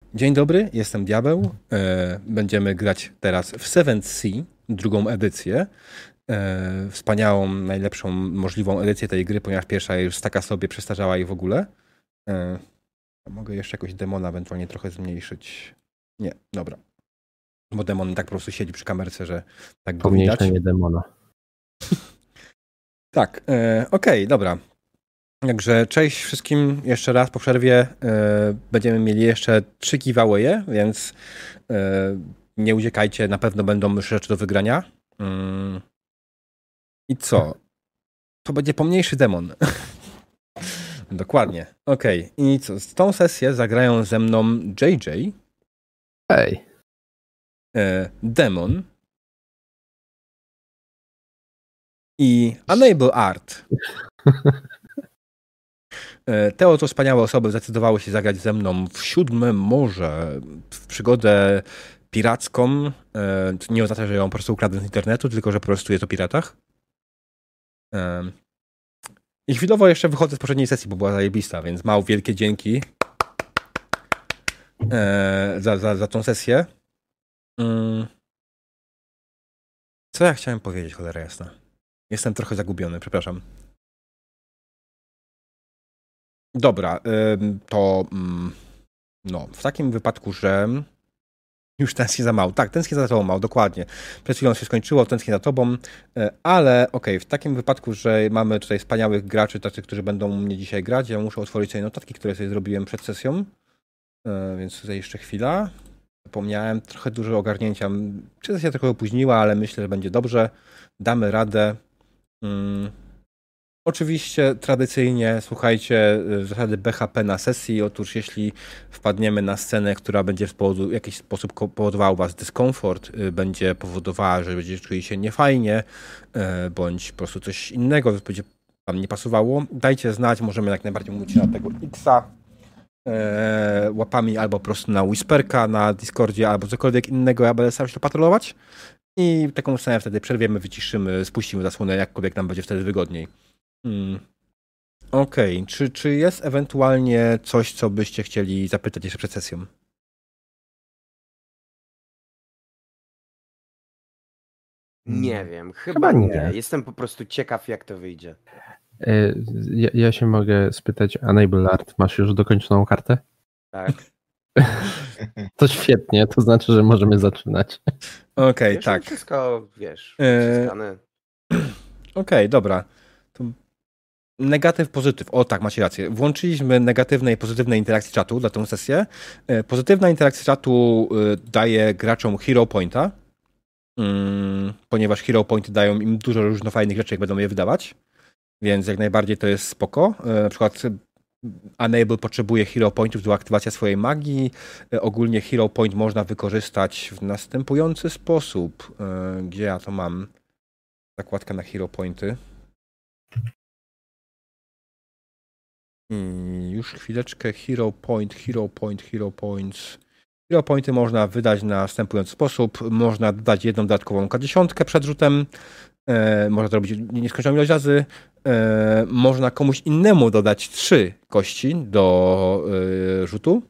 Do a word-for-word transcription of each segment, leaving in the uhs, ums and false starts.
Dzień dobry, jestem Diabeł. E, będziemy grać teraz w Seventh Sea, drugą edycję. E, wspaniałą, najlepszą możliwą edycję tej gry, ponieważ pierwsza już taka sobie przestarzała i w ogóle. E, mogę jeszcze jakoś demona ewentualnie trochę zmniejszyć. Nie, dobra. Bo demon tak po prostu siedzi przy kamerce, że tak go widać. Pomniejszenie demona. Tak, e, okej, okay, dobra. Także cześć wszystkim jeszcze raz po przerwie. E, będziemy mieli jeszcze trzy giveawaye, więc e, nie uciekajcie, na pewno będą rzeczy do wygrania. Mm. I co? To będzie pomniejszy demon. Dokładnie. Okej. Okay. I co? Z tą sesję zagrają ze mną J J. Hej. E, demon. I Unable Art. Te oto wspaniałe osoby zdecydowały się zagrać ze mną w Siódme Morze, w przygodę piracką. To nie oznacza, że ją po prostu ukradłem z internetu, tylko że po prostu jest o piratach. I chwilowo jeszcze wychodzę z poprzedniej sesji, bo była zajebista, więc mał wielkie dzięki za, za, za tą sesję. Co ja chciałem powiedzieć, cholera jasna? Jestem trochę zagubiony, przepraszam. Dobra, to no, w takim wypadku, że już tęsknię za Mał. Tak, tęsknię za tobą, Mał, dokładnie. Przed chwilą się skończyło, tęsknię za tobą, ale okej, okay, w takim wypadku, że mamy tutaj wspaniałych graczy, tacy, którzy będą mnie dzisiaj grać, ja muszę otworzyć sobie notatki, które sobie zrobiłem przed sesją, więc tutaj jeszcze chwila. Zapomniałem, trochę dużo ogarnięcia. Sesja trochę opóźniła, ale myślę, że będzie dobrze. Damy radę. Hmm. Oczywiście tradycyjnie słuchajcie zasady B H P na sesji. Otóż jeśli wpadniemy na scenę, która będzie w, powodu, w jakiś sposób powodowała u was dyskomfort, będzie powodowała, że będziecie czuli się niefajnie, bądź po prostu coś innego będzie wam nie pasowało, dajcie znać, możemy jak najbardziej mówić na tego X-a łapami albo po prostu na Whisperka na Discordzie albo cokolwiek innego, ja będę starał się to patrolować i taką scenę wtedy przerwiemy, wyciszymy, spuścimy zasłonę, jakkolwiek nam będzie wtedy wygodniej. Hmm. Okej, okay. czy, czy jest ewentualnie coś, co byście chcieli zapytać jeszcze przed sesją? Nie wiem, chyba, chyba nie. nie. Jestem po prostu ciekaw, jak to wyjdzie. Ja, ja się mogę spytać, Unable Art, masz już dokończoną kartę? Tak. To świetnie, to znaczy, że możemy zaczynać. Okej, okay, tak. Wszystko, wiesz, Okej, okay, dobra. To negatyw, pozytyw. O tak, macie rację. Włączyliśmy negatywne i pozytywne interakcje czatu dla tą sesję. Pozytywna interakcja czatu daje graczom hero pointa, ponieważ hero pointy dają im dużo różnych fajnych rzeczy, jak będą je wydawać. Więc jak najbardziej to jest spoko. Na przykład Unable potrzebuje hero pointów do aktywacji swojej magii. Ogólnie hero point można wykorzystać w następujący sposób. Gdzie ja to mam? Zakładka na hero pointy. I już chwileczkę. Hero point, hero point, hero points. Hero pointy można wydać na następujący sposób. Można dodać jedną dodatkową K dziesięć przed rzutem. E, można to robić nieskończoną ilość razy. E, można komuś innemu dodać trzy kości do e, rzutu.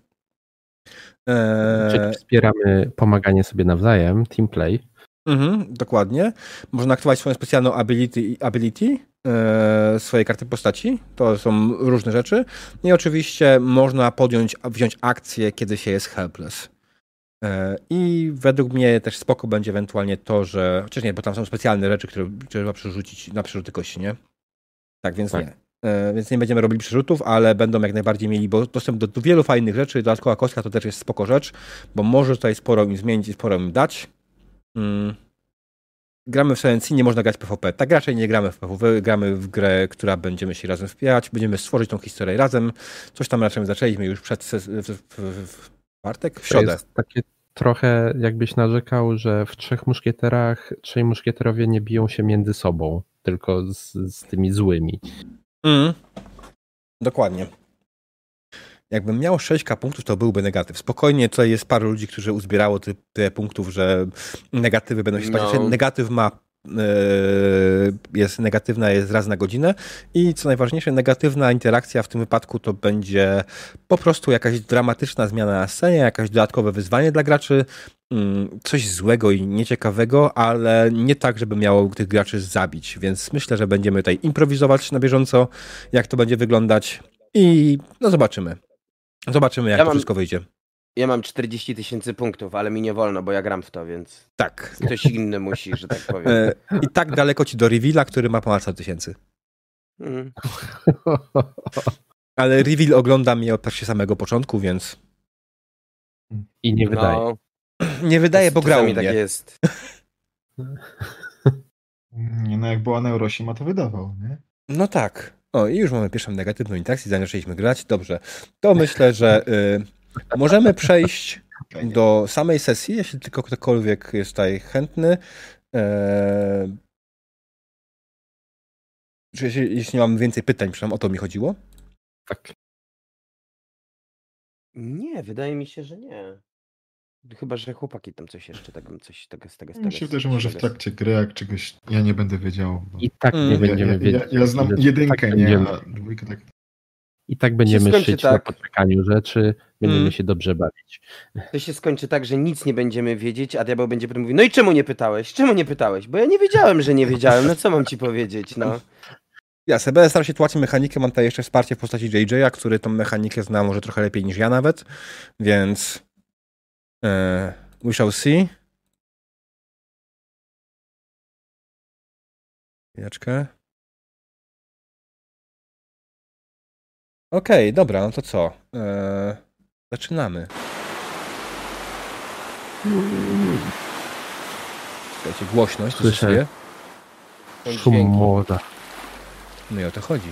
E, Czyli wspieramy pomaganie sobie nawzajem, team play. Mhm, dokładnie. Można aktywować swoją specjalną ability, ability e, swojej karty postaci. To są różne rzeczy. I oczywiście można podjąć, wziąć akcję, kiedy się jest helpless. I według mnie też spoko będzie ewentualnie to, że... Chociaż nie, bo tam są specjalne rzeczy, które trzeba przerzucić na przerzuty kości, nie? Tak, więc tak. nie. Więc nie będziemy robili przerzutów, ale będą jak najbardziej mieli dostęp do, do wielu fajnych rzeczy. Dodatkowa kostka to też jest spoko rzecz, bo może tutaj sporo im zmienić i sporo im dać. Hmm. Gramy w Seventh Sea, nie można grać P V P. Tak raczej nie gramy w P V P, gramy w grę, która będziemy się razem wspierać, będziemy stworzyć tą historię razem. Coś tam raczej zaczęliśmy już przed... W, w, w, w czwartek? W środę. To jest takie trochę jakbyś narzekał, że w Trzech Muszkieterach trzej muszkieterowie nie biją się między sobą, tylko z, z tymi złymi. Mm. Dokładnie. Jakbym miał sześć ka punktów, to byłby negatyw. Spokojnie, tutaj jest paru ludzi, którzy uzbierało te, te punktów, że negatywy będą się spać. No. Negatyw ma jest negatywna, jest raz na godzinę i co najważniejsze, negatywna interakcja w tym wypadku to będzie po prostu jakaś dramatyczna zmiana na scenie, jakaś dodatkowe wyzwanie dla graczy, coś złego i nieciekawego, ale nie tak, żeby miało tych graczy zabić, więc myślę, że będziemy tutaj improwizować na bieżąco, jak to będzie wyglądać i no zobaczymy. Zobaczymy, jak ja to mam... wszystko wyjdzie. Ja mam czterdzieści tysięcy punktów, ale mi nie wolno, bo ja gram w to, więc tak. Ktoś inny musi, że tak powiem. I tak daleko ci do Reveala, który ma ponad sto tysięcy. Mm. Ale Reveal ogląda mnie od samego początku, więc... I nie wydaje. No, nie wydaje, bo grał mnie. Tak jest. Nie, no jak była Neurosima, to wydawał, nie? No tak. O, i już mamy pierwszą negatywną interakcję, zaczęliśmy grać. Dobrze. To myślę, że... Y, możemy przejść do samej sesji, jeśli tylko ktokolwiek jest tutaj chętny. Eee... Jeśli, jeśli nie mam więcej pytań, przynajmniej o to mi chodziło? Tak. Nie, wydaje mi się, że nie. Chyba, że chłopaki tam coś jeszcze tego, coś tego, z tego, z tego. Mi się wydaje, że może w trakcie gry, jak czegoś ja nie będę wiedział. I tak nie mm. będziemy ja, wiedzieć. Ja, ja znam jedynkę, tak nie, a dwójkę tak. I tak będziemy szyć tak. na podpykaniu rzeczy, będziemy mm. się dobrze bawić. To się skończy tak, że nic nie będziemy wiedzieć, a diabeł będzie potem mówił, no i czemu nie pytałeś? Czemu nie pytałeś? Bo ja nie wiedziałem, że nie wiedziałem, no co mam ci powiedzieć, no. Ja sobie staram się tłumaczyć mechanikę, mam tutaj jeszcze wsparcie w postaci J J a, który tą mechanikę zna może trochę lepiej niż ja nawet, więc uh, we shall see. Chwileczkę. Okej, okay, dobra, no to co? Eee, zaczynamy. Słuchajcie, głośność. Słyszę szum młoda. No i o to chodzi.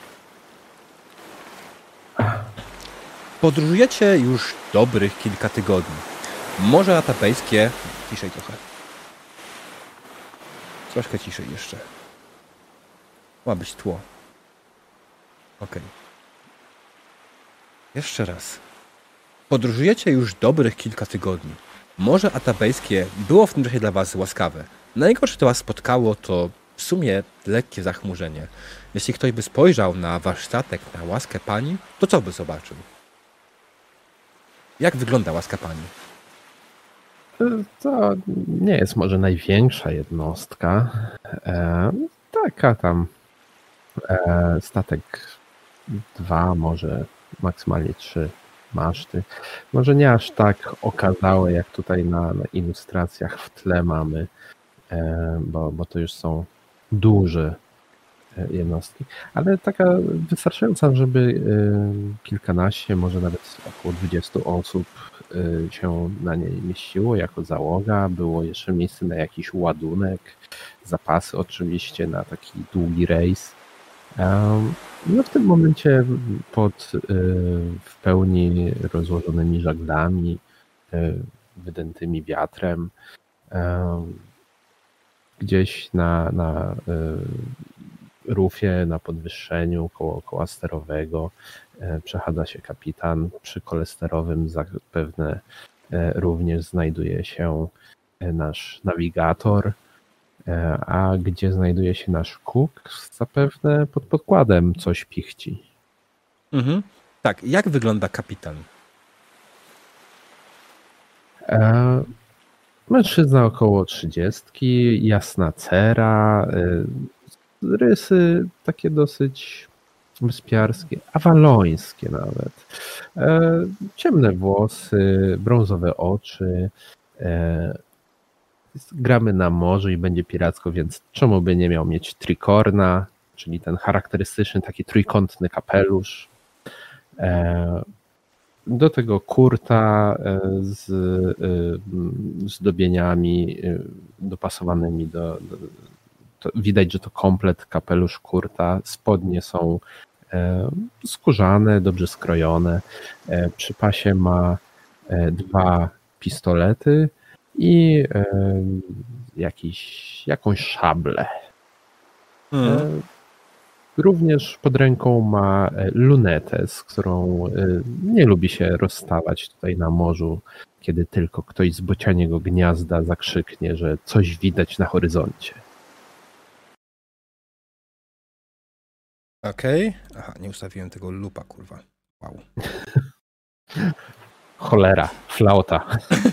Podróżujecie już dobrych kilka tygodni. Morze Atapejskie... Ciszej trochę. Troszkę ciszej jeszcze. Ma być tło. Okej. Okay. Jeszcze raz. Podróżujecie już dobrych kilka tygodni. Morze Atapejskie było w tym czasie dla was łaskawe. Najgorsze, co was spotkało, to w sumie lekkie zachmurzenie. Jeśli ktoś by spojrzał na wasz statek, na łaskę pani, to co by zobaczył? Jak wygląda łaska pani? To nie jest może największa jednostka. E, taka tam e, statek dwa, może maksymalnie trzy maszty. Może nie aż tak okazałe, jak tutaj na, na ilustracjach w tle mamy, e, bo, bo to już są duże jednostki, ale taka wystarczająca, żeby kilkanaście, może nawet około dwudziestu osób się na niej mieściło jako załoga. Było jeszcze miejsce na jakiś ładunek, zapasy oczywiście na taki długi rejs. No w tym momencie pod w pełni rozłożonymi żaglami, wydętymi wiatrem, gdzieś na, na rufie, na podwyższeniu koło koła sterowego przechadza się kapitan. Przy kole sterowym zapewne również znajduje się nasz nawigator, a gdzie znajduje się nasz cook, zapewne pod podkładem coś pichci. Mhm. Tak, jak wygląda kapitan? E, mężczyzna około trzydziestki, jasna cera, rysy takie dosyć wyspiarskie, awalońskie nawet. E, ciemne włosy, brązowe oczy. E, gramy na morzu i będzie piracko, więc czemu by nie miał mieć trikorna, czyli ten charakterystyczny taki trójkątny kapelusz. E, do tego kurta z zdobieniami dopasowanymi do, do to widać, że to komplet kapelusz kurta. Spodnie są e, skórzane, dobrze skrojone. E, przy pasie ma e, dwa pistolety i e, jakiś, jakąś szablę. Hmm. E, również pod ręką ma lunetę, z którą e, nie lubi się rozstawać tutaj na morzu, kiedy tylko ktoś z bocianiego gniazda zakrzyknie, że coś widać na horyzoncie. Okej. Okay. Aha, nie ustawiłem tego lupa, kurwa. Wow. Cholera, flauta.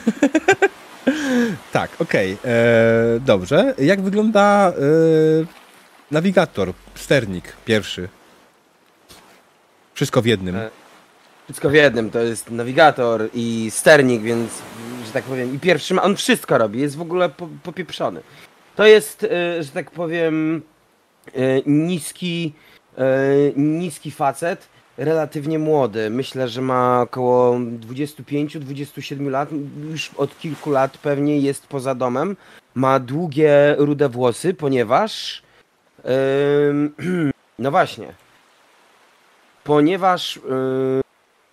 Tak, okej. Okay. Dobrze. Jak wygląda e, nawigator, sternik pierwszy? Wszystko w jednym. Wszystko w jednym. To jest nawigator i sternik, więc, że tak powiem, i pierwszy, on wszystko robi. Jest w ogóle po, popieprzony. To jest, e, że tak powiem, e, niski, e, niski facet. Relatywnie młody. Myślę, że ma około dwudziestu pięciu dwudziestu siedmiu lat. Już od kilku lat pewnie jest poza domem. Ma długie, rude włosy, ponieważ... Yy, no właśnie. Ponieważ... Yy,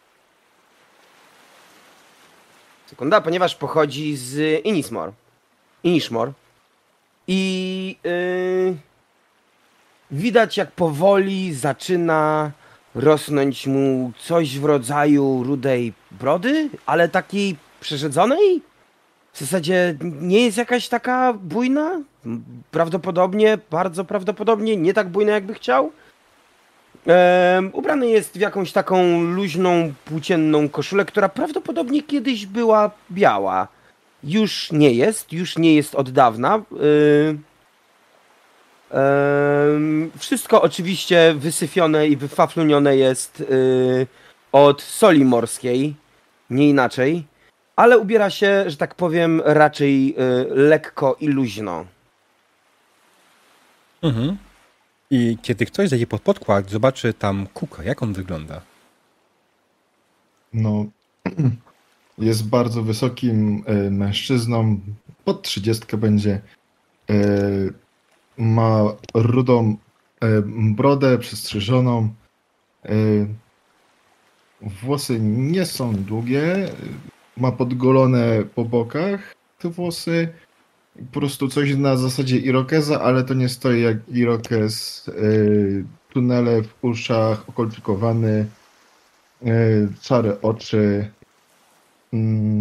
sekunda. Ponieważ pochodzi z Innismore. Innismore. I... Yy, widać, jak powoli zaczyna... rosnąć mu coś w rodzaju rudej brody, ale takiej przerzedzonej? W zasadzie nie jest jakaś taka bujna? Prawdopodobnie, bardzo prawdopodobnie, nie tak bujna jakby chciał. Ehm, ubrany jest w jakąś taką luźną, płócienną koszulę, która prawdopodobnie kiedyś była biała. Już nie jest, już nie jest od dawna. Yy... Wszystko oczywiście wysyfione i wyfaflunione jest yy, od soli morskiej, nie inaczej, ale ubiera się, że tak powiem, raczej yy, lekko i luźno. Mhm. I kiedy ktoś zejdzie pod podkład, zobaczy tam Cooka, jak on wygląda? No, jest bardzo wysokim y, mężczyzną, pod trzydziestkę będzie. Y, Ma rudą y, brodę przystrzyżoną. Y, włosy nie są długie. Ma podgolone po bokach te włosy. Po prostu coś na zasadzie irokeza, ale to nie stoi jak irokez. Y, tunele w uszach, okolczykowany. Y, szare oczy. Y,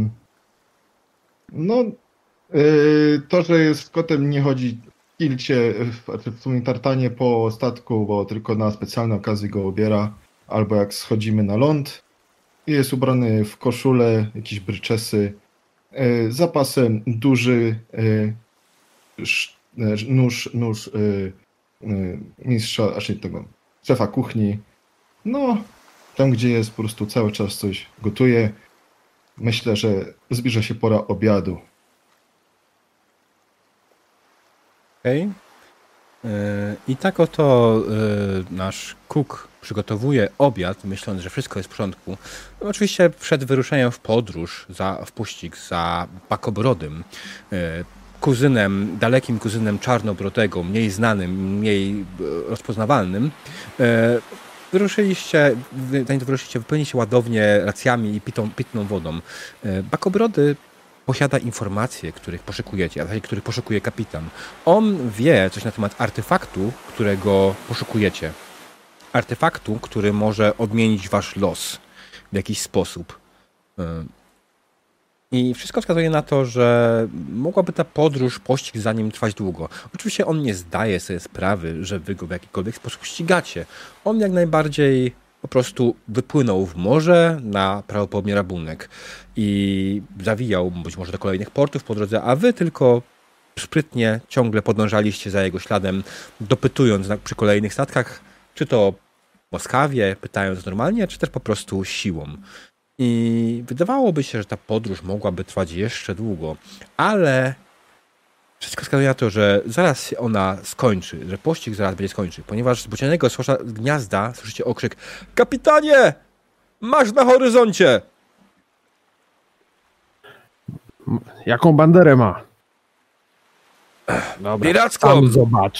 no, y, to, że jest kotem, nie chodzi kilcie, w sumie tartanie po statku, bo tylko na specjalne okazje go ubiera, albo jak schodzimy na ląd. Jest ubrany w koszulę, jakieś bryczesy, yy, zapasem duży yy, sz, yy, nóż, nóż yy, yy, mistrza, znaczy tego szefa kuchni. No, tam gdzie jest, po prostu cały czas coś gotuje. Myślę, że zbliża się pora obiadu. Okej. Okay. I tak oto nasz cook przygotowuje obiad, myśląc, że wszystko jest w porządku. No, oczywiście przed wyruszeniem w podróż, za, w pościg za Bakobrodym, kuzynem, dalekim kuzynem Czarnobrodego, mniej znanym, mniej rozpoznawalnym, wyruszyliście, zanim wyruszyliście, wypełniliście ładownię racjami i pitą, pitną wodą. Bakobrody posiada informacje, których poszukujecie, a w zasadzie których poszukuje kapitan. On wie coś na temat artefaktu, którego poszukujecie. Artefaktu, który może odmienić wasz los w jakiś sposób. I wszystko wskazuje na to, że mogłaby ta podróż, pościg za nim trwać długo. Oczywiście on nie zdaje sobie sprawy, że wy go w jakikolwiek sposób ścigacie. On jak najbardziej po prostu wypłynął w morze na prawdopodobnie rabunek i zawijał być może do kolejnych portów po drodze, a wy tylko sprytnie ciągle podążaliście za jego śladem, dopytując przy kolejnych statkach, czy to łaskawie, pytając normalnie, czy też po prostu siłą. I wydawałoby się, że ta podróż mogłaby trwać jeszcze długo, ale wszystko wskazuje na to, że zaraz się ona skończy, że pościg zaraz będzie skończy, ponieważ z bocianego gniazda słyszycie okrzyk: kapitanie! Masz na horyzoncie! Jaką banderę ma? Dobra, piracką! Tam zobaczę.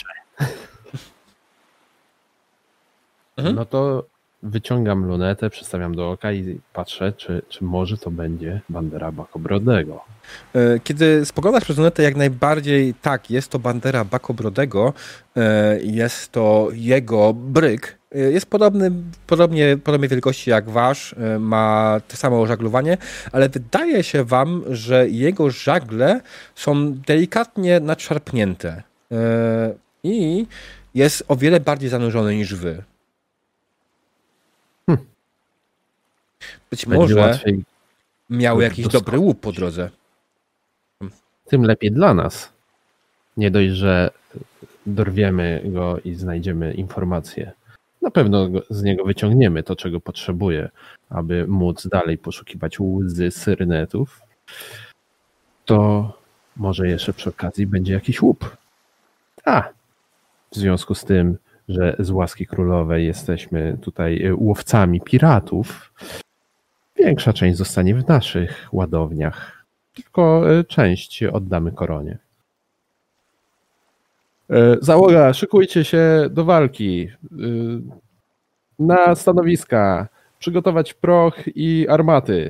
Mhm. No to wyciągam lunetę, przestawiam do oka i patrzę, czy, czy może to będzie bandera Bakobrodego. Kiedy spoglądasz przez lunetę, jak najbardziej tak, jest to bandera Bakobrodego, jest to jego bryk. Jest podobny, podobnie, podobnej wielkości jak wasz, ma to samo żaglowanie, ale wydaje się wam, że jego żagle są delikatnie nadszarpnięte i jest o wiele bardziej zanurzony niż wy. być Będzie może łatwiej, miał jakiś doskoczyć. dobry łup po drodze. tym lepiej dla nas. Nie dość, że dorwiemy go i znajdziemy informacje. Na pewno go- z niego wyciągniemy to, czego potrzebuje, aby móc dalej poszukiwać łzy syrynetów. To może jeszcze przy okazji będzie jakiś łup. A, w związku z tym, że z łaski królowej jesteśmy tutaj y, łowcami piratów, większa część zostanie w naszych ładowniach. Tylko y, część oddamy koronie. Y, Załoga, szykujcie się do walki. Y, Na stanowiska. Przygotować proch i armaty.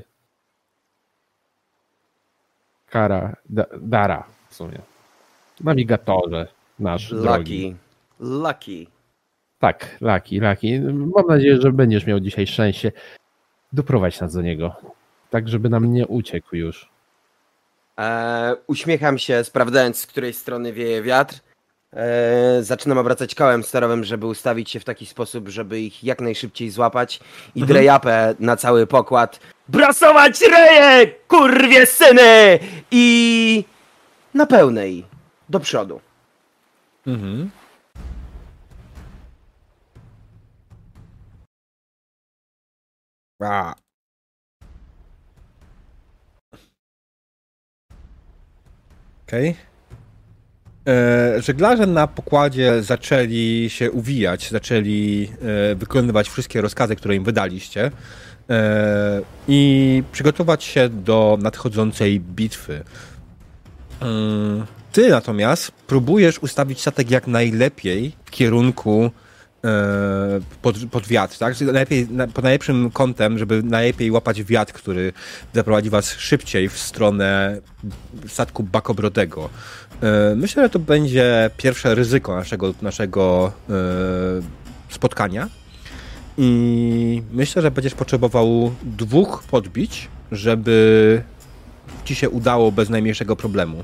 Kara, da, Dara w sumie. Nawigatorze nasz drogi. Lucky. Lucky. Tak, Laki, Laki. Mam nadzieję, że będziesz miał dzisiaj szczęście. Doprowadź nas do niego. Tak, żeby nam nie uciekł już. E, uśmiecham się, sprawdzając, z której strony wieje wiatr. E, zaczynam obracać kołem sterowym, żeby ustawić się w taki sposób, żeby ich jak najszybciej złapać i Mhm. drejapę na cały pokład. Brasować reje, kurwie syny! I na pełnej, do przodu. Mhm. A. Okej. E, Żeglarze na pokładzie zaczęli się uwijać, zaczęli e, wykonywać wszystkie rozkazy, które im wydaliście e, i przygotować się do nadchodzącej bitwy. Mm, Ty natomiast próbujesz ustawić statek jak najlepiej w kierunku e, pod, pod wiatr, tak? Czyli najlepiej, na, pod najlepszym kątem, żeby najlepiej łapać wiatr, który zaprowadzi was szybciej w stronę statku Bakobrodego. E, Myślę, że to będzie pierwsze ryzyko naszego, naszego e, spotkania i myślę, że będziesz potrzebował dwóch podbić, żeby ci się udało bez najmniejszego problemu.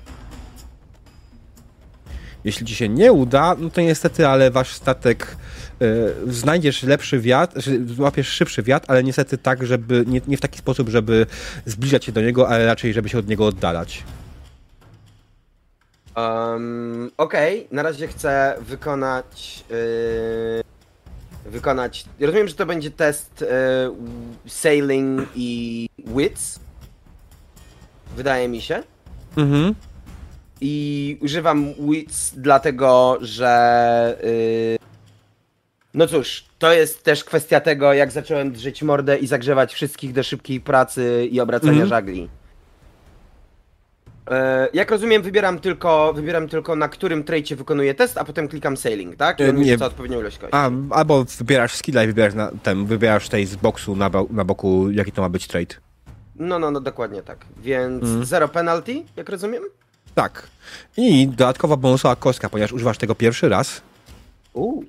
Jeśli ci się nie uda, no to niestety, ale wasz statek y, znajdziesz lepszy wiatr, złapiesz szybszy wiatr, ale niestety tak, żeby nie, nie w taki sposób, żeby zbliżać się do niego, ale raczej, żeby się od niego oddalać. Um, Okej, na razie chcę wykonać. Yy, wykonać. Rozumiem, że to będzie test yy, sailing i wits. Wydaje mi się. Mhm. I używam wits dlatego, że. Yy, no cóż, to jest też kwestia tego, jak zacząłem drzeć mordę i zagrzewać wszystkich do szybkiej pracy i obracania Mhm. żagli. E, Jak rozumiem, wybieram tylko, wybieram tylko na którym trejcie wykonuję test, a potem klikam sailing, tak? I E, on mi nie. rzuca odpowiednią ilość kości. A, albo wybierasz skilla i wybierasz, na, ten, wybierasz tej z boksu na, bo, na boku, jaki to ma być trade. No, no, no, dokładnie tak. Więc Mhm. zero penalty, jak rozumiem? Tak. I dodatkowa bonusowa kostka, ponieważ używasz tego pierwszy raz. Uuu.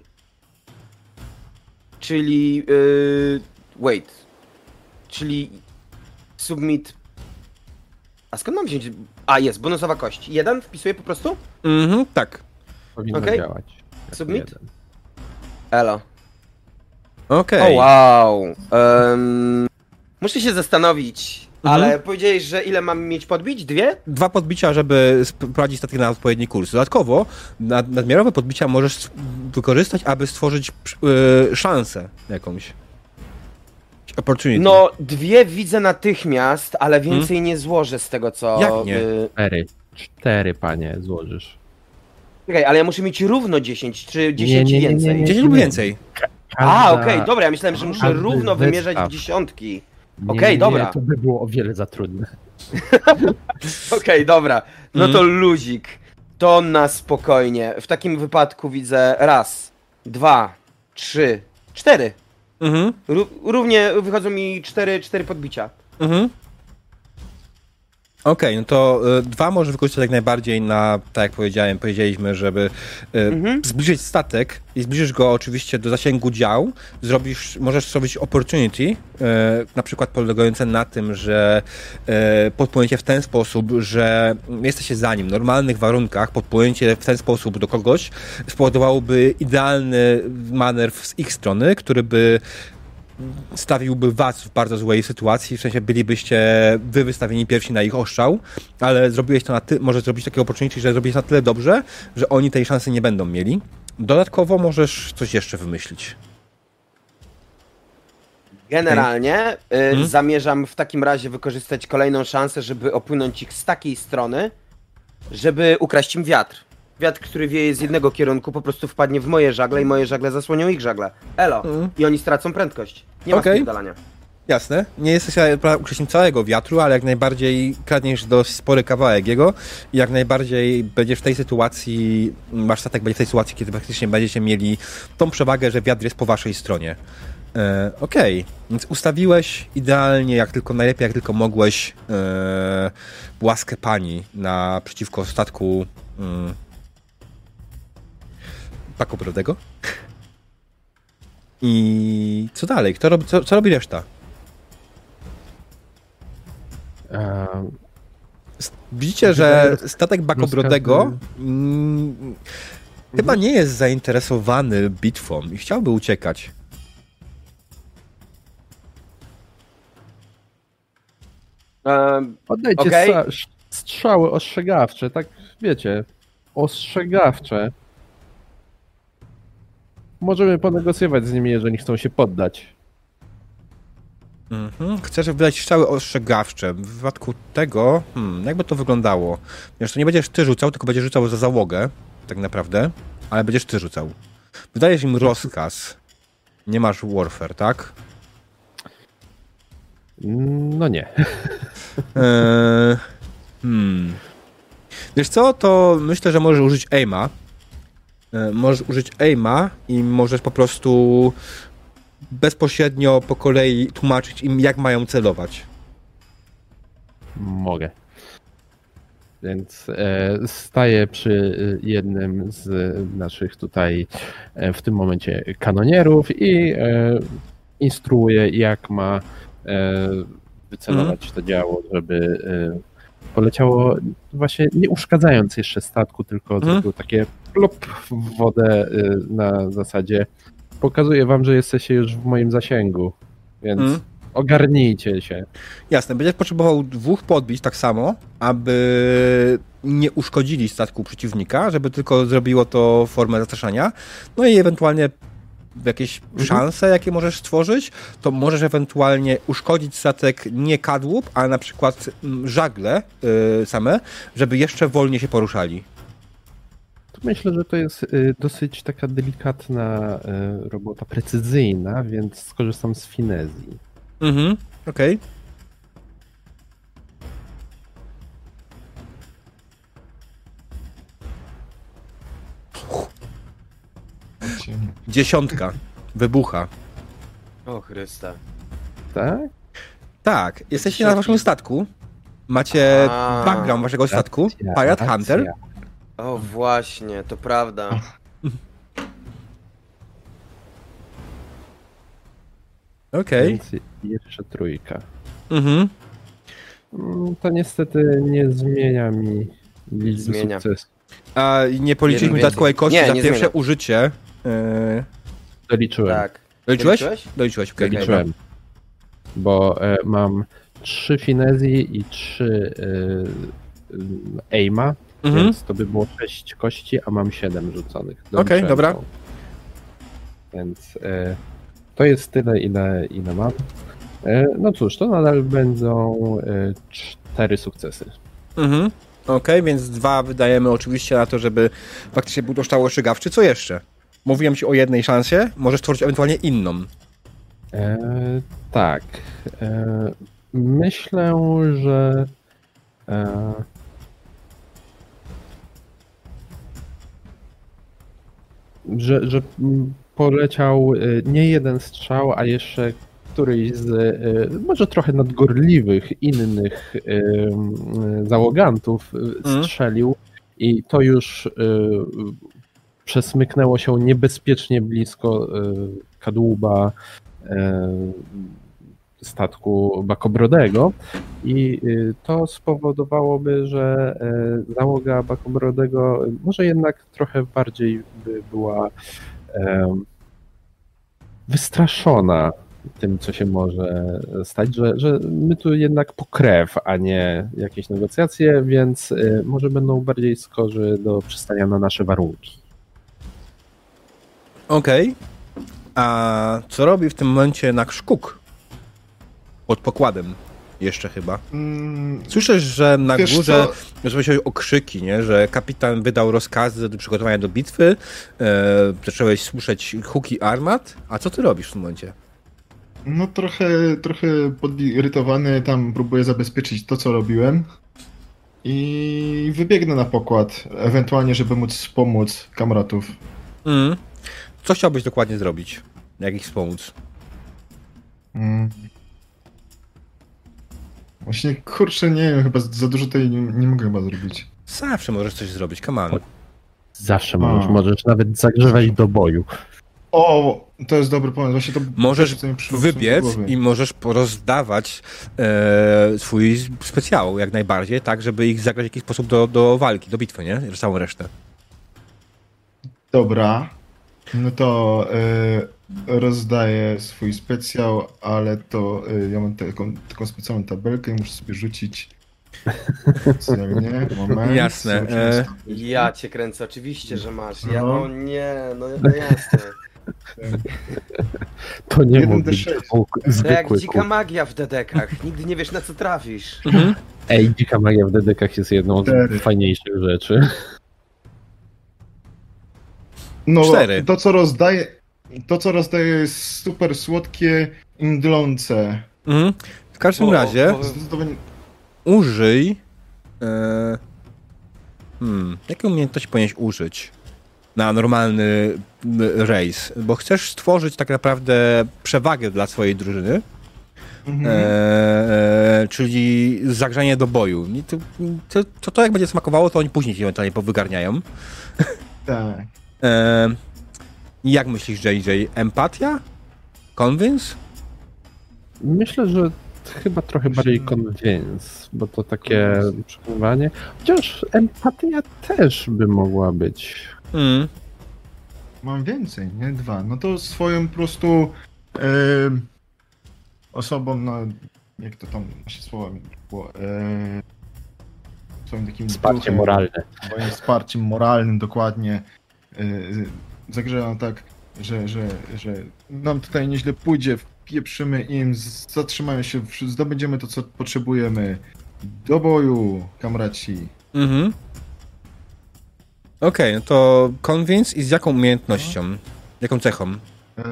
Czyli, yy, wait. Czyli submit... A skąd mam wziąć? A, jest, bonusowa kość. Jeden wpisuję po prostu? Mhm, tak. Powinno Okej. działać. jako Submit? jeden. Elo. Okej. O, wow. Um, muszę się zastanowić, Mhm. ale powiedziałeś, że ile mam mieć podbić? Dwie? Dwa podbicia, żeby sprowadzić statek na odpowiedni kurs. Dodatkowo nad, nadmiarowe podbicia możesz wykorzystać, aby stworzyć yy, szansę jakąś. Opportunity. No, dwie widzę natychmiast, ale więcej nie złożę z tego, co... Jak nie? y, Cztery. Cztery, panie, złożysz. Czekaj, ale ja muszę mieć równo dziesięć, czy dziesięć nie, nie, nie, więcej? nie. dziesięć lub więcej. A, Każda- okej, dobra, ja myślałem, że muszę każdy równo wymierzać w zestaw. dziesiątki. Nie, Okej, nie, dobra. To by było o wiele za trudne. Okej, dobra, no to Mhm. luzik. To na spokojnie. W takim wypadku widzę raz, dwa, trzy, cztery. Mhm, Ró- równie wychodzą mi cztery, cztery podbicia. mhm. Okej, no to y, dwa możesz wykorzystać jak najbardziej na, tak jak powiedziałem, powiedzieliśmy, żeby y, Mhm. zbliżyć statek i zbliżysz go oczywiście do zasięgu dział, zrobisz, możesz zrobić opportunity, y, na przykład polegające na tym, że y, podpłynięcie w ten sposób, że jesteście za nim. W normalnych warunkach podpłynięcie w ten sposób do kogoś spowodowałoby idealny manewr z ich strony, który by stawiłby was w bardzo złej sytuacji, w sensie bylibyście wy wystawieni pierwsi na ich ostrzał, ale zrobiłeś to na ty, możesz zrobić takiego opportunity, że zrobiłeś na tyle dobrze, że oni tej szansy nie będą mieli. Dodatkowo możesz coś jeszcze wymyślić. Generalnie y, hmm? zamierzam w takim razie wykorzystać kolejną szansę, żeby opłynąć ich z takiej strony, żeby ukraść im wiatr. Wiatr, który wieje z jednego kierunku, po prostu wpadnie w moje żagle i moje żagle zasłonią ich żagle. Elo. Hmm. I oni stracą prędkość. Nie ma okay. spierdalania. Jasne. Nie jesteś ukreśleniem całego wiatru, ale jak najbardziej kradniesz dość spory kawałek jego i jak najbardziej będziesz w tej sytuacji, wasz statek będzie w tej sytuacji, kiedy faktycznie będziecie mieli tą przewagę, że wiatr jest po waszej stronie. E, Okej, okay. Więc ustawiłeś idealnie, jak tylko najlepiej, jak tylko mogłeś e, łaskę pani naprzeciwko statku mm, Bakobrodego. I co dalej? Kto robi, co, co robi reszta? Um, Widzicie, że statek Bakobrodego mm, chyba nie jest zainteresowany bitwą i chciałby uciekać. Um, Oddajcie okay. strzały ostrzegawcze, tak wiecie, ostrzegawcze. Możemy ponegocjować z nimi, jeżeli chcą się poddać. Mhm. Chcesz wydać strzały ostrzegawcze. W wypadku tego, hmm, jakby to wyglądało? Wiesz, to nie będziesz ty rzucał, tylko będziesz rzucał za załogę, tak naprawdę, ale będziesz ty rzucał. Wydajesz im rozkaz. Nie masz warfare, tak? No nie. Eee, hmm. Wiesz co, to myślę, że możesz użyć aima. Eee, możesz użyć aima i możesz po prostu bezpośrednio po kolei tłumaczyć im, jak mają celować. Mogę. Więc e, staję przy jednym z naszych tutaj e, w tym momencie kanonierów i e, instruuję, jak ma e, wycelować mm. to działo, żeby e, poleciało właśnie nie uszkadzając jeszcze statku, tylko mm. zrobił takie plop w wodę e, na zasadzie pokazuję wam, że jesteście już w moim zasięgu, więc mm. ogarnijcie się. Jasne, będziesz potrzebował dwóch podbić tak samo, aby nie uszkodzili statku przeciwnika, żeby tylko zrobiło to formę zastraszania. No i ewentualnie jakieś mhm. szanse, jakie możesz stworzyć, to możesz ewentualnie uszkodzić statek nie kadłub, ale na przykład żagle yy, same, żeby jeszcze wolniej się poruszali. Myślę, że to jest y, dosyć taka delikatna y, robota, precyzyjna, więc skorzystam z finezji. Mhm, okej. Okay. Dziesiątka. Wybucha. O Chryste. Tak? Tak. Jesteście na waszym statku. Macie A, background waszego racja, statku. Pirate racja. Hunter. O właśnie, to prawda. Okej. Więc jeszcze trójka. Mhm. To niestety nie zmienia mi liczby Zmienia. sukcesu. A nie policzyliśmy Jeden dodatkowej kości Nie, za nie pierwsze zmienia. użycie. Yy... Doliczyłem. Tak. Doliczyłeś? Doliczyłeś? Doliczyłeś, okej. Okay, Doliczyłem. Bo e, mam trzy finezji i trzy e, e, aima, mhm. więc to by było sześć kości, a mam siedem rzuconych. Okej, okay, dobra. Więc e, to jest tyle, ile, ile mam. E, no cóż, to nadal będą e, cztery sukcesy. Mhm. Okej, okay, więc dwa wydajemy oczywiście na to, żeby faktycznie był to strzał ostrzegawczy. Co jeszcze? Mówiłem ci o jednej szansie, możesz stworzyć ewentualnie inną. E, tak. E, myślę, że e, że, że poleciał nie jeden strzał, a jeszcze któryś z może trochę nadgorliwych innych załogantów strzelił mm. i to już przesmyknęło się niebezpiecznie blisko kadłuba statku Bakobrodego i to spowodowałoby, że załoga Bakobrodego może jednak trochę bardziej by była wystraszona tym, co się może stać, że, że my tu jednak po krew, a nie jakieś negocjacje, więc y, może będą bardziej skorzy do przystania na nasze warunki. Okej. Okay. A co robi w tym momencie Nakshkuk? Pod pokładem jeszcze chyba. Słyszysz, że na Wiesz górze co? zaczęły się okrzyki, nie? Że kapitan wydał rozkazy do przygotowania do bitwy. E, zacząłeś słyszeć huki armat. A co ty robisz w tym momencie? No trochę, trochę podirytowany, tam próbuję zabezpieczyć to, co robiłem. I wybiegnę na pokład, ewentualnie, żeby móc wspomóc kamratów. Mm. Co chciałbyś dokładnie zrobić? Jak ich wspomóc? Mm. Właśnie, kurczę, nie wiem, chyba za dużo tutaj nie, nie mogę chyba zrobić. Zawsze możesz coś zrobić, come on. Zawsze A. możesz, możesz nawet zagrzewać do boju. O, to jest dobry pomysł, właśnie to... Możesz to mi przyszło wybiec do głowy. i możesz porozdawać e, swój specjał jak najbardziej, tak, żeby ich zagrać w jakiś sposób do, do walki, do bitwy, nie? Całą resztę. Dobra, no to y, rozdaję swój specjał, ale to y, ja mam taką, taką specjalną tabelkę i muszę sobie rzucić specjalnie, moment. Jasne, e, Ja cię kręcę, oczywiście, że masz. Ja, No. o nie, no, no jasne. To nie jeden mógł D być sześć. huk, To jak zwykły dzika huk. magia w dedekach. Nigdy nie wiesz, na co trafisz. mhm. Ej, dzika magia w dedekach jest jedną Cztery. z fajniejszych rzeczy. No, Cztery. to co rozdaję, to co rozdaję jest super słodkie i mdlące. Mhm. W każdym Bo- razie bo- Zdecydowanie... użyj e, hmm, jakiej umiejętności powinieneś użyć na normalny m, rejs? Bo chcesz stworzyć tak naprawdę przewagę dla swojej drużyny. Mhm. E, czyli zagrzanie do boju. I to, to, to, to jak będzie smakowało, to oni później się ewentualnie powygarniają. Tak. E, jak myślisz, J J? Empatia? Convince? Myślę, że chyba trochę bardziej convince, bo to takie przekonywanie. Chociaż empatia też by mogła być. Mm. Mam więcej, nie? Dwa. No to swoją po prostu em, osobą, no jak to tam się słowa mi było, e, swoim takim Wsparcie duchem, moralne. swoim wsparciem moralnym dokładnie e, zagrzewam tak, że, że, że nam tutaj nieźle pójdzie, wpieprzymy im, z- zatrzymają się, wsz- zdobędziemy to, co potrzebujemy. Do boju, kamraci. Mhm. Okej, no to convince i z jaką umiejętnością? Jaką cechą? Eee,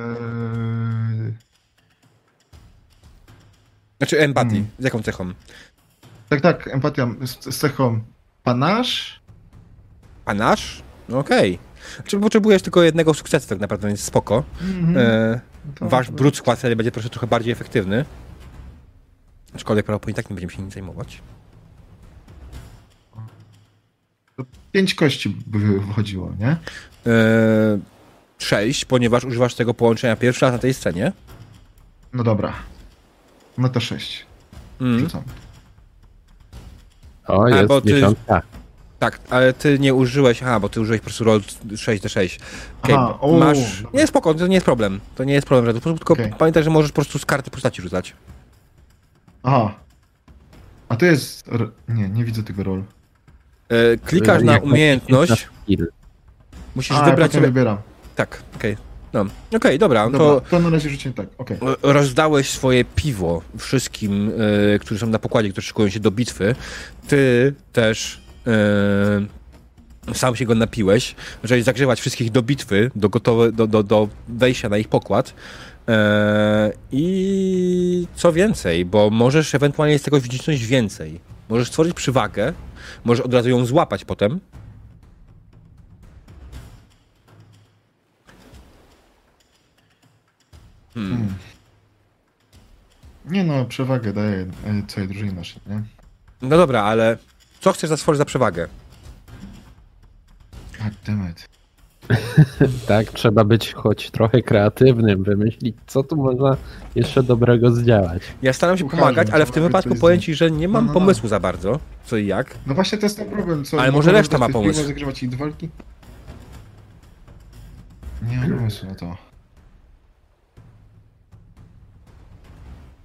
Znaczy empatii. Hmm. Z jaką cechą? tak, tak, empatia z, z cechą panache. Panache? No okej. Znaczy potrzebujesz tylko jednego sukcesu tak naprawdę, więc spoko. Mhm. E, To- wasz brud skład wtedy będzie proszę trochę bardziej efektywny. Aczkolwiek prawdopodobnie tak nie będziemy się nim zajmować. Pięć kości by wychodziło, nie? E, sześć, ponieważ używasz tego połączenia pierwszy raz na tej scenie. No dobra. No to sześć. Mm. Rzucam. O, A, jest bo ty- dziesiątka. Tak, ale ty nie użyłeś, aha, bo ty użyłeś po prostu roll sześć d sześć. Okej, Aha, bo o, masz... dobra. Nie, spoko, to nie jest problem. To nie jest problem w żaden sposób, tylko Okej. pamiętaj, że możesz po prostu z karty postaci rzucać. Aha. A to jest... r- Nie, nie widzę tego rol. E, klikasz na Jak umiejętność, naciśniesz na skill. musisz A, wybrać potem sobie... wybieram. Tak, okej. No, okej, dobra, no Dobra, to to na razie rzuciłem tak, okej. rozdałeś swoje piwo wszystkim, e, którzy są na pokładzie, którzy szykują się do bitwy. Ty też e, sam się go napiłeś, żeby zagrzewać wszystkich do bitwy, do, gotowe, do, do, do wejścia na ich pokład. E, I co więcej, bo możesz ewentualnie z tego wdzięczność więcej. Możesz stworzyć przywagę, możesz od razu ją złapać potem. Hmm. Hmm. Nie no, przewagę daje e, całej drużynie naszej, nie? No dobra, ale co chcesz za stworzyć za przewagę? God damn it. Tak, trzeba być choć trochę kreatywnym, wymyślić, co tu można jeszcze dobrego zdziałać. Ja staram się Kucharzem, pomagać, ale w tym trzeba wypadku coś powiem z- ci, że nie mam No, no, no. pomysłu za bardzo, co i jak. No właśnie to jest ten problem, co... Ale mogą może reszta rozdać ma tych pomysł. piwo, zagrywać ich do walki? Nie mam pomysłu na to.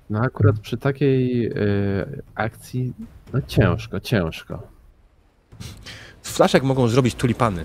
No akurat przy takiej y, akcji, no ciężko, ciężko. Z flaszek mogą zrobić tulipany.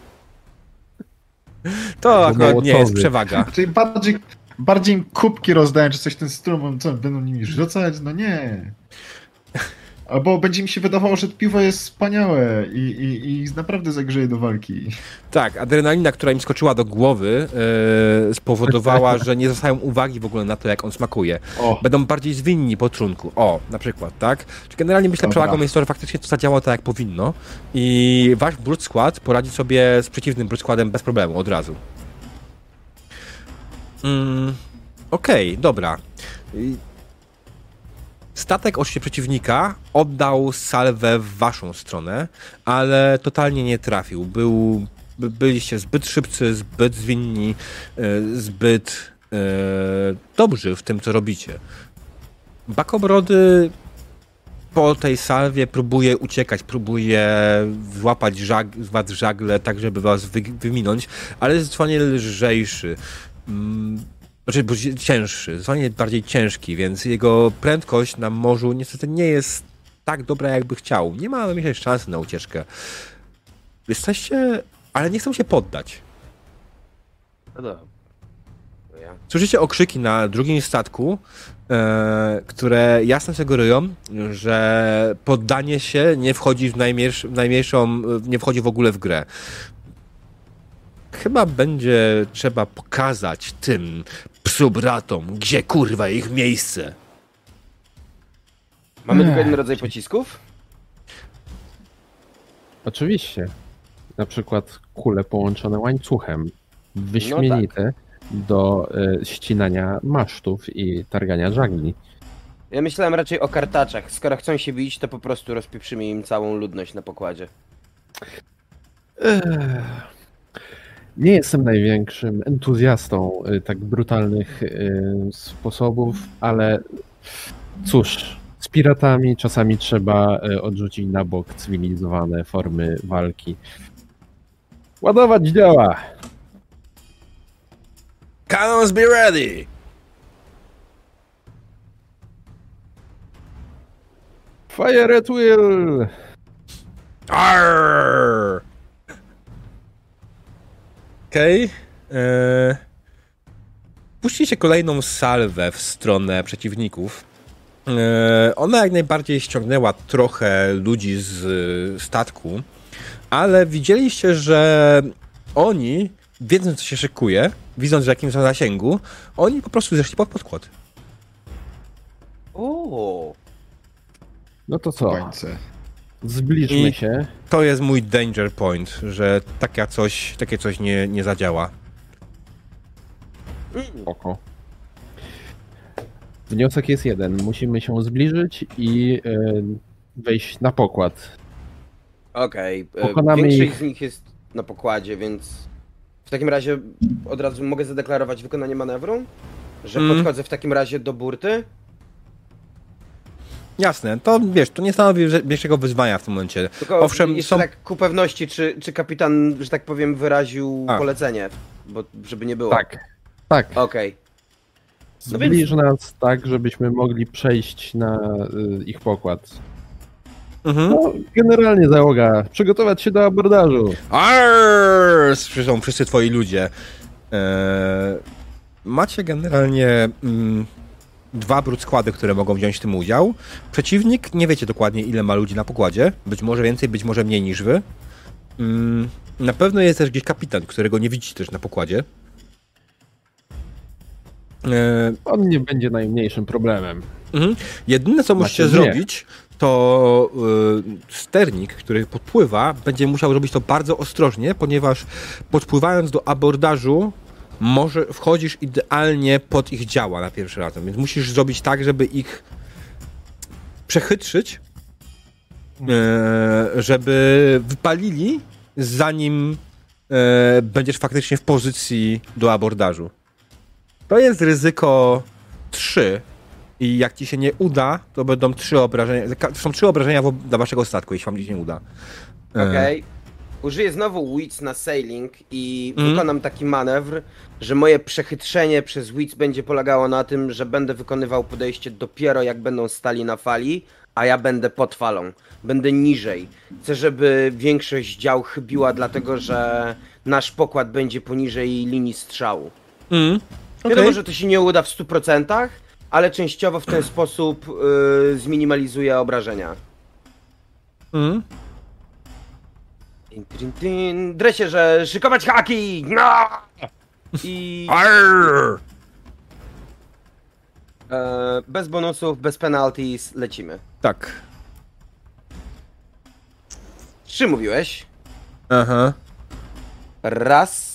To akurat nie jest przewaga. Czyli bardziej, bardziej im kubki rozdają, czy coś w ten stylu, co, będą nimi rzucać? No nie. Albo będzie mi się wydawało, że piwo jest wspaniałe i, i, i naprawdę zagrzeje do walki. Tak, adrenalina, która im skoczyła do głowy, yy, spowodowała, że nie zwracają uwagi w ogóle na to, jak on smakuje. O. Będą bardziej zwinni po trunku. O, na przykład, tak? Czyli generalnie myślę, Dobra. przewagą jest to, że faktycznie to zadziałało tak, jak powinno i wasz brute squad poradzi sobie z przeciwnym brute squadem bez problemu, od razu. Mm, Okej, okay, dobra. Statek oczywiście przeciwnika oddał salwę w waszą stronę, ale totalnie nie trafił. Był, byliście zbyt szybcy, zbyt zwinni, zbyt e, dobrzy w tym, co robicie. Bakobrody po tej salwie próbuje uciekać, próbuje złapać żag, złapać żagle, tak żeby was wy, wyminąć, ale jest zdecydowanie lżejszy. Mm, Znaczy, bo cięższy, zdecydowanie bardziej ciężki, więc jego prędkość na morzu niestety nie jest tak dobra, jakby chciał. Nie ma, myślę, szansy na ucieczkę. Jesteście, ale nie chcą się poddać. No dobra. Ja. Słyszycie okrzyki na drugim statku, e, które jasno sugerują, że poddanie się nie wchodzi w najmniejsz, najmniejszą, nie wchodzi w ogóle w grę. Chyba będzie trzeba pokazać tym psubratom, gdzie kurwa ich miejsce. Mamy tylko jeden rodzaj pocisków? Oczywiście. Na przykład kule połączone łańcuchem. Wyśmienite no tak. do y, ścinania masztów i targania żagli. Ja myślałem raczej o kartaczach. Skoro chcą się bić, to po prostu rozpieprzymy im całą ludność na pokładzie. Ech. Nie jestem największym entuzjastą y, tak brutalnych y, sposobów, ale cóż, z piratami czasami trzeba y, odrzucić na bok cywilizowane formy walki. Ładować działa! Cannons be ready! Fire at will! Arr! Okej. Okay. Eee... Puścicie kolejną salwę w stronę przeciwników. Eee, ona jak najbardziej ściągnęła trochę ludzi z statku, ale widzieliście, że oni, wiedząc co się szykuje, widząc, że jakim są zasięgu, oni po prostu zeszli pod podkład. O. No to co? Zbliżmy I się. To jest mój danger point, że takie coś, takie coś nie, nie zadziała. Oko. Wniosek jest jeden. Musimy się zbliżyć i yy, wejść na pokład. Okej. Okay. Większość ich... z nich jest na pokładzie, więc w takim razie od razu mogę zadeklarować wykonanie manewru? Że mm. podchodzę w takim razie do burty? Jasne, to wiesz, to nie stanowi większego wyzwania w tym momencie. Tylko Owszem, jeszcze są... tak ku pewności, czy, czy kapitan, że tak powiem, wyraził A. polecenie, bo żeby nie było. Tak, tak. Okej. Okay. Zbliż no więc... nas tak, żebyśmy mogli przejść na y, ich pokład. Mhm. No, generalnie załoga, przygotować się do abordażu. Arrrr! Są wszyscy twoi ludzie. Eee, macie generalnie... Mm, dwa brute składy, które mogą wziąć w tym udział. Przeciwnik, nie wiecie dokładnie ile ma ludzi na pokładzie. Być może więcej, być może mniej niż wy. Mm, na pewno jest też gdzieś kapitan, którego nie widzicie też na pokładzie. E... On nie będzie najmniejszym problemem. Mhm. Jedyne co musicie zrobić, to y, sternik, który podpływa, będzie musiał robić to bardzo ostrożnie, ponieważ podpływając do abordażu może wchodzisz idealnie pod ich działa na pierwszy raz, więc musisz zrobić tak, żeby ich przechytrzyć, e, żeby wypalili, zanim e, będziesz faktycznie w pozycji do abordażu. To jest ryzyko trzy i jak ci się nie uda, to będą trzy obrażenia, są trzy obrażenia dla waszego statku, jeśli wam się nie uda. Okej. Okay. użyję znowu wits na sailing i Mm. wykonam taki manewr, że moje przechytrzenie przez wits będzie polegało na tym, że będę wykonywał podejście dopiero jak będą stali na fali, a ja będę pod falą. Będę niżej. Chcę, żeby większość dział chybiła, dlatego że nasz pokład będzie poniżej linii strzału. Mm. Wiadomo, Okay. że to się nie uda w stu procentach, ale częściowo w ten sposób yy, zminimalizuje obrażenia. Mm. Tin, tin, tin. Dresie, że szykować haki! No! I Arr! e, bez bonusów, bez penalties lecimy. Tak. Trzy mówiłeś? Aha. Raz.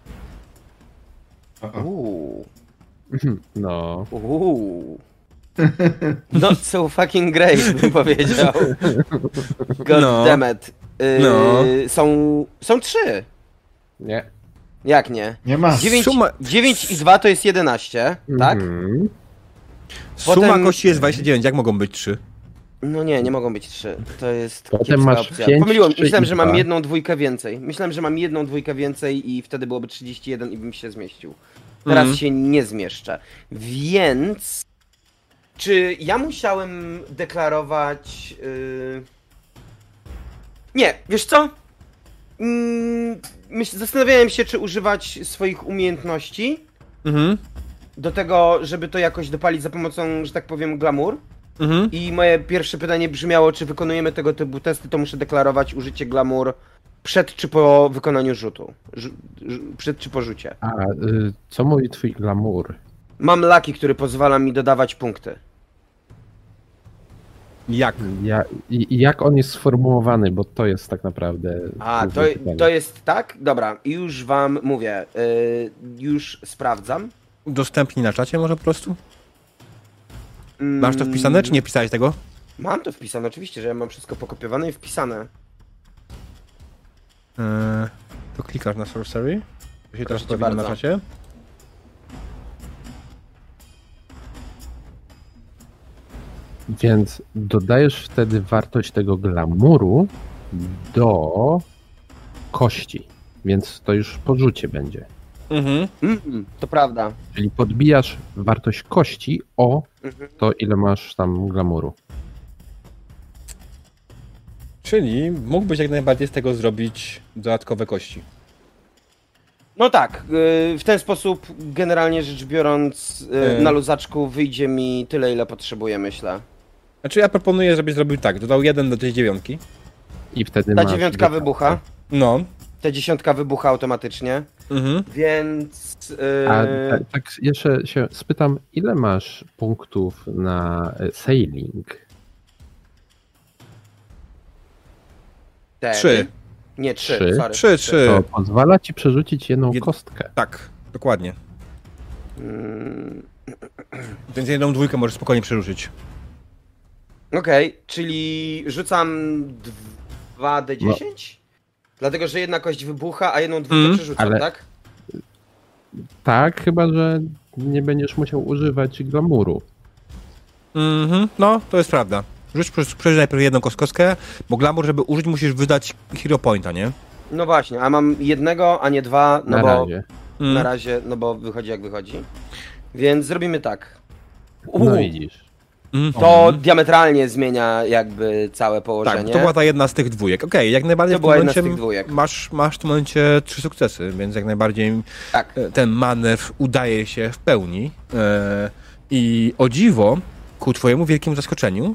Aha. Uuu. No. Uuu. Not so fucking great, bym powiedział. God No. damn it. Yy, No. Są, są trzy. Nie. Jak nie? Nie ma. dziewięć, Suma- dziewięć i dwa to jest jedenaście, tak? Mhm. Suma Potem- kości jest dwadzieścia dziewięć, jak mogą być trzy? No nie, nie mogą być trzy. To jest Potem kiepska masz opcja. pięć, Pomyliłem, trzy myślałem, i że mam dwa. jedną dwójkę więcej. Myślałem, że mam jedną dwójkę więcej i wtedy byłoby trzydzieści jeden i bym się zmieścił. Teraz Mhm. się nie zmieszczę. Więc... Czy ja musiałem deklarować... Yy... Nie, wiesz co? Mm, myśl, zastanawiałem się, czy używać swoich umiejętności Mhm. do tego, żeby to jakoś dopalić za pomocą, że tak powiem, glamour. Mhm. I moje pierwsze pytanie brzmiało, czy wykonujemy tego typu testy, to muszę deklarować użycie glamour przed czy po wykonaniu rzutu. Rzu- rzu- przed czy po rzucie. A y, co mówi twój glamour? Mam laki, który pozwala mi dodawać punkty. Jak? Ja, i, i jak on jest sformułowany, bo to jest tak naprawdę... A, to, główne pytanie. to jest tak? Dobra, już wam mówię. Yy, już sprawdzam. Udostępnij na czacie może po prostu? Mm, Masz to wpisane, czy nie pisałeś tego? Mam to wpisane, oczywiście, że ja mam wszystko pokopiowane i wpisane. Eee, to klikasz na sorcery. To się teraz cię powinno na bardzo. czacie. Więc dodajesz wtedy wartość tego glamuru do kości, więc to już po rzucie będzie. Mhm. Mm, to prawda. Czyli podbijasz wartość kości o Mhm. to, ile masz tam glamuru. Czyli mógłbyś jak najbardziej z tego zrobić dodatkowe kości. No tak, yy, w ten sposób generalnie rzecz biorąc yy, Yy. na luzaczku wyjdzie mi tyle, ile potrzebuję, myślę. Znaczy ja proponuję, żebyś zrobił tak, dodał jeden do tej dziewiątki. I wtedy Ta masz dziewiątka do- wybucha, No. ta dziesiątka wybucha automatycznie, Mhm. więc... Yy, A tak, tak jeszcze się spytam, ile masz punktów na e, sailing? cztery. Trzy. Nie, trzy, Trzy? sorry. Trzy, trzy. To pozwala ci przerzucić jedną Jed- kostkę. Tak, dokładnie. Mm, Więc jedną dwójkę możesz spokojnie przeruszyć. Okej, czyli rzucam dwa d dziesięć? Dlatego, że jedna kość wybucha, a jedną dwójkę Mm, przerzucam, ale- tak? Tak, chyba że nie będziesz musiał używać glamuru. Mhm. No, to jest prawda. Rzuć, przeżyj najpierw jedną kos- kostkę, bo glamour, żeby użyć, musisz wydać hero pointa, nie? No właśnie, a mam jednego, a nie dwa, no Na bo razie. Mm. na razie, no bo wychodzi jak wychodzi. Więc zrobimy tak. No Uuu, widzisz. Mm. to diametralnie zmienia jakby całe położenie. Tak, to była ta jedna z tych dwójek. Okej, jak najbardziej To w była tym jedna z momencie tych dwójek. masz, masz w tym momencie trzy sukcesy, więc jak najbardziej Tak. e, ten manewr udaje się w pełni. E, I o dziwo, ku twojemu wielkiemu zaskoczeniu,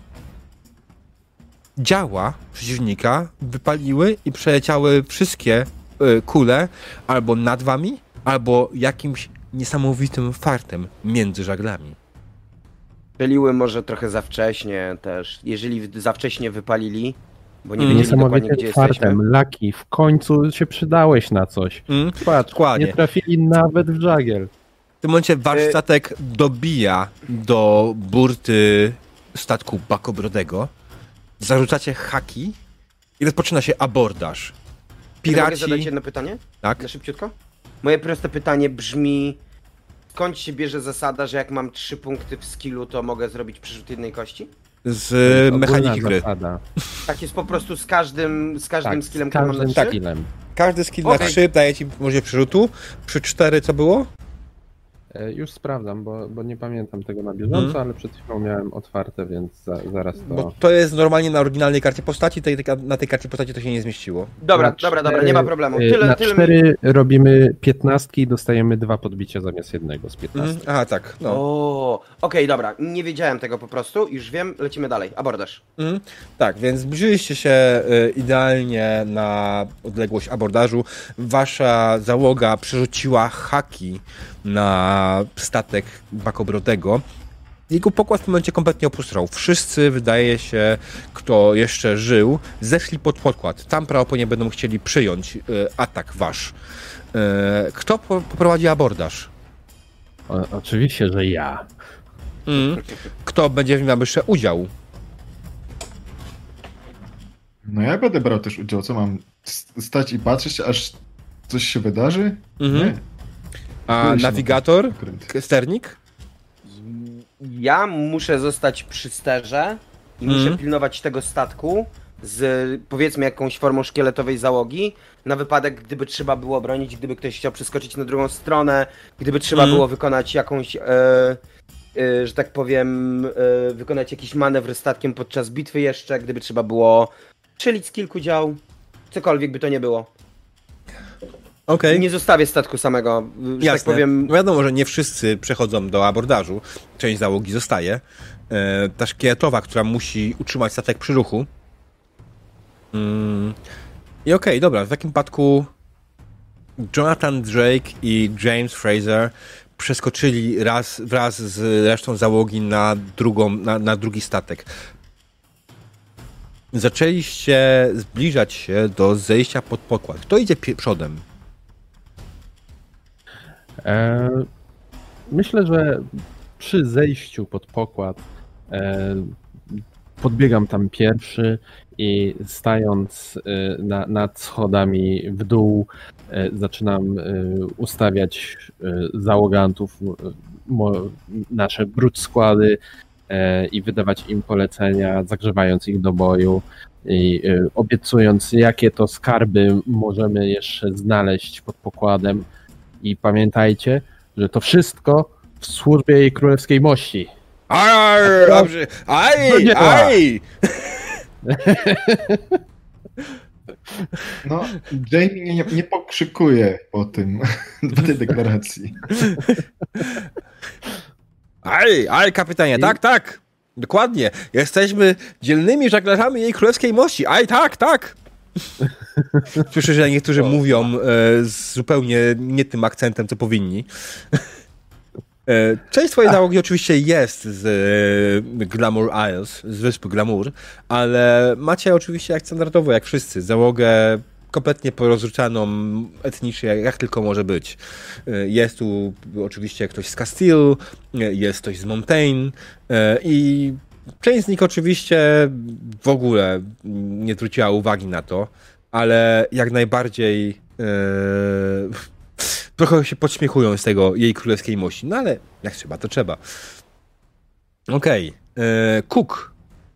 działa przeciwnika wypaliły i przeleciały wszystkie e, kule albo nad wami, albo jakimś niesamowitym fartem między żaglami. Strzeliły może trochę za wcześnie też. Jeżeli w- za wcześnie wypalili, bo nie Mm. wiedzieli dokładnie, Niesamowitym gdzie jesteśmy. fartem, Laki, w końcu się przydałeś na coś. Mm? Patrz, Dokładnie. nie trafili nawet w żagiel. W tym momencie wasz Y- statek dobija do burty statku Bakobrodego. Zarzucacie haki i rozpoczyna się abordaż. Czy mogę Piraci... zadać jedno pytanie? Tak? Na szybciutko? Moje proste pytanie brzmi, skąd się bierze zasada, że jak mam trzy punkty w skillu, to mogę zrobić przerzut jednej kości? z mechaniki gry. Zasada. Tak jest po prostu z każdym, z każdym Tak, skillem, z który mam na każdym trzy? skillem. Każdy skill Okay. na trzy daje ci możliwość przerzutu. Przy cztery co było? E, Już sprawdzam, bo, bo nie pamiętam tego na bieżąco, Mhm. ale przed chwilą miałem otwarte, więc za, zaraz to... Bo to jest normalnie na oryginalnej karcie postaci, tej, tej, na tej karcie postaci to się nie zmieściło. Dobra, Na dobra, dobra, cztery- nie ma problemu. e, Tyle, na tyle. cztery robimy piętnastki i dostajemy dwa podbicia zamiast jednego z Mhm. piętnastki. Aha, tak. No. O, okej, dobra, nie wiedziałem tego po prostu, już wiem, lecimy dalej. Abordaż. Mhm. Tak, więc zbliżyliście się y, idealnie na odległość abordażu. Wasza załoga przerzuciła haki na statek Bakobrodego. Jego pokład w tym momencie kompletnie opuszczał. Wszyscy, wydaje się, kto jeszcze żył, zeszli pod pokład. Tam prawdopodobnie będą chcieli przyjąć y, atak wasz. Y, kto po, poprowadzi abordaż? O, oczywiście, że ja. Mm. Kto będzie w nim miał jeszcze udział? No ja będę brał też udział. Co mam? S- Stać i patrzeć, aż coś się wydarzy? Mhm. Nie. A Byłeś na nawigator? okręt. K- Sternik? Ja muszę zostać przy sterze i Mhm. muszę pilnować tego statku z, powiedzmy, jakąś formą szkieletowej załogi, na wypadek, gdyby trzeba było bronić, gdyby ktoś chciał przeskoczyć na drugą stronę, gdyby trzeba Mhm. było wykonać jakąś, e, e, że tak powiem, e, wykonać jakiś manewr statkiem podczas bitwy jeszcze, gdyby trzeba było strzelić z kilku dział, cokolwiek by to nie było. Okej. Nie zostawię statku samego, że Jasne. tak powiem. No wiadomo, że nie wszyscy przechodzą do abordażu. Część załogi zostaje. E, ta szkieletowa, która musi utrzymać statek przy ruchu. Mm. I okej, dobra, w takim wypadku Jonathan Drake i James Fraser przeskoczyli raz wraz z resztą załogi na, drugą, na, na drugi statek. Zaczęliście zbliżać się do zejścia pod pokład. Kto idzie pie- przodem? E, myślę, że przy zejściu pod pokład e, podbiegam tam pierwszy i stając e, na, nad schodami w dół e, zaczynam e, ustawiać e, załogantów, e, mo, nasze brud składy e, i wydawać im polecenia, zagrzewając ich do boju i e, obiecując, jakie to skarby możemy jeszcze znaleźć pod pokładem. I pamiętajcie, że to wszystko w służbie jej królewskiej mości. Arr, to- dobrze. Aj, to nie aj! No, Jamie nie, nie pokrzykuje po tym, po tej deklaracji. Aj, aj, kapitanie, tak, tak. Dokładnie. Jesteśmy dzielnymi żaglarzami jej królewskiej mości. Aj, tak, tak. Słyszę, że niektórzy mówią e, z zupełnie nie tym akcentem, co powinni. E, część twojej załogi oczywiście jest z e, Glamour Isles, z wyspy Glamour, ale macie oczywiście jak standardowo, jak wszyscy, załogę kompletnie porozrzucaną etnicznie, jak tylko może być. E, jest tu oczywiście ktoś z Castile, e, jest ktoś z Montaigne e, i część z nich oczywiście w ogóle nie zwróciła uwagi na to, ale jak najbardziej e, trochę się podśmiechują z tego jej królewskiej mości. No ale jak trzeba, to trzeba. Okej. Okay. Cook.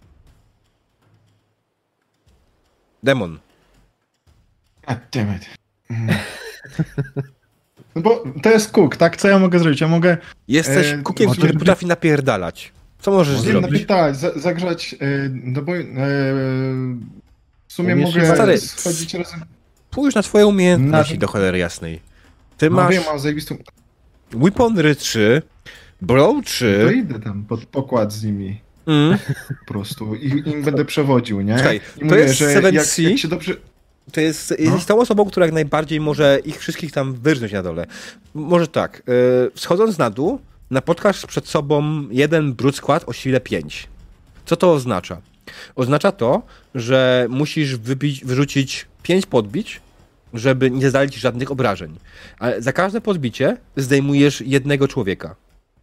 Demon. God damn it. Mm. No bo to jest Cook, tak? Co ja mogę zrobić? Ja mogę Jesteś E, Cookiem, może- który potrafi napierdalać. Co możesz nie, zrobić? napytać, za, zagrzać e, do boju. E, w sumie Umiesz mogę stary, schodzić razem. Pójdź na twoje umiejętności Na- do cholery jasnej. Ty No masz wiem, mam zajebistą. Weaponry trzy, Brawl To trzy. idę tam pod pokład z nimi Mm, po prostu i im będę przewodził, nie? Słuchaj, I to mówię, jest że seven jak, C. jak się dobrze. to jest, jesteś tą osobą, która jak najbardziej może ich wszystkich tam wyrżnąć na dole. Może tak, yy, schodząc na dół, napotkasz przed sobą jeden brud skład o sile pięć. Co to oznacza? Oznacza to, że musisz wybić, wyrzucić pięć podbić, żeby nie zadali ci żadnych obrażeń. Ale za każde podbicie zdejmujesz jednego człowieka.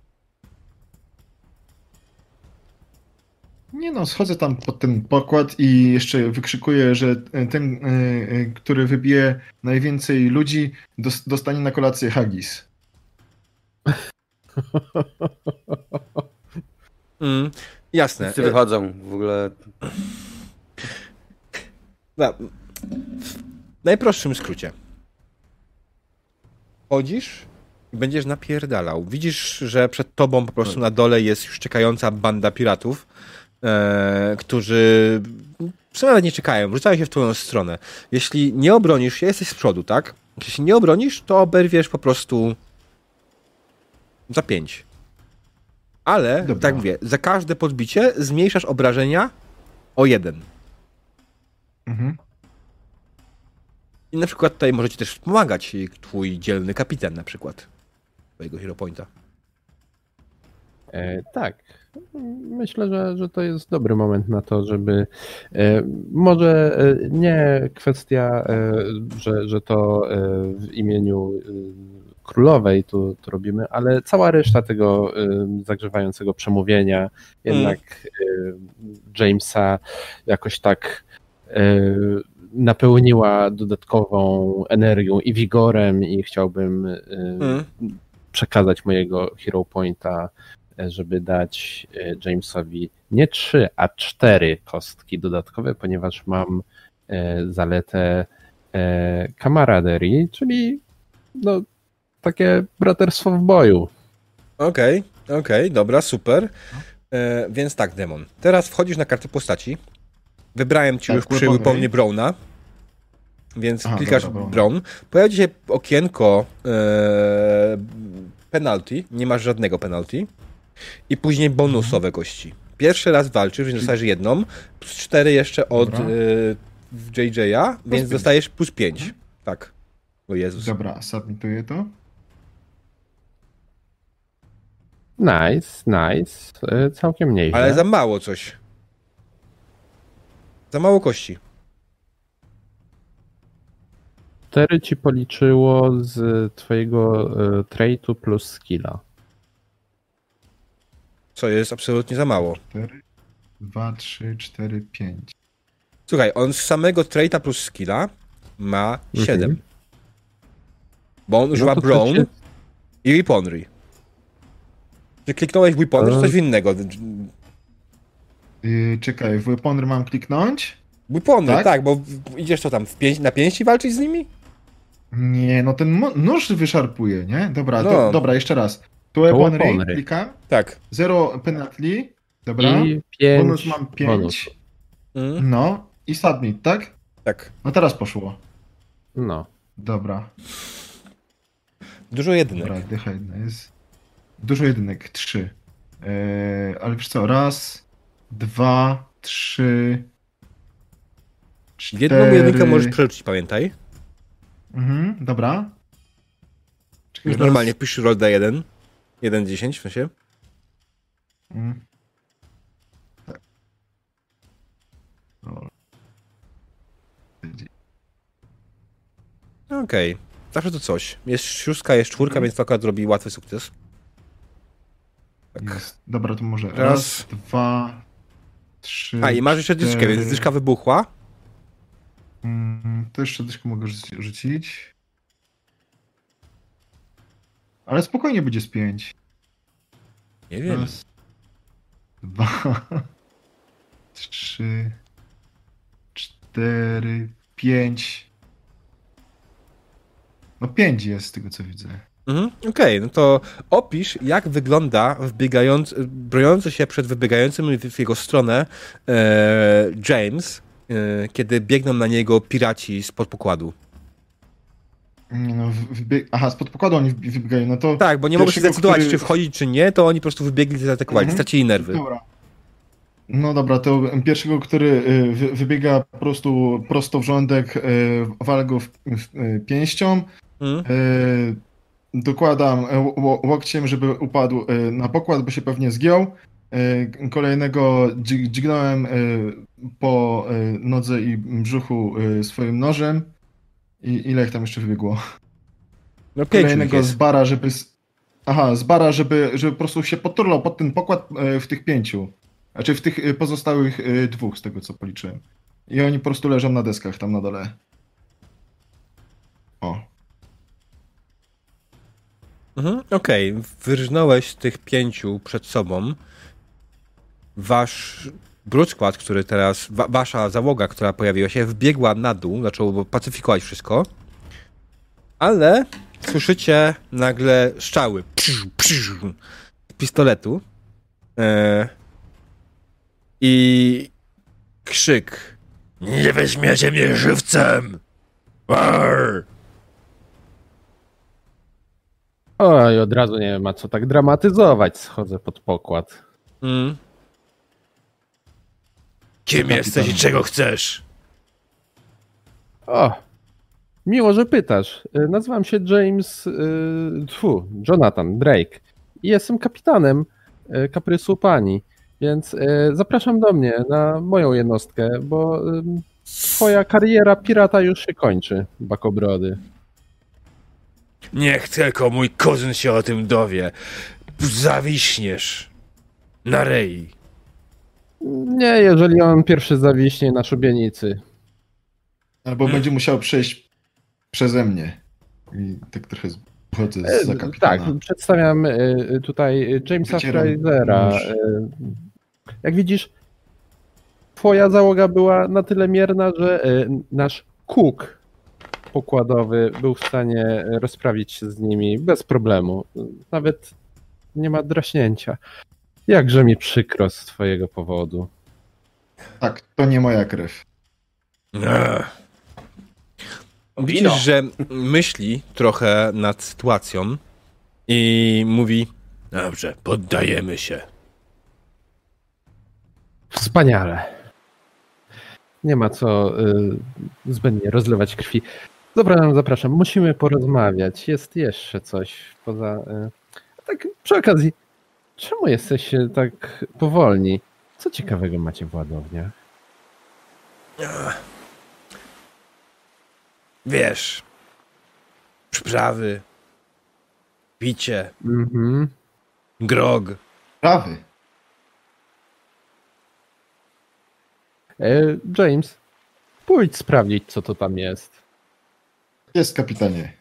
Nie no, schodzę tam pod ten pokład i jeszcze wykrzykuję, że ten, e, e, który wybije najwięcej ludzi, dos- dostanie na kolację haggis. Mm. Jasne. Wszyscy wychodzą w ogóle. No, w najprostszym skrócie. Chodzisz i będziesz napierdalał. Widzisz, że przed tobą po prostu na dole jest już czekająca banda piratów, e, którzy w sumie nawet nie czekają, rzucają się w twoją stronę. Jeśli nie obronisz się, jesteś z przodu, tak? Jeśli nie obronisz, to oberwiesz po prostu za pięć. Ale, Dobra. tak mówię, za każde podbicie zmniejszasz obrażenia o jeden. Mhm. I na przykład tutaj może ci też wspomagać twój dzielny kapitan na przykład twojego Hero Pointa. E, tak. Myślę, że, że to jest dobry moment na to, żeby e, może e, nie kwestia, e, że, że to e, w imieniu e, królowej tu, tu robimy, ale cała reszta tego e, zagrzewającego przemówienia jednak mm. e, Jamesa jakoś tak e, napełniła dodatkową energią i wigorem i chciałbym e, mm. przekazać mojego Hero Pointa, żeby dać Jamesowi nie trzy, a cztery kostki dodatkowe, ponieważ mam zaletę camaraderie, czyli no, takie braterstwo w boju. Okej, okay, okej, okay, dobra, super. E, więc tak, Demon. Teraz wchodzisz na kartę postaci. Wybrałem ci tak, już przy wypełnieniu Browna, więc Aha, klikasz dobra, Brown. Pojawia ci się okienko e, penalty, nie masz żadnego penalty. I później bonusowe kości. Pierwszy raz walczysz, więc dostajesz jedną, plus cztery jeszcze od y, J J a, więc pięć. Dostajesz plus pięć. Mhm. Tak. O Jezus. Dobra, submituję to. Nice, nice. Całkiem nieźle. Ale za mało coś. Za mało kości. cztery ci policzyło z twojego y, traitu plus skilla. Co jest absolutnie za mało. cztery, dwa, trzy, cztery, pięć. Słuchaj, on z samego traita plus skilla ma siedem. Mhm. Bo on używa no Brown się... i Weaponry. Czy kliknąłeś w Weaponry, czy coś innego? Yy, czekaj, w Weaponry mam kliknąć? Weaponry, tak? tak, bo idziesz to tam w pięć, na pięści walczyć z nimi? Nie, no ten nóż wyszarpuje, nie? Dobra, no. to, dobra, jeszcze raz. Tu Weaponry, klikam. Tak. Zero penalty. Dobra. I pięć bonus mam pięć. Mm. No. I submit, tak? Tak. No teraz poszło. No. Dobra. Dużo jedynek. Dobra, dycha jedna jest. Dużo jedynek, trzy. Eee, ale wiesz co, raz, dwa, trzy, cztery. Jedną jedynkę możesz przerzucić, pamiętaj. Mhm, dobra. Czekaj, już raz. Normalnie pisz roll d jeden. jeden dziesięć w sensie. Mm. Tak. Okej. Okay. Zawsze to coś. Jest szóstka, jest czwórka, mm. więc to akurat robi łatwy sukces. Tak. Jest. Dobra, to może raz, raz, dwa, trzy, A i masz jeszcze cztery. Dyszkę, więc dyszka wybuchła. Mm, to jeszcze dyszkę mogę rzucić. Ale spokojnie będzie z pięć. Nie wiem. Raz, dwa, trzy, cztery, pięć. No pięć jest z tego, co widzę. Mhm, okej, okay, no to opisz, jak wygląda wbiegający, broniący się przed wybiegającym w jego stronę e, James, e, kiedy biegną na niego piraci spod pokładu. No, wybieg... Aha, spod pokładu oni wybiegają, no to... Tak, bo nie mogą się zdecydować, który... czy wchodzić, czy nie, to oni po prostu wybiegli i zaatakowali, mhm. Stracili nerwy. Dobra. No dobra, to pierwszego, który wy, wybiega po prostu prosto w żołądek, wal go w, w, pięścią, mhm. dokładam łokciem, żeby upadł na pokład, bo się pewnie zgiął. Kolejnego dźgnąłem po nodze i brzuchu swoim nożem. I ile ich tam jeszcze wybiegło? No Kolejnego z bara, żeby... Aha, z bara, żeby, żeby po prostu się poturlał pod ten pokład w tych pięciu. Znaczy w tych pozostałych dwóch, z tego co policzyłem. I oni po prostu leżą na deskach tam na dole. O. Mhm, okej, okay. Wyrżnąłeś tych pięciu przed sobą. wasz Brood, który teraz, wa, wasza załoga, która pojawiła się, wbiegła na dół, zaczęło pacyfikować wszystko, ale słyszycie nagle strzały psz, psz, z pistoletu e, i krzyk: nie weźmiecie mnie żywcem! Arr! Oj, od razu nie ma co tak dramatyzować, schodzę pod pokład. Mm. Kim jesteś i czego chcesz? O, miło, że pytasz. Nazywam się James, tfu, Jonathan Drake i jestem kapitanem kaprysu pani, więc zapraszam do mnie na moją jednostkę, bo twoja kariera pirata już się kończy, bakobrody. Niech tylko mój kuzyn się o tym dowie. Zawiśniesz na rei. Nie, jeżeli on pierwszy zawiśnie na szubienicy. Albo będzie musiał przejść przeze mnie. I tak trochę chodzę za kapitana. Tak, przedstawiam tutaj Jamesa Frasera. Jak widzisz, twoja załoga była na tyle mierna, że nasz cook pokładowy był w stanie rozprawić się z nimi bez problemu. Nawet nie ma draśnięcia. Jakże mi przykro z twojego powodu. Tak, to nie moja krew. Ech. Widzisz, że myśli trochę nad sytuacją i mówi: dobrze, poddajemy się. Wspaniale. Nie ma co y, zbędnie rozlewać krwi. Dobra, zapraszam, musimy porozmawiać. Jest jeszcze coś poza... Y, tak przy okazji, czemu jesteście tak powolni? Co ciekawego macie w ładowniach? Wiesz, przyprawy, picie, Mhm. grog. Prawy. E, James, pójdź sprawdzić, co to tam jest. Jest, kapitanie.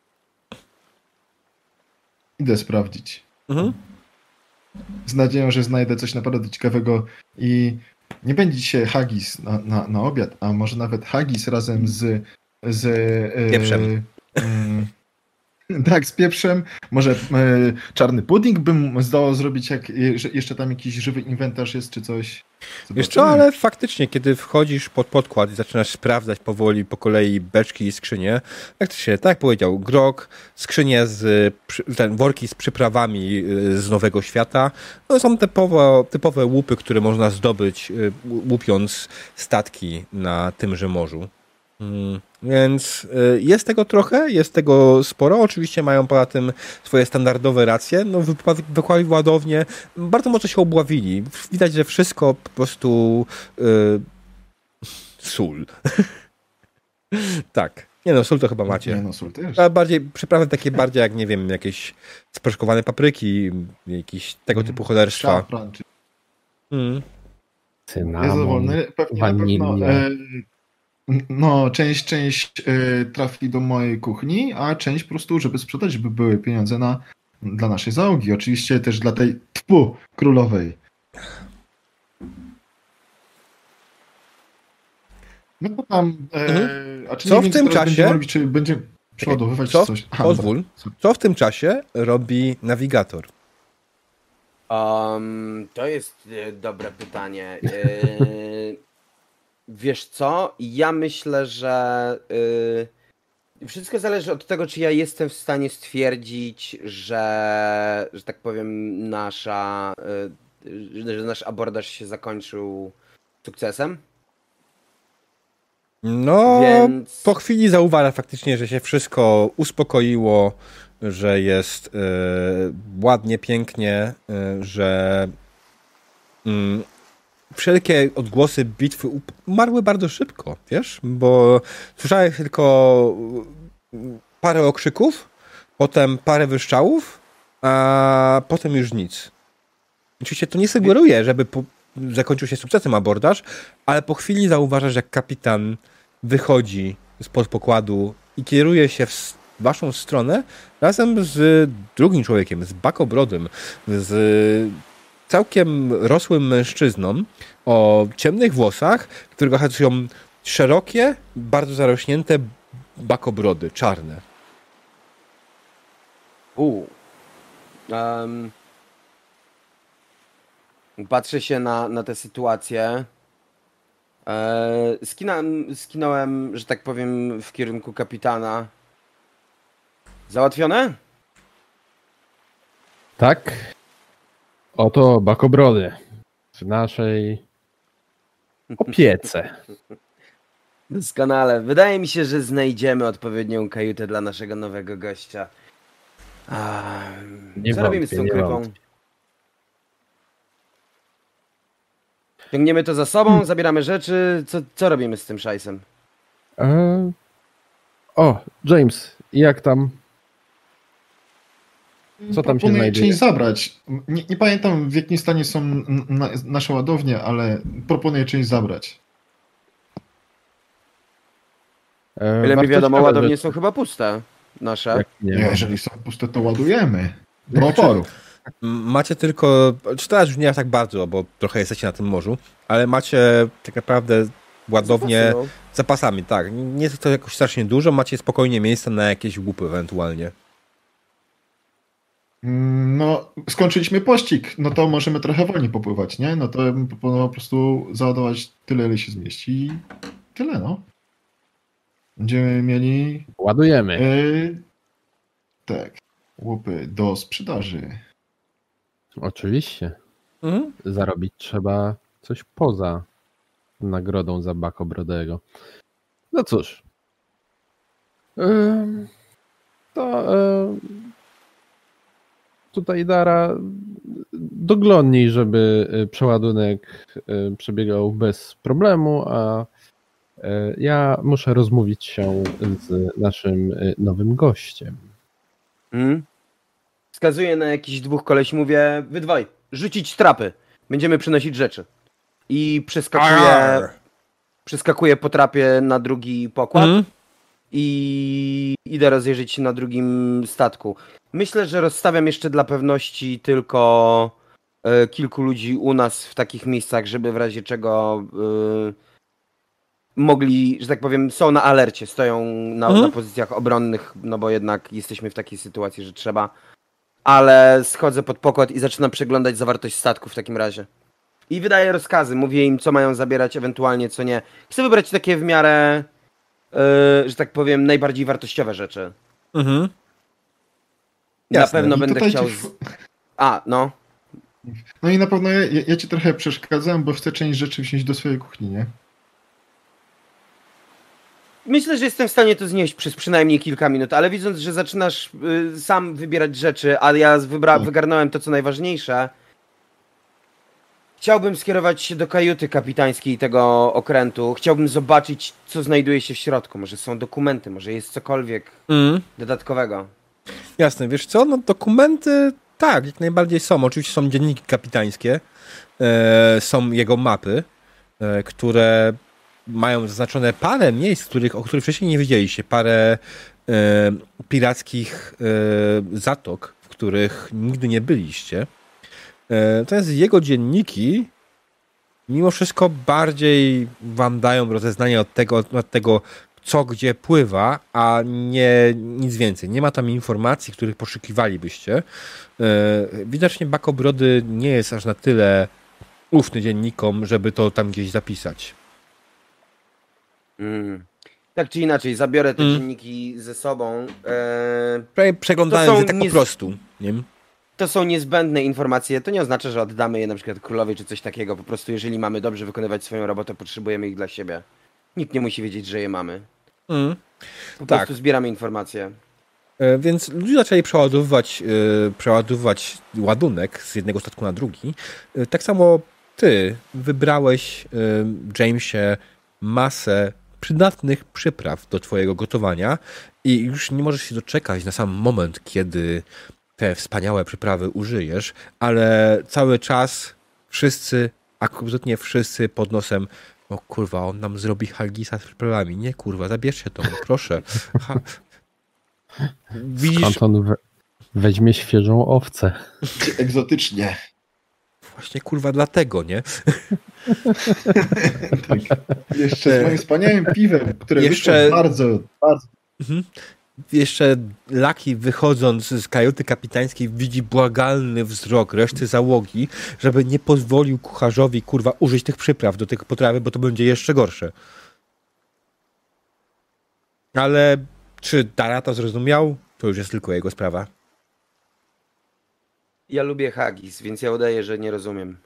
Idę sprawdzić. Mhm. Z nadzieją, że znajdę coś naprawdę ciekawego i nie będzie dzisiaj haggis na, na, na obiad, a może nawet haggis razem z... z e, Pieprzem. E, tak, z pieprzem. Może e, czarny pudding bym zdało zrobić, jak że jeszcze tam jakiś żywy inwentarz jest, czy coś. Zobaczymy. Wiesz co, ale faktycznie, kiedy wchodzisz pod podkład i zaczynasz sprawdzać powoli po kolei beczki i skrzynie, jak to się, tak jak powiedział, grog, skrzynie z, ten, worki z przyprawami z Nowego Świata, no są typowo, typowe łupy, które można zdobyć łupiąc statki na tymże morzu. Hmm. Więc jest tego trochę, jest tego sporo. Oczywiście mają poza tym swoje standardowe racje. No, wykładli ładownie, bardzo mocno się obławili. Widać, że wszystko po prostu yy, sól. Tak. Nie no, sól to chyba macie. Nie no, sól też. A bardziej, przyprawy takie bardziej jak, nie wiem, jakieś sproszkowane papryki, jakieś tego typu cholerstwa. Szafran, czy... Hmm. Cynamon, Jest wolny. Pewnie wanilia. na pewno, e, no, część, część e, trafi do mojej kuchni, a część po prostu, żeby sprzedać, żeby były pieniądze na, dla naszej załogi. Oczywiście też dla tej tfu, królowej. No to tam... E, mhm. a czy Co nie w wiem, tym co teraz czasie... będziemy robić, czy będzie przeładowywać co, coś? Aha, pozwól. dobra. Co w tym czasie robi nawigator? Um, to jest e, dobre pytanie. E, wiesz co? Ja myślę, że e, wszystko zależy od tego, czy ja jestem w stanie stwierdzić, że, że tak powiem, nasza, e, że nasz abordaż się zakończył sukcesem. No, Więc... po chwili zauważa faktycznie, że się wszystko uspokoiło, że jest y, ładnie, pięknie, y, że y, wszelkie odgłosy bitwy umarły bardzo szybko, wiesz? Bo słyszałem tylko parę okrzyków, potem parę wyszczałów, a potem już nic. Oczywiście to nie sugeruje, żeby po, zakończył się sukcesem abordaż, ale po chwili zauważasz, jak kapitan wychodzi spod pokładu i kieruje się w waszą stronę razem z drugim człowiekiem, z Bakobrodym, z całkiem rosłym mężczyzną o ciemnych włosach, którego charakteryzują szerokie, bardzo zarośnięte bakobrody, czarne. U. Um, patrzę się na, na tę sytuację. E, skinałem, skinąłem, że tak powiem, w kierunku kapitana. Załatwione? Tak. Oto bakobrody w naszej opiece. Doskonale. Wydaje mi się, że znajdziemy odpowiednią kajutę dla naszego nowego gościa. A, Nie co wątpię, robimy z tą nie krypą? wątpię. Ciągniemy to za sobą, zabieramy rzeczy. Co, co robimy z tym szajsem? E... O, James, jak tam? Co tam się Proponuję znajduje? część zabrać. Nie, nie pamiętam, w jakim stanie są n- na, nasze ładownie, ale proponuję część zabrać. E, Ile mi wiadomo, wartościowe ładownie rzeczy. są chyba puste. Nasze. Jak nie Nie, ma. jeżeli są puste, to ładujemy. Do oporu. Macie tylko, czy teraz już nie tak bardzo, bo trochę jesteście na tym morzu, ale macie tak naprawdę ładownie Zapasy, no. zapasami, tak. Nie jest to jakoś strasznie dużo, macie spokojnie miejsce na jakieś łupy ewentualnie. No, skończyliśmy pościg, no to możemy trochę wolniej popływać, nie? No to ja bym proponował po prostu załadować tyle, ile się zmieści i tyle, no. Będziemy mieli Ładujemy. yy, tak, łupy do sprzedaży. Oczywiście. Mhm. Zarobić trzeba coś poza nagrodą za Bakobrodego. No cóż. Ym, To ym, tutaj Dara doglądnij, żeby y, przeładunek y, przebiegał bez problemu, a y, ja muszę rozmówić się z naszym y, nowym gościem. Hmm? Wskazuję na jakichś dwóch kolesi, mówię, wy dwaj, rzucić trapy. Będziemy przynosić rzeczy. I przeskakuję, Arr. przeskakuję po trapie na drugi pokład Mhm. i idę rozejrzeć się na drugim statku. Myślę, że rozstawiam jeszcze dla pewności tylko e, kilku ludzi u nas w takich miejscach, żeby w razie czego e, mogli, że tak powiem, są na alercie, stoją na, Mhm. na pozycjach obronnych, no bo jednak jesteśmy w takiej sytuacji, że trzeba. Ale schodzę pod pokład i zaczynam przeglądać zawartość statku w takim razie. I wydaję rozkazy, mówię im, co mają zabierać, ewentualnie co nie. Chcę wybrać takie w miarę, yy, że tak powiem, najbardziej wartościowe rzeczy. Mhm. Na Jasne. pewno I będę tutaj chciał... ci- Z... A, no. No i na pewno ja, ja ci trochę przeszkadzałem, bo chcę część rzeczy wziąć do swojej kuchni, nie? Myślę, że jestem w stanie to znieść przez przynajmniej kilka minut, ale widząc, że zaczynasz y, sam wybierać rzeczy, a ja wybra- Tak. wygarnąłem to, co najważniejsze, chciałbym skierować się do kajuty kapitańskiej tego okrętu. Chciałbym zobaczyć, co znajduje się w środku. Może są dokumenty, może jest cokolwiek Mhm. dodatkowego. Jasne, wiesz co, no dokumenty tak, jak najbardziej są. Oczywiście są dzienniki kapitańskie, e, są jego mapy, e, które mają zaznaczone parę miejsc, których, o których wcześniej nie wiedzieliście, parę e, pirackich e, zatok, w których nigdy nie byliście. E, natomiast jego dzienniki mimo wszystko bardziej wam dają rozeznanie od tego, od tego co gdzie pływa, a nie nic więcej. Nie ma tam informacji, których poszukiwalibyście. E, widocznie Bakobrody nie jest aż na tyle ufny dziennikom, żeby to tam gdzieś zapisać. Mm. Tak czy inaczej, zabiorę te Mm. dzienniki ze sobą. E, Prze- Przeglądając To są je tak nie- po prostu. Nie wiem. To są niezbędne informacje. To nie oznacza, że oddamy je na przykład królowej czy coś takiego. Po prostu jeżeli mamy dobrze wykonywać swoją robotę, potrzebujemy ich dla siebie. Nikt nie musi wiedzieć, że je mamy. Mm. Po Tak. prostu zbieramy informacje. E, Więc ludzie zaczęli przeładowywać, e, przeładowywać ładunek z jednego statku na drugi. E, Tak samo ty wybrałeś, e, Jamesie, masę przydatnych przypraw do twojego gotowania i już nie możesz się doczekać na sam moment, kiedy te wspaniałe przyprawy użyjesz, ale cały czas wszyscy, absolutnie wszyscy pod nosem: o kurwa, on nam zrobi haggisa z przyprawami. Nie kurwa, zabierzcie to, proszę. Ha. Widzisz, Skąd on we- weźmie świeżą owcę? Egzotycznie. Właśnie kurwa dlatego, nie? Tak. Jeszcze z moim wspaniałym piwem, które Jeszcze... wyszło bardzo, bardzo... Mhm. Jeszcze Lucky, wychodząc z kajuty kapitańskiej, widzi błagalny wzrok reszty załogi, żeby nie pozwolił kucharzowi, kurwa, użyć tych przypraw do tych potrawy, bo to będzie jeszcze gorsze. Ale czy Dara to zrozumiał? To już jest tylko jego sprawa. Ja lubię haggis, więc ja udaję, że nie rozumiem.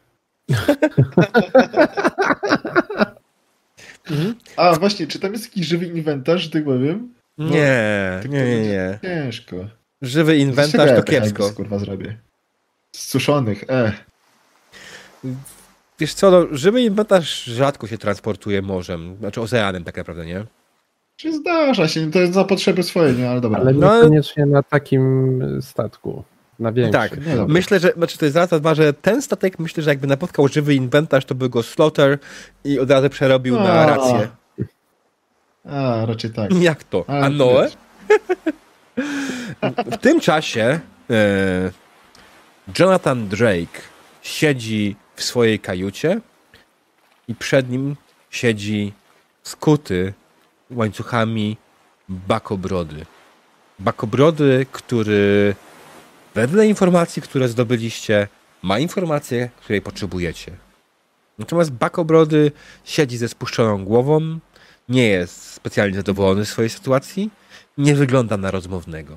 A właśnie, czy tam jest jakiś żywy inwentarz, że tak powiem? Nie, No, nie, nie, nie. Ciężko. Żywy inwentarz to kiepsko. Ja kurwa zrobię. Z suszonych, e. Wiesz co, no, żywy inwentarz rzadko się transportuje morzem, znaczy oceanem tak naprawdę, nie? Czy zdarza się, to jest za potrzeby swoje, nie, ale dobra. Ale No, niekoniecznie na takim statku. Na większym. Tak, Nie, dobra. myślę, że znaczy to jest raz, a dwa, że ten statek, myślę, że jakby napotkał żywy inwentarz, to by go slaughter i od razu przerobił A. na rację. A, raczej tak. Jak to? Ale A Noe? wiesz. W tym czasie e, Jonathan Drake siedzi w swojej kajucie i przed nim siedzi skuty łańcuchami Bakobrody. Bakobrody, który wedle informacji, które zdobyliście, ma informację, której potrzebujecie. Natomiast Bakobrody siedzi ze spuszczoną głową, nie jest specjalnie zadowolony z swojej sytuacji, nie wygląda na rozmownego.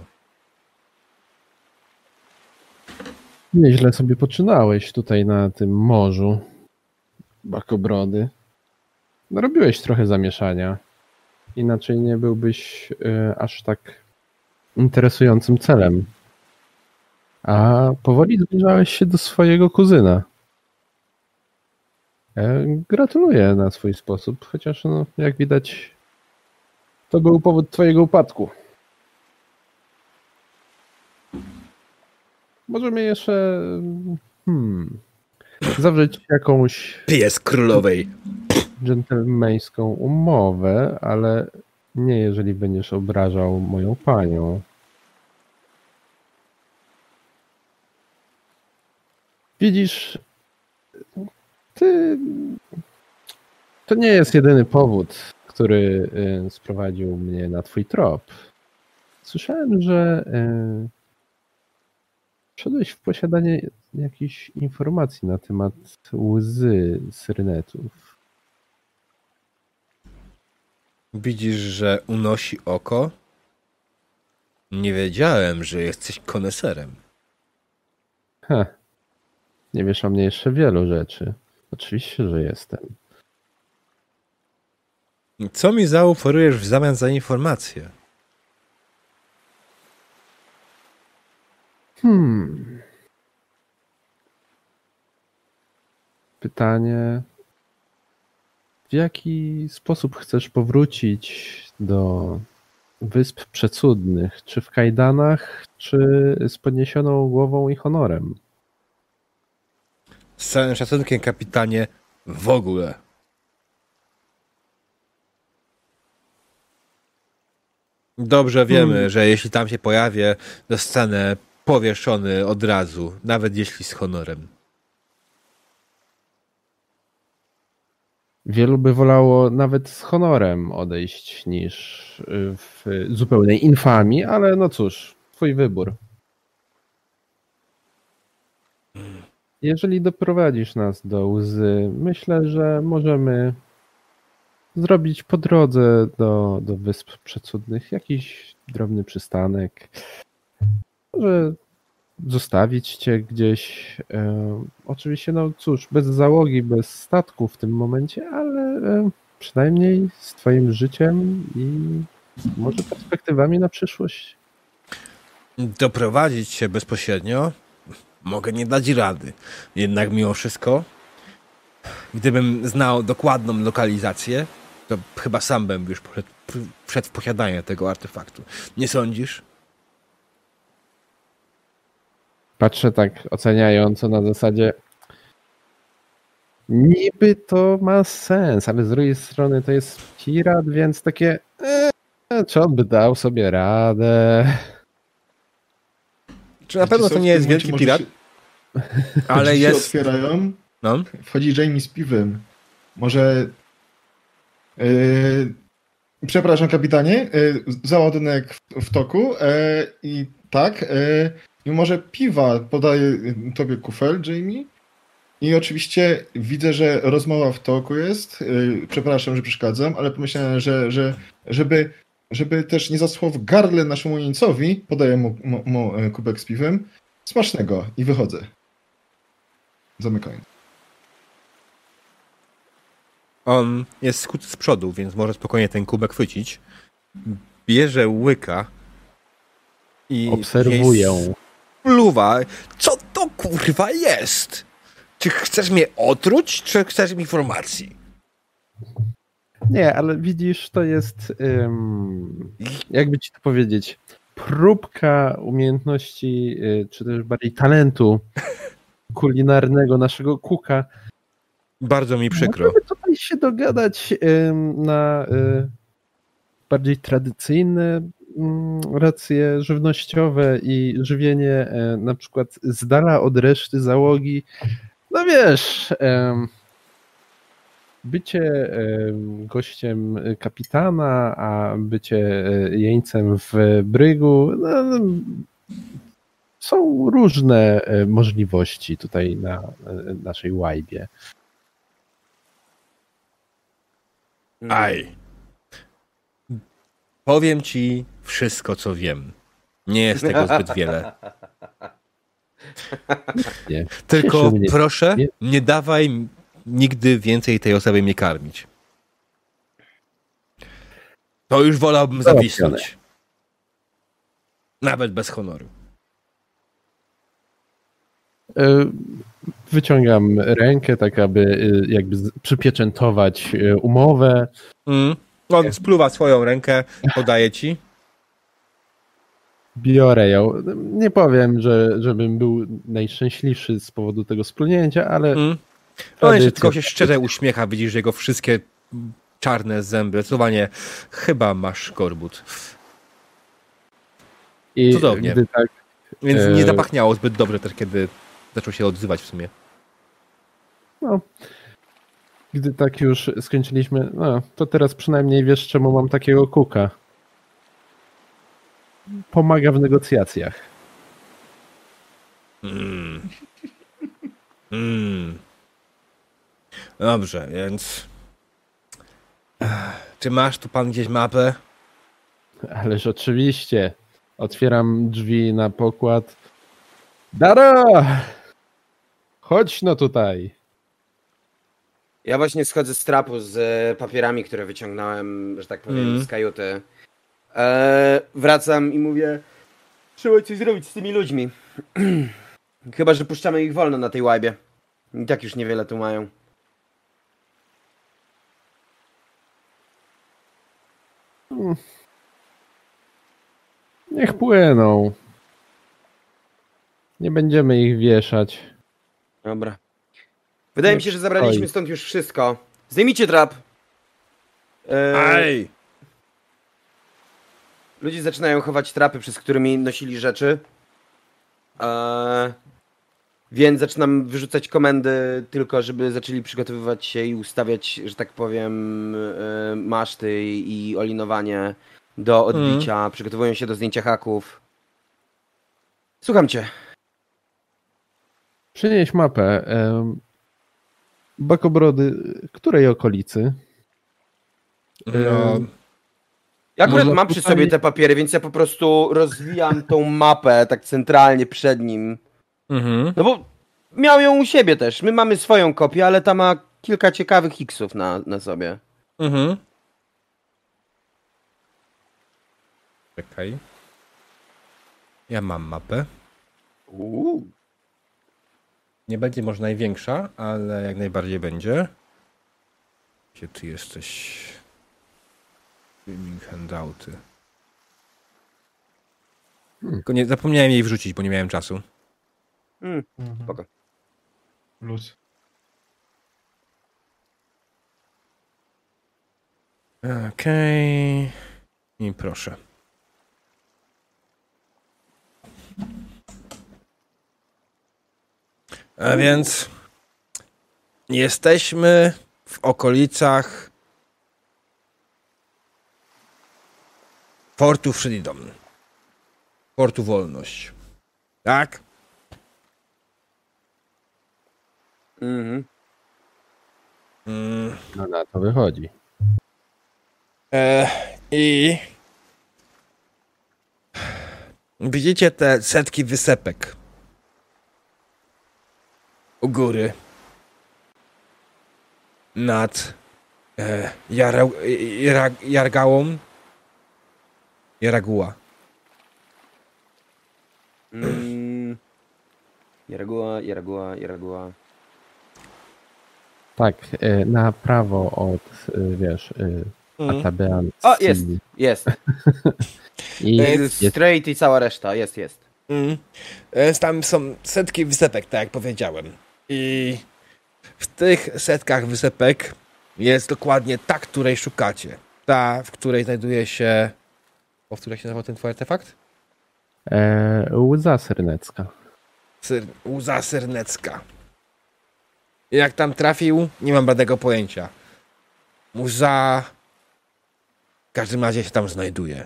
Nieźle sobie poczynałeś tutaj na tym morzu, Bakobrody. Narobiłeś trochę zamieszania. Inaczej nie byłbyś y, aż tak interesującym celem. A powoli zbliżałeś się do swojego kuzyna. E, gratuluję na swój sposób, chociaż no, jak widać to był powód twojego upadku. Możemy jeszcze hmm, zawrzeć jakąś Pies królowej. dżentelmeńską umowę, ale nie jeżeli będziesz obrażał moją panią. Widzisz, ty... to nie jest jedyny powód, który y, sprowadził mnie na twój trop. Słyszałem, że y, wszedłeś w posiadanie jakichś informacji na temat łzy syrynetów. Widzisz, że unosi oko? Nie wiedziałem, że jesteś koneserem. Ha. Nie wiesz o mnie jeszcze wielu rzeczy. Oczywiście, że jestem. Co mi zaoferujesz w zamian za informację? Hmm. Pytanie. W jaki sposób chcesz powrócić do Wysp Przecudnych? Czy w kajdanach, czy z podniesioną głową i honorem? Z całym szacunkiem, kapitanie, w ogóle. Dobrze wiemy, hmm. że jeśli tam się pojawię, zostanę powieszony od razu, nawet jeśli z honorem. Wielu by wolało nawet z honorem odejść niż w zupełnej infamii, ale no cóż, twój wybór. Jeżeli doprowadzisz nas do łzy, myślę, że możemy zrobić po drodze do, do Wysp Przecudnych jakiś drobny przystanek. Może zostawić cię gdzieś. E, oczywiście, no cóż, bez załogi, bez statku w tym momencie, ale e, przynajmniej z twoim życiem i może perspektywami na przyszłość. Doprowadzić się bezpośrednio mogę nie dać rady. Jednak mimo wszystko, gdybym znał dokładną lokalizację, to chyba sam bym już poszedł, wszedł w posiadanie tego artefaktu. Nie sądzisz? Patrzę tak oceniająco na zasadzie niby to ma sens, ale z drugiej strony to jest pirat, więc takie e, czy on by dał sobie radę? Czy na pewno to nie jest wielki pirat? Ale Drzwi jest... otwierają, No? wchodzi Jamie z piwem. Może... Yy... Przepraszam, kapitanie, yy, załadunek w, w toku yy, i tak, yy, i może piwa podaję tobie kufel, Jamie. I oczywiście widzę, że rozmowa w toku jest. Yy, przepraszam, że przeszkadzam, ale pomyślałem, że, że żeby, żeby też nie zaschło w gardle naszemu jeńcowi, podaję mu, mu, mu kubek z piwem. Smacznego i wychodzę. Zamykając. On jest skuty z przodu, więc może spokojnie ten kubek chwycić. Bierze łyka i... Obserwuję. Pluwa. Co to kurwa jest? Czy chcesz mnie otruć, czy chcesz informacji? Nie, ale widzisz, to jest, um, jakby ci to powiedzieć, próbka umiejętności, y, czy też bardziej talentu kulinarnego naszego kuka. Bardzo mi przykro. Możemy tutaj się dogadać um, na y, bardziej tradycyjne um, racje żywnościowe i żywienie y, na przykład z dala od reszty załogi. No wiesz... Um, Bycie gościem kapitana, a bycie jeńcem w brygu, no, są różne możliwości tutaj na naszej łajbie. Aj. Powiem ci wszystko, co wiem. Nie jest tego zbyt wiele. Nie. Tylko mnie. proszę, Nie. nie dawaj nigdy więcej tej osoby mnie karmić. To już wolałbym zawisnąć. Nawet bez honoru. Wyciągam rękę, tak aby jakby przypieczętować umowę. Mm. On spluwa swoją rękę, podaje ci. Biorę ją. Nie powiem, że, żebym był najszczęśliwszy z powodu tego splunięcia, ale... Mm. On jeszcze tylko się szczerze uśmiecha, widzisz, że jego wszystkie czarne zęby. Zdecydowanie chyba masz korbut. I cudownie. Gdy tak, Więc e... nie zapachniało zbyt dobrze też, kiedy zaczął się odzywać w sumie. No, gdy tak już skończyliśmy, no, to teraz przynajmniej wiesz, czemu mam takiego kuka. Pomaga w negocjacjach. Mm. Mm. Dobrze, więc... Czy masz tu pan gdzieś mapę? Ależ oczywiście. Otwieram drzwi na pokład. Dara! Chodź no tutaj. Ja właśnie schodzę z trapu z papierami, które wyciągnąłem, że tak powiem, Mm. z kajuty. Eee, wracam i mówię, trzeba coś zrobić z tymi ludźmi. Chyba że puszczamy ich wolno na tej łajbie. I tak już niewiele tu mają. Niech płyną. Nie będziemy ich wieszać. Dobra. Wydaje mi się, że zabraliśmy stąd już wszystko. Zdejmijcie trap. Eee, Aj! ludzie zaczynają chować trapy, przez którymi nosili rzeczy. Eee, więc zaczynam wyrzucać komendy tylko, żeby zaczęli przygotowywać się i ustawiać, że tak powiem, e, maszty i olinowanie do odbicia. Mm. Przygotowują się do zdjęcia haków. Słucham cię. Przynieś mapę. Bakobrody, której okolicy? No, Ja akurat Może mam przy pytanie- sobie te papiery, więc ja po prostu rozwijam tą mapę tak centralnie przed nim. mhm. No bo miał ją u siebie też. My mamy swoją kopię, ale ta ma kilka ciekawych hiksów na, na sobie. Mhm. Czekaj. Ja mam mapę. Uuu. Nie będzie może największa, ale jak najbardziej będzie. Gdzie ty jesteś? Filming handouty. Hmm. Tylko nie, zapomniałem jej wrzucić, bo nie miałem czasu. Mm, spoko. Plus. Okej. Okay. I proszę. A więc jesteśmy w okolicach Fortu Freedom. Fortu Wolność. Tak? Mhm. Mm. No na to wychodzi. E, I widzicie te setki wysepek u góry nad e, Jara, Jara, Jargałą Jaraguła. Mm. Jaraguła, Jaraguła, Jaraguła. Tak, y, na prawo od, y, wiesz, y, Mm. Atabean. O, jest, jest. I Jest- jest, Straight i cała reszta, jest, jest. Mm. E, Tam są setki wysepek, tak jak powiedziałem. I w tych setkach wysepek jest dokładnie ta, której szukacie. Ta, w której znajduje się... Powtórz, jak się nazywa ten twój artefakt? e, łza sernecka. Syr... Łza sernecka. Jak tam trafił, nie mam bladego pojęcia. Łza... W każdym razie się tam znajduje.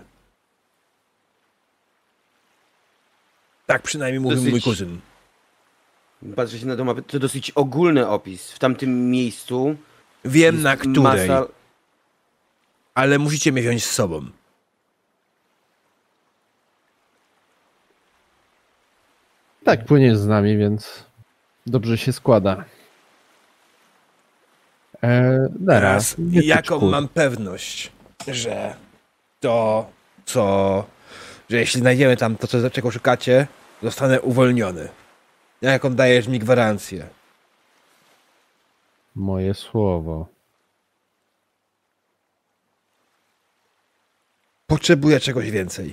Tak przynajmniej mówił Dosyć- mój kuzyn. Patrzę się na tą mapę, to dosyć ogólny opis. W tamtym miejscu Wiem jest na której, masa... ale musicie mnie wziąć z sobą. Tak, płyniesz z nami, więc dobrze się składa. E, Dara, Teraz, wytycz jaką kur. mam pewność, że to, co... że jeśli znajdziemy tam to, co, czego szukacie, zostanę uwolniony. Jaką dajesz mi gwarancję? Moje słowo. Potrzebuję czegoś więcej.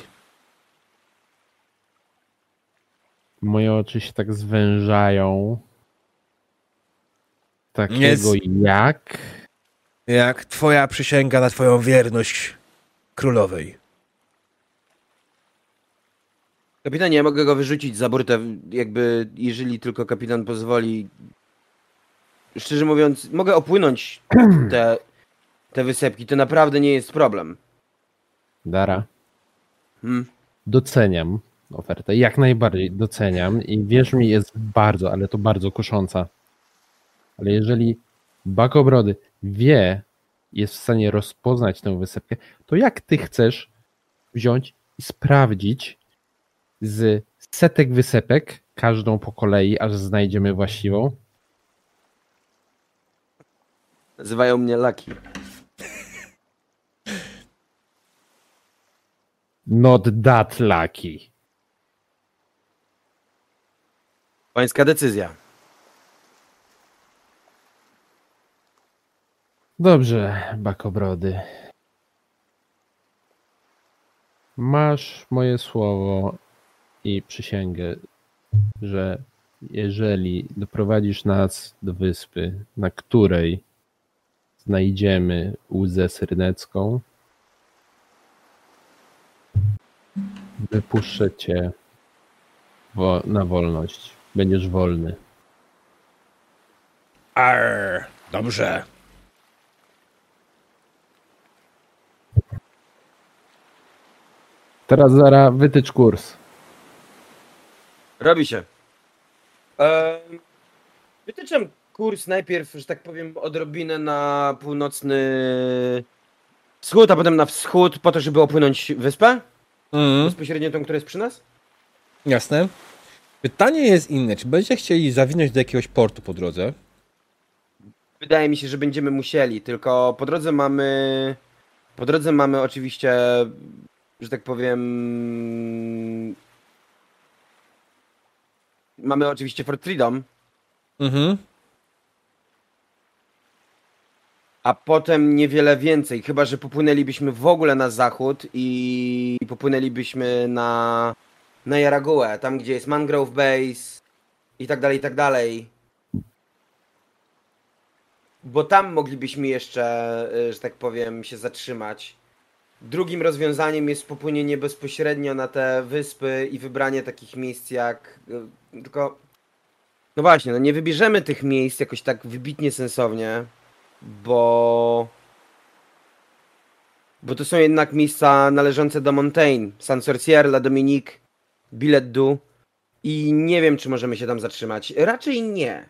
Moje oczy się tak zwężają. Takiego Jest- jak... Jak twoja przysięga na twoją wierność królowej. Kapitanie, ja mogę go wyrzucić za burtę, jakby, jeżeli tylko kapitan pozwoli. Szczerze mówiąc, mogę opłynąć te, te wysepki, to naprawdę nie jest problem. Dara, Hmm. doceniam ofertę, jak najbardziej doceniam i wierz mi, jest bardzo, ale to bardzo kusząca. Ale jeżeli Bakobrody wie, jest w stanie rozpoznać tę wysepkę, to jak ty chcesz wziąć i sprawdzić z setek wysepek, każdą po kolei, aż znajdziemy właściwą? Nazywają mnie Lucky. Not that lucky. Pańska decyzja. Dobrze, Bakobrody. Masz moje słowo i przysięgę, że jeżeli doprowadzisz nas do wyspy, na której znajdziemy łzę sernecką, wypuszczę cię wo- na wolność. Będziesz wolny. Arr, dobrze. Teraz Zara, wytycz kurs. Robi się. Ehm, wytyczam kurs najpierw, że tak powiem, odrobinę na północny wschód, a potem na wschód, po to, żeby opłynąć wyspę. Mm, Bezpośrednio tą, która jest przy nas. jasne. Pytanie jest inne. Czy będziecie chcieli zawinąć do jakiegoś portu po drodze? Wydaje mi się, że będziemy musieli, tylko po drodze mamy... Po drodze mamy oczywiście, że tak powiem... Mamy oczywiście Fort Freedom, Mhm. a potem niewiele więcej, chyba że popłynęlibyśmy w ogóle na zachód i popłynęlibyśmy na, na Jaragułę, tam gdzie jest Mangrove Base i tak dalej, i tak dalej. Bo tam moglibyśmy jeszcze, y, że tak powiem, się zatrzymać. Drugim rozwiązaniem jest popłynięcie bezpośrednio na te wyspy i wybranie takich miejsc jak... y, Tylko No właśnie, no nie wybierzemy tych miejsc jakoś tak wybitnie sensownie, bo... Bo to są jednak miejsca należące do Montaigne, Saint-Sorcier, La Dominique, Billet-Doux i nie wiem, czy możemy się tam zatrzymać. Raczej nie.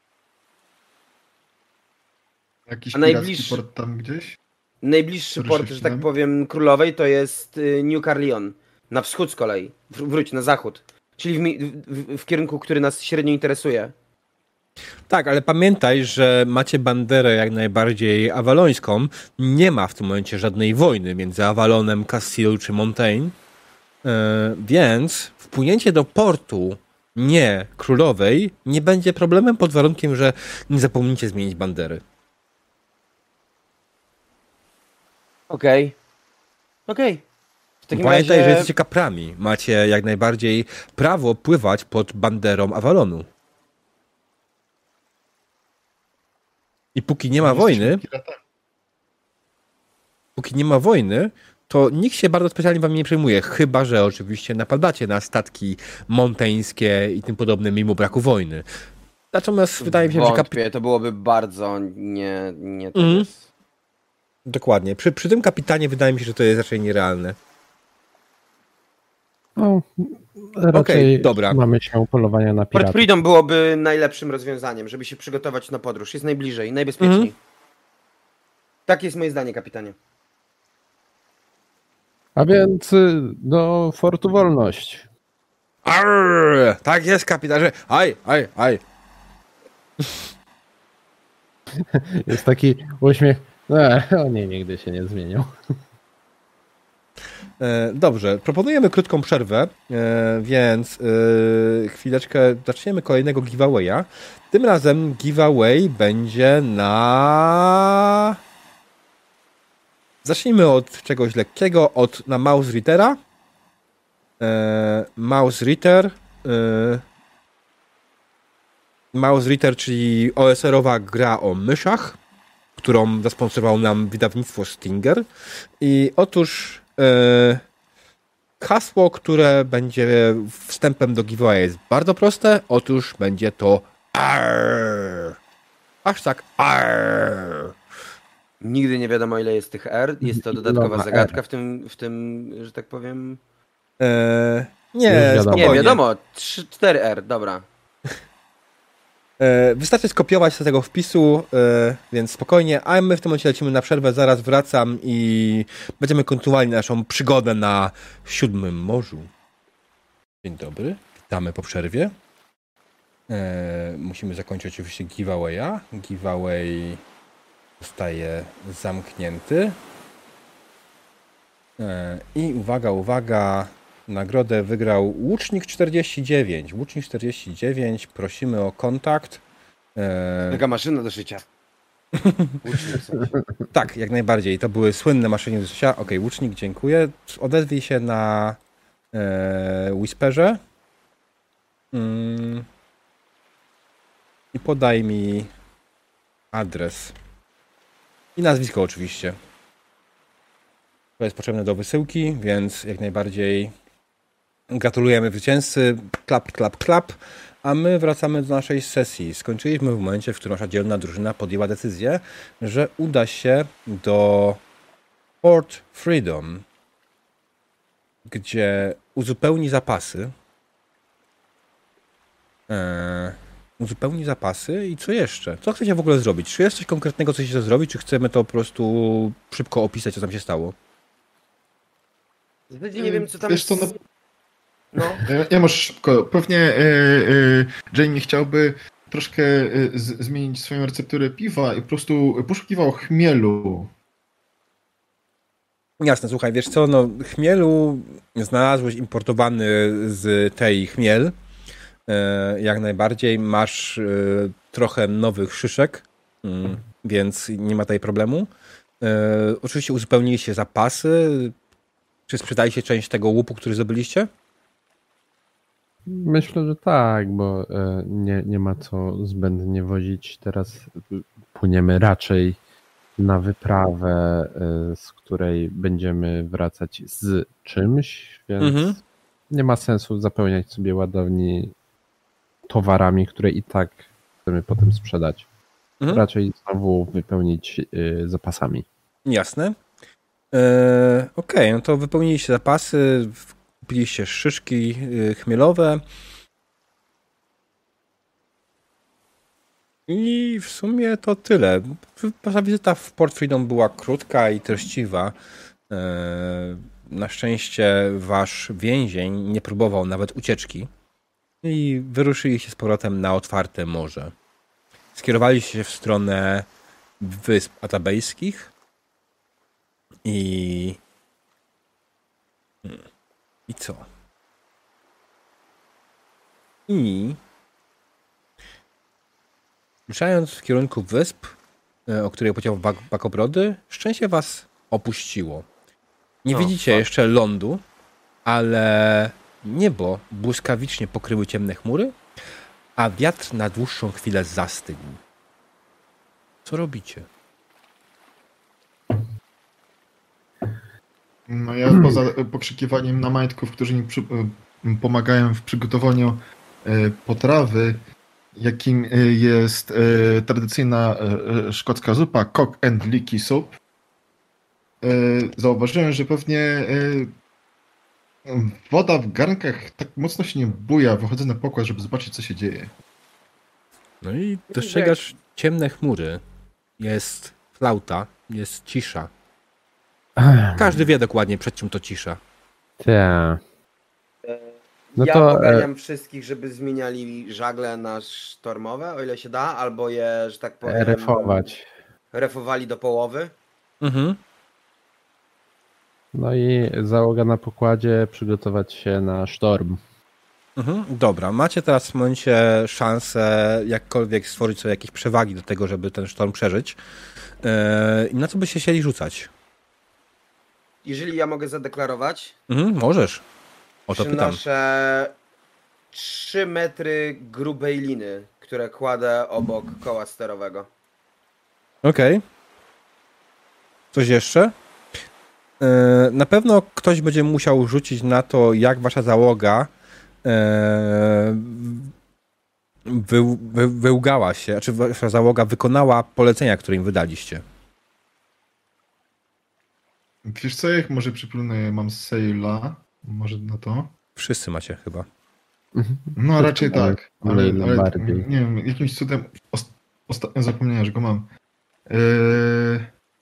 Jakiś A piracki najbliższy- port tam gdzieś? Najbliższy Który port, się że tak wcinamy? powiem, królowej to jest y, New Carleon. Na wschód z kolei. Wr- wróć, na zachód. Czyli w, mi- w, w, w kierunku, który nas średnio interesuje. Tak, ale pamiętaj, że macie banderę jak najbardziej awalońską. Nie ma w tym momencie żadnej wojny między Avalonem, Castile czy Montaigne. Yy, więc wpłynięcie do portu nie królowej nie będzie problemem pod warunkiem, że nie zapomnicie zmienić bandery. Okej. Okej. W takim Pamiętaj, razie... że jesteście kaprami. Macie jak najbardziej prawo pływać pod banderą Avalonu. I póki nie ma Jesteśmy wojny, piratami. póki nie ma wojny, to nikt się bardzo specjalnie wam nie przejmuje, chyba że oczywiście napadacie na statki monteńskie i tym podobne mimo braku wojny. Natomiast wydaje mi się, że kapi... Wątpię, to byłoby bardzo nie... nie Mhm. teraz. Dokładnie. Przy, przy tym kapitanie wydaje mi się, że to jest raczej nierealne. No, raczej Okej, dobra. mamy się polowania na Port piratów. Freedom byłoby najlepszym rozwiązaniem, żeby się przygotować na podróż. Jest najbliżej, najbezpieczniej. Mhm. Tak jest moje zdanie, kapitanie. A więc y, do Fortu Wolność. Arr, tak jest, kapitanie. Aj, aj, aj. Jest taki uśmiech. E, o nie, nigdy się nie zmienią. E, dobrze, proponujemy krótką przerwę, e, więc e, chwileczkę zaczniemy kolejnego giveawaya. Tym razem giveaway będzie na... Zacznijmy od czegoś lekkiego, od na Mouse Readera. E, Mouse Reader. E, Mouse Reader, czyli O S R-owa gra o myszach, którą zasponsorowało nam wydawnictwo Stinger. I otóż e, hasło, które będzie wstępem do giveawaya jest bardzo proste. Otóż będzie to arr. Aż tak arr. Nigdy nie wiadomo, ile jest tych R. Jest to dodatkowa Ilowa zagadka R. w tym, w tym, że tak powiem... E, nie, Już wiadomo. Nie, spokojnie. wiadomo. trzy cztery R, dobra. E, wystarczy skopiować z tego wpisu, e, więc spokojnie. A my w tym momencie lecimy na przerwę, zaraz wracam i będziemy kontynuowali naszą przygodę na Siódmym Morzu. Dzień dobry, witamy po przerwie. E, musimy zakończyć oczywiście giveawaya. Giveaway zostaje zamknięty. E, I uwaga, uwaga, nagrodę wygrał Łucznik czterdzieści dziewięć. Łucznik czterdzieści dziewięć, prosimy o kontakt. E, Taka maszyna do szycia. Łucznik sobie. tak, jak najbardziej. To były słynne maszyny do szycia. Okej, Łucznik, dziękuję. Odezwij się na e, Whisperze. Mm. I podaj mi adres. I nazwisko oczywiście. To jest potrzebne do wysyłki, więc jak najbardziej gratulujemy zwycięzcy. Klap, klap, klap. A my wracamy do naszej sesji. Skończyliśmy w momencie, w którym nasza dzielna drużyna podjęła decyzję, że uda się do Port Freedom, gdzie uzupełni zapasy. Eee, uzupełni zapasy i co jeszcze? Co chcecie w ogóle zrobić? Czy jest coś konkretnego, co chcecie zrobić, czy chcemy to po prostu szybko opisać, co tam się stało? W zasadzie nie wiem, co tam... Wiesz co, no, No. Ja, ja może szybko. Pewnie e, e, Jamie chciałby troszkę e, z, zmienić swoją recepturę piwa i po prostu poszukiwał chmielu. Jasne, słuchaj, wiesz co, no chmielu znalazłeś importowany z tej chmiel. E, jak najbardziej masz e, trochę nowych szyszek, mm, więc nie ma tutaj problemu. E, oczywiście uzupełniliście zapasy. Czy sprzedaliście część tego łupu, który zdobyliście? Myślę, że tak, bo e, nie, nie ma co zbędnie wozić. Teraz płyniemy raczej na wyprawę, e, z której będziemy wracać z czymś, więc Mhm. nie ma sensu zapełniać sobie ładowni towarami, które i tak chcemy potem sprzedać. Mhm. Raczej znowu wypełnić y, zapasami. Jasne. Eee, Okej, okay, no to wypełniliście zapasy, kupiliście szyszki y, chmielowe. I w sumie to tyle. Wasza wizyta w Port Freedom była krótka i treściwa. Eee, na szczęście wasz więzień nie próbował nawet ucieczki. I wyruszyliście z powrotem na otwarte morze. Skierowaliście się w stronę Wysp Atabejskich i... I co? I... Ruszając w kierunku wysp, o której opowiedział Bakobrody, szczęście was opuściło. Nie O, widzicie fuck. jeszcze lądu, ale niebo błyskawicznie pokryły ciemne chmury, a wiatr na dłuższą chwilę zastygł. Co robicie? No ja poza pokrzykiwaniem na majtków, którzy mi przy, pomagają w przygotowaniu e, potrawy, jakim e, jest e, tradycyjna e, szkocka zupa Cock and Licky Soup, e, zauważyłem, że pewnie e, woda w garnkach tak mocno się nie buja. Wychodzę na pokład, żeby zobaczyć, co się dzieje. No i dostrzegasz ciemne chmury. Jest flauta, jest cisza. Każdy wie dokładnie, przed czym to cisza. Tak. No ja to, poganiam wszystkich, żeby zmieniali żagle na sztormowe, o ile się da, albo je, że tak powiem, Refować. refowali do połowy. Mhm. No i załoga na pokładzie przygotować się na sztorm. Mhm. Dobra, macie teraz w momencie szansę jakkolwiek stworzyć sobie jakieś przewagi do tego, żeby ten sztorm przeżyć. Yy, na co byście chcieli rzucać? Jeżeli ja mogę zadeklarować, Mhm, możesz. O to przy pytam. nasze trzy metry grubej liny, które kładę obok koła sterowego. Okej. Okay. Coś jeszcze? Yy, na pewno ktoś będzie musiał rzucić na to, jak wasza załoga yy, wy, wy, wyłgała się, znaczy wasza załoga wykonała polecenia, które im wydaliście. Wiesz co, jak może przypomnę, mam Saila, może na to? Wszyscy macie chyba. No raczej tak, ale, Mniej lub ale bardziej. nie wiem, jakimś cudem os- ostatnio zapomniałem, że go mam. Eee,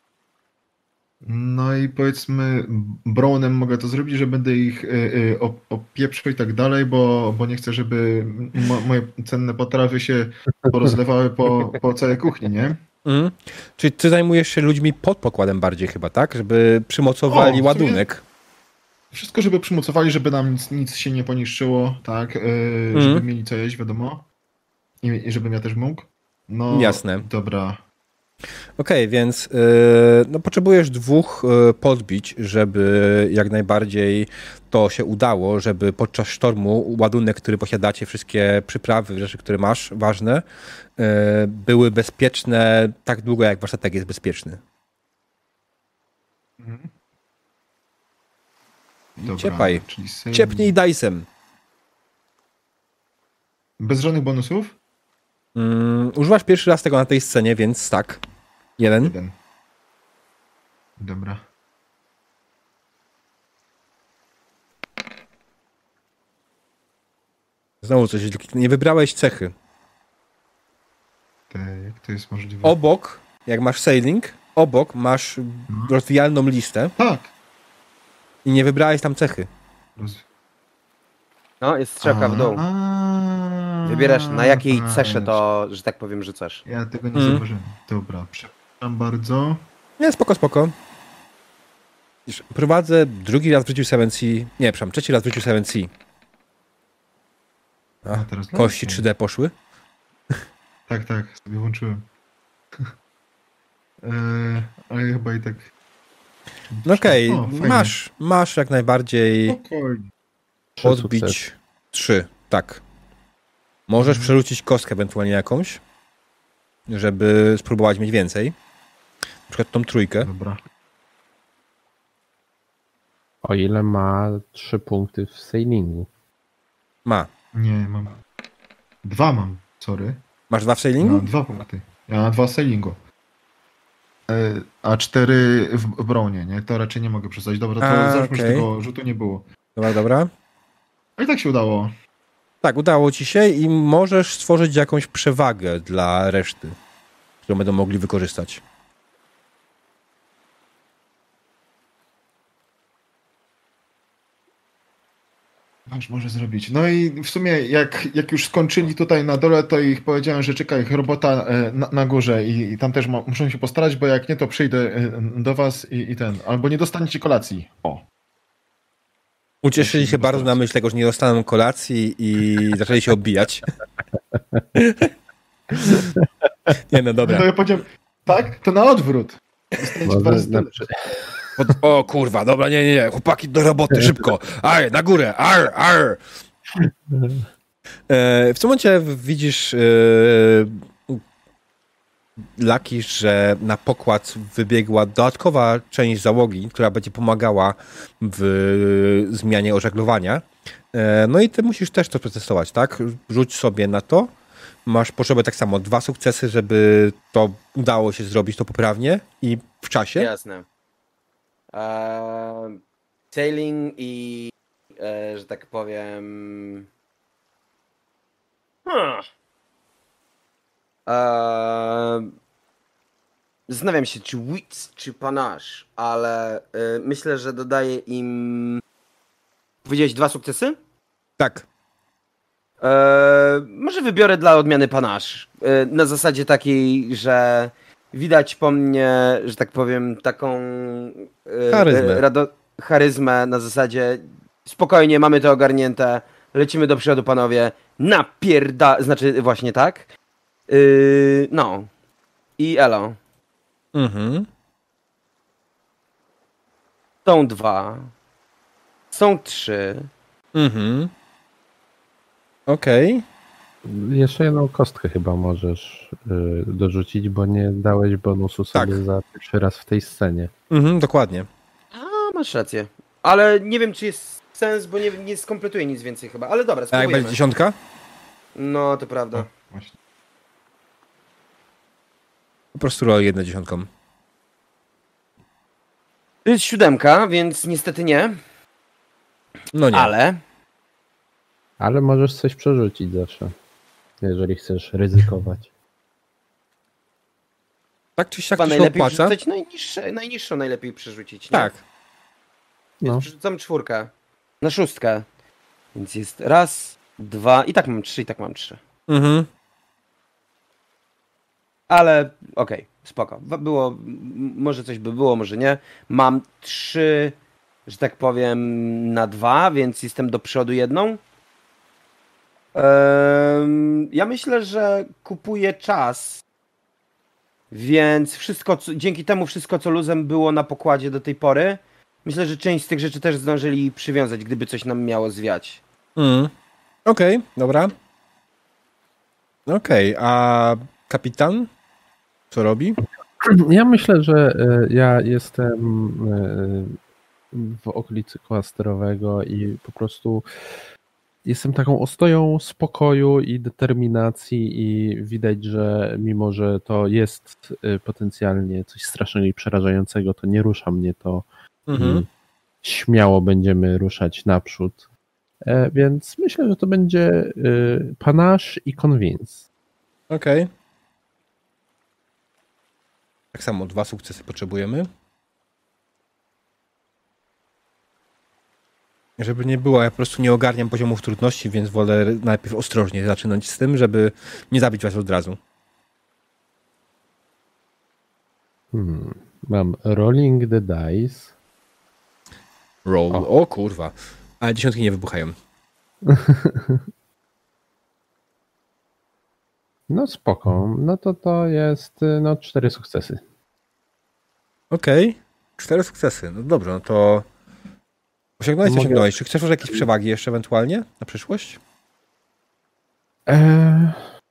no i powiedzmy Brownem mogę to zrobić, że będę ich e, e, op- opieprzył i tak dalej, bo, bo nie chcę, żeby mo- moje cenne potrawy się porozlewały po, po całej kuchni, nie? Mhm. Czyli ty zajmujesz się ludźmi pod pokładem bardziej chyba, tak? Żeby przymocowali O, w sumie- ładunek. Wszystko, żeby przymocowali, żeby nam nic, nic się nie poniszczyło, tak? E, Mhm. Żeby mieli co jeść, wiadomo. I, i żebym ja też mógł. No, Jasne. Dobra. Okej, okay, więc yy, no, potrzebujesz dwóch yy, podbić, żeby jak najbardziej to się udało, żeby podczas sztormu ładunek, który posiadacie, wszystkie przyprawy, rzeczy, które masz, ważne, yy, były bezpieczne tak długo, jak wasz statek jest bezpieczny. Mhm. I Dobra, ciepaj. czyli save- Ciepnij dajsem. Bez żadnych bonusów? Yy, używasz pierwszy raz tego na tej scenie, więc tak. Jeden. Jeden. Dobra. Znowu coś. Nie wybrałeś cechy. Te, jak to jest możliwe? Obok, jak masz sailing, obok masz rozwijalną listę Tak! i nie wybrałeś tam cechy. Roz... No, jest strzałka w dół. A, Wybierasz, na jakiej a, cesze to, że tak powiem, rzucasz. Ja tego nie Mhm. zauważyłem. Dobra, przepraszam bardzo. Nie, spoko, spoko. Wiesz, prowadzę drugi raz w życiu seven C. Nie, przepraszam, trzeci raz w życiu seven C. A, A, teraz kości lepiej. trzy D poszły. Tak, tak, sobie włączyłem. eee, ale chyba i tak... No okej, O, fajnie. masz, masz jak najbardziej Spokojnie. Trzy odbić sukcesy. trzy, tak. Możesz Mhm. przerzucić kostkę ewentualnie jakąś, żeby spróbować mieć więcej. Na przykład tą trójkę. Dobra. O ile ma trzy punkty w sailingu. Ma. Nie, mam... Dwa mam, sorry. Masz dwa w Ja sailingu? mam dwa punkty. Ja mam dwa w sailingu. E, A cztery w w bronie, nie? To raczej nie mogę przestać. Dobra, to A, załóżmy, że okej. tego rzutu nie było. Dobra, dobra. A i tak się udało. Tak, udało ci się i możesz stworzyć jakąś przewagę dla reszty, którą będą mogli wykorzystać. Aż może zrobić. No i w sumie jak, jak już skończyli tutaj na dole, to ich powiedziałem, że czeka ich robota e, na, na górze i, i tam też ma, muszą się postarać, bo jak nie, to przyjdę e, do was i, i ten. Albo nie dostaniecie kolacji. O. Ucieszyli Musimy się bardzo postarać. na myśl tego, że nie dostaną kolacji i zaczęli się obijać. Nie no, To dobra. ja powiedziałem, tak? To na odwrót. Dostaniecie dwa Może razy na, tyle. Pod... O kurwa, dobra, nie, nie, nie. Chłopaki do roboty, szybko. Ar, na górę, ar, ar. E, w tym momencie widzisz e, Lucky, że na pokład wybiegła dodatkowa część załogi, która będzie pomagała w zmianie ożeglowania. E, no i ty musisz też to przetestować, tak? Rzuć sobie na to. Masz potrzebę tak samo dwa sukcesy, żeby to udało się zrobić to poprawnie i w czasie. Jasne. Eee, sailing i, e, że tak powiem... Hmm. Eee, zastanawiam się, czy wits, czy panache, ale e, myślę, że dodaję im... Powiedziałeś dwa sukcesy? Tak. Eee, może wybiorę dla odmiany panache. Eee, na zasadzie takiej, że widać po mnie, że tak powiem, taką e, Charyzmę. e, rado- charyzmę na zasadzie spokojnie, mamy to ogarnięte, lecimy do przodu, panowie, napierda... Znaczy, właśnie tak. Eee, no. I elo. Mhm. Są dwa. Są trzy. Mhm. Okej. Jeszcze jedną kostkę chyba możesz y, dorzucić, bo nie dałeś bonusu sobie Tak. za pierwszy raz w tej scenie. Mhm, dokładnie. A, masz rację. Ale nie wiem, czy jest sens, bo nie, nie skompletuję nic więcej chyba. Ale dobra, A jak spróbujemy. będzie dziesiątka? No, to prawda. Właśnie. Po prostu rol jedną dziesiątką. To jest siódemka, więc niestety nie. No nie. Ale Ale możesz coś przerzucić zawsze, jeżeli chcesz ryzykować. Tak czy siak chyba to się najlepiej opłaca. przerzucać najniższe, najniższą najlepiej przerzucić. Nie? Tak. Więc No. przerzucam czwórkę. Na szóstkę. Więc jest raz, dwa i tak mam trzy, i tak mam trzy. Mhm. Ale okej, spoko. Wa- Było, m- może coś by było, może nie. Mam trzy, że tak powiem, na dwa, więc jestem do przodu jedną. Ehm, ja myślę, że kupuję czas, więc wszystko, co, dzięki temu wszystko, co luzem było na pokładzie do tej pory, myślę, że część z tych rzeczy też zdążyli przywiązać, gdyby coś nam miało zwiać. Mhm. Okej, dobra. Okej, a kapitan? Co robi? Ja myślę, że e, ja jestem e, w okolicy koła sterowego i po prostu jestem taką ostoją spokoju i determinacji i widać, że mimo, że to jest e, potencjalnie coś strasznego i przerażającego, to nie rusza mnie to Mhm. i śmiało będziemy ruszać naprzód. E, Więc myślę, że to będzie e, panache i convince. Okej. Tak samo dwa sukcesy potrzebujemy. Żeby nie było, ja po prostu nie ogarniam poziomów trudności, więc wolę najpierw ostrożnie zaczynać z tym, żeby nie zabić was od razu. Hmm. Mam rolling the dice. Roll. O. O, kurwa. Ale dziesiątki nie wybuchają. No spoko. No to to jest y, no cztery sukcesy. Okej. Cztery sukcesy. No dobrze, no to osiągnąłeś, co Mogę- osiągnąłeś. Czy chcesz może jakieś przewagi jeszcze ewentualnie na przyszłość? Eee,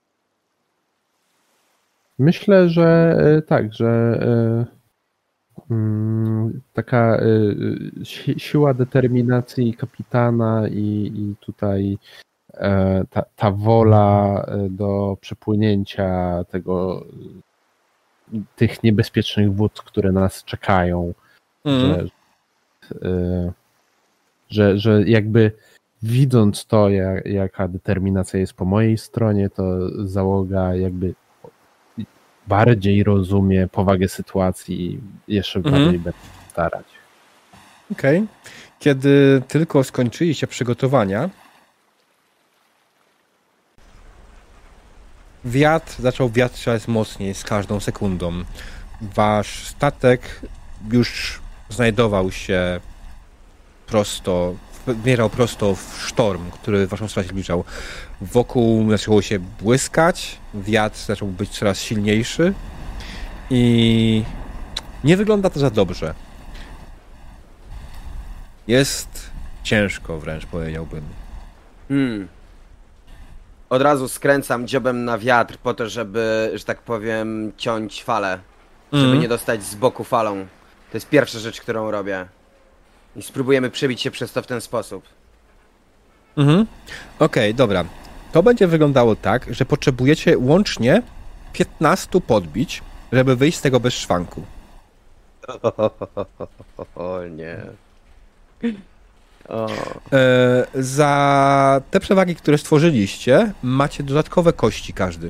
myślę, że e, tak, że e, mm, taka e, si- siła determinacji kapitana i, i tutaj ta, ta wola do przepłynięcia tego, tych niebezpiecznych wód, które nas czekają, mm. że, że, że jakby widząc to, jak, jaka determinacja jest po mojej stronie, to załoga jakby bardziej rozumie powagę sytuacji i jeszcze mm. bardziej będzie starać. Okej. Okay. Kiedy tylko skończyliście przygotowania, wiatr zaczął wiać coraz mocniej z każdą sekundą. Wasz statek już znajdował się prosto, wmierzał prosto w sztorm, który w waszą stronę się zbliżał. Wokół zaczęło się błyskać, wiatr zaczął być coraz silniejszy i nie wygląda to za dobrze. Jest ciężko wręcz, powiedziałbym. Hmm. Od razu skręcam dziobem na wiatr po to, żeby, że tak powiem, ciąć falę. Żeby mm. nie dostać z boku falą. To jest pierwsza rzecz, którą robię. I spróbujemy przebić się przez to w ten sposób. Mhm. Okej, okay, dobra. To będzie wyglądało tak, że potrzebujecie łącznie piętnastu podbić, żeby wyjść z tego bez szwanku. O nie. O. E, za te przewagi, które stworzyliście, macie dodatkowe kości każdy.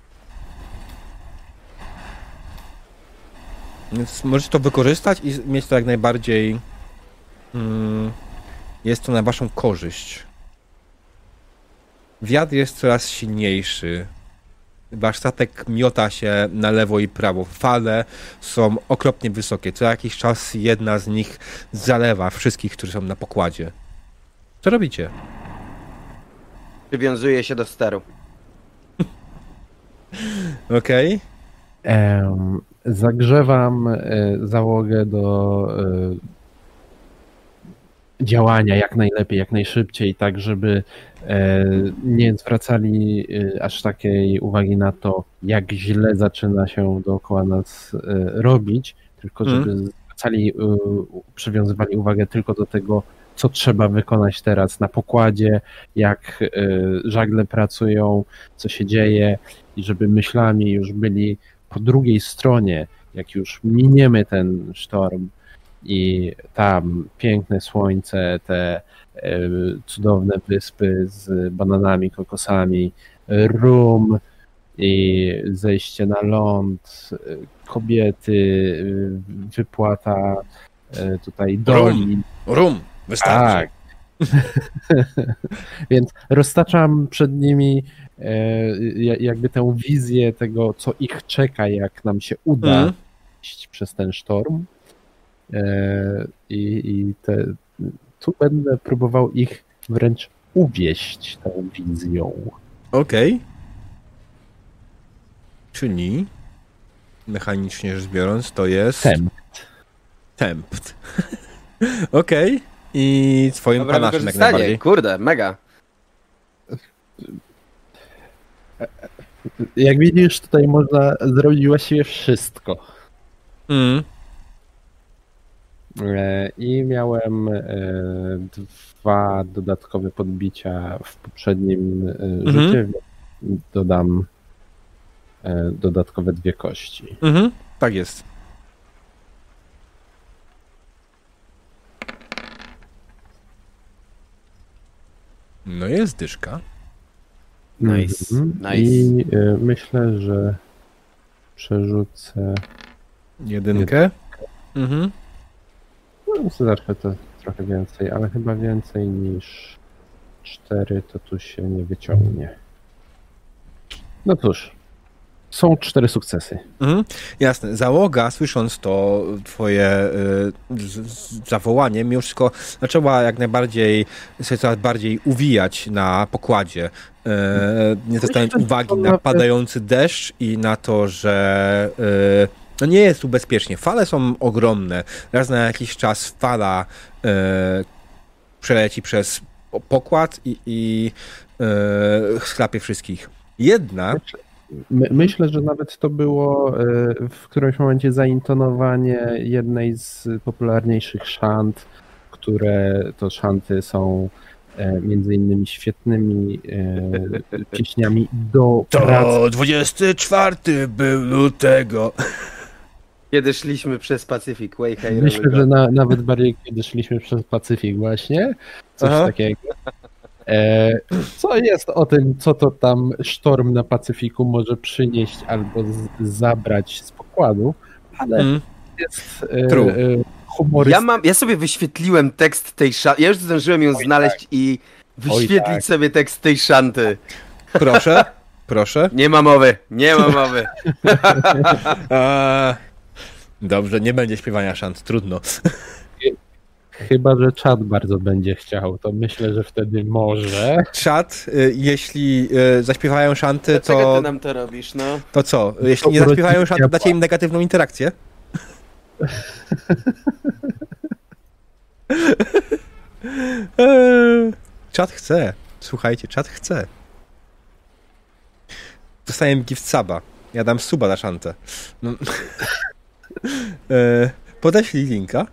Więc możecie to wykorzystać i mieć to jak najbardziej... Mm, jest to na waszą korzyść. Wiatr jest coraz silniejszy. Wasz statek miota się na lewo i prawo. Fale są okropnie wysokie. Co jakiś czas jedna z nich zalewa wszystkich, którzy są na pokładzie. Co robicie? Przywiązuję się do steru. Okej. Okay. Um, zagrzewam y, załogę do y, działania jak najlepiej, jak najszybciej, tak żeby nie zwracali aż takiej uwagi na to, jak źle zaczyna się dookoła nas robić, tylko żeby mm. zwracali, przywiązywali uwagę tylko do tego, co trzeba wykonać teraz na pokładzie, jak żagle pracują, co się dzieje i żeby myślami już byli po drugiej stronie, jak już miniemy ten sztorm i tam piękne słońce, te cudowne wyspy z bananami, kokosami, rum i zejście na ląd, kobiety, wypłata tutaj doli. Rum, rum wystarczy. Tak. Więc roztaczam przed nimi jakby tę wizję tego, co ich czeka, jak nam się uda mm. iść przez ten sztorm. I, i te tu będę próbował ich wręcz uwieść tą wizją. Okej. Okay. Czyli mechanicznie rzecz biorąc to jest... Tempt. Tempt. Okej. Okay. I swoim Dobra, panaszem jak najbardziej. Kurde, mega. Jak widzisz, tutaj można zrobić właściwie wszystko. Mm. I miałem dwa dodatkowe podbicia w poprzednim rzucie. Mhm. Dodam dodatkowe dwie kości. Mhm. Tak jest. No jest dyszka. Nice. Mhm. Nice. I myślę, że przerzucę jedynkę. jedynkę. Mhm. No, zacznę to trochę więcej, ale chyba więcej niż cztery to tu się nie wyciągnie. No cóż, są cztery sukcesy. Mhm, jasne. Załoga, słysząc to twoje y, z, z, zawołanie, mimo wszystko zaczęła jak najbardziej sobie coraz bardziej uwijać na pokładzie. Y, nie zwracając uwagi na padający deszcz i na to, że y, no nie jest tu bezpiecznie. Fale są ogromne. Raz na jakiś czas fala y, przeleci przez pokład i, i y, schlapie wszystkich. Jedna... My, myślę, że nawet to było w którymś momencie zaintonowanie jednej z popularniejszych szant, które to szanty są między innymi świetnymi e, pieśniami do To pracy. dwudziestego czwartego był lutego. Kiedy szliśmy przez Pacyfik, way hey, Myślę, że na, nawet bardziej kiedy szliśmy przez Pacyfik właśnie, coś Aha. takiego. E, co jest o tym, co to tam sztorm na Pacyfiku może przynieść albo z, zabrać z pokładu, ale Mm. jest e, True. e, humorystyczny. Ja, mam, ja sobie wyświetliłem tekst tej szanty. Ja już zdążyłem ją Oj, znaleźć tak. i wyświetlić tak. sobie tekst tej szanty. Proszę, proszę. Nie ma mowy, nie ma mowy. A, dobrze, nie będzie śpiewania szant, trudno. Chyba, że czat bardzo będzie chciał, to myślę, że wtedy może. Czat, y, jeśli y, zaśpiewają szanty, Dlaczego to, ty nam to robisz, no? to co? Jeśli nie To zaśpiewają wróci szanty, dacie im negatywną interakcję? Eee, Czat chce. Słuchajcie, czat chce. Dostałem gift suba. Ja dam suba na szantę. No. Eee, Podeślij linka.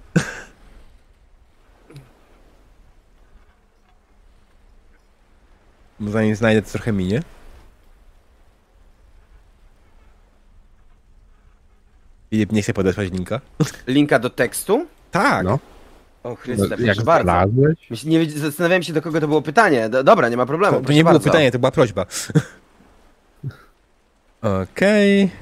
Bo zanim znajdę, to trochę minie. Filip nie chce podesłać linka. Linka do tekstu? Tak. No. O Chryste, Jak proszę bardzo. znalazłeś? Myśl- Nie, wiedz- zastanawiałem się, do kogo to było pytanie. Do, dobra, nie ma problemu. To, to proszę nie było bardzo. pytanie, to była prośba. Okej.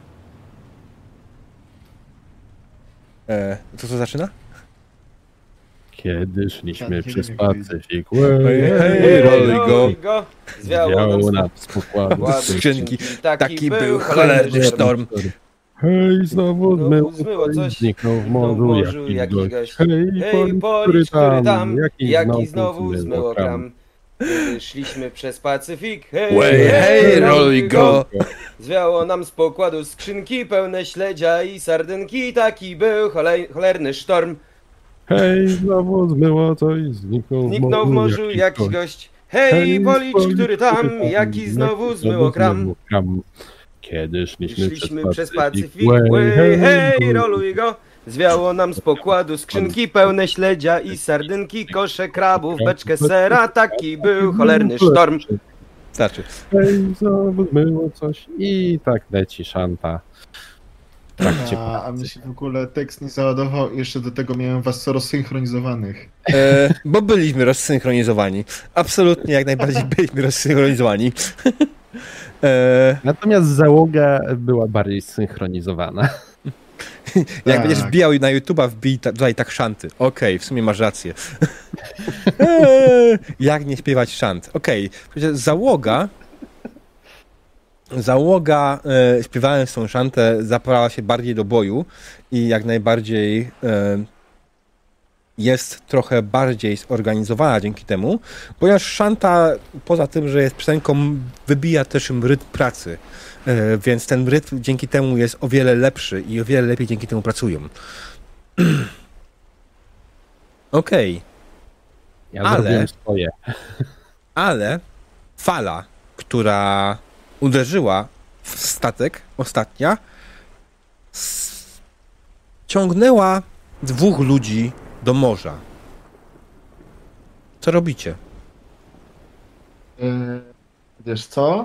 E, To co zaczyna? Kiedy szliśmy Ja przez nie wiem, jak Pacyfik, Hej, hej, hej, roluj go. go. Zwiało nam Zwiało z nam z pokładu pokładu skrzynki. Taki, Taki był cholerny sztorm. Hej, znowu Znowu zmyło, zmyło coś. zniknął w Zniknął w morzu morzu jakiś jakiś gość. gość. Hej, Hej, policz, który tam, jaki znowu zmyło kram. Kiedy szliśmy przez Pacyfik, hej, Hej, hej, roluj go. Zwiało nam z pokładu skrzynki pełne śledzia i sardynki. Taki był cholej, cholerny sztorm. Hej, znowu zmyło coś, zniknął, Zniknął w morzu jakiś gość. Hej, policz, który tam, jaki znowu zmyło kram. Kiedy szliśmy, Szliśmy przez przez Pacyfik, Pacyfik, way, hej, roluj go. Zwiało nam z pokładu skrzynki pełne śledzia i sardynki, kosze krabów, beczkę sera. Taki był cholerny sztorm. Starczy. Hej, znowu zmyło coś i tak leci szanta. W trakcie A, a mi się w ogóle tekst nie załadował i jeszcze do tego miałem was co rozsynchronizowanych. E, bo byliśmy rozsynchronizowani. Absolutnie, jak najbardziej byliśmy rozsynchronizowani. E, Natomiast załoga była bardziej zsynchronizowana. jak Tak. będziesz wbijał na YouTube'a, wbij ta, tutaj tak szanty. Okej, w sumie masz rację. e, jak nie śpiewać szant? Okej, przecież załoga Załoga, e, śpiewając tą szantę, zaparała się bardziej do boju i jak najbardziej e, jest trochę bardziej zorganizowana dzięki temu, ponieważ szanta, poza tym, że jest piosenką, wybija też im rytm pracy, e, więc ten rytm dzięki temu jest o wiele lepszy i o wiele lepiej dzięki temu pracują. Okej, Ja Ale- zrobiłem swoje. ale fala, która uderzyła w statek ostatnia, s- ciągnęła dwóch ludzi do morza. Co robicie? Yy, wiesz co?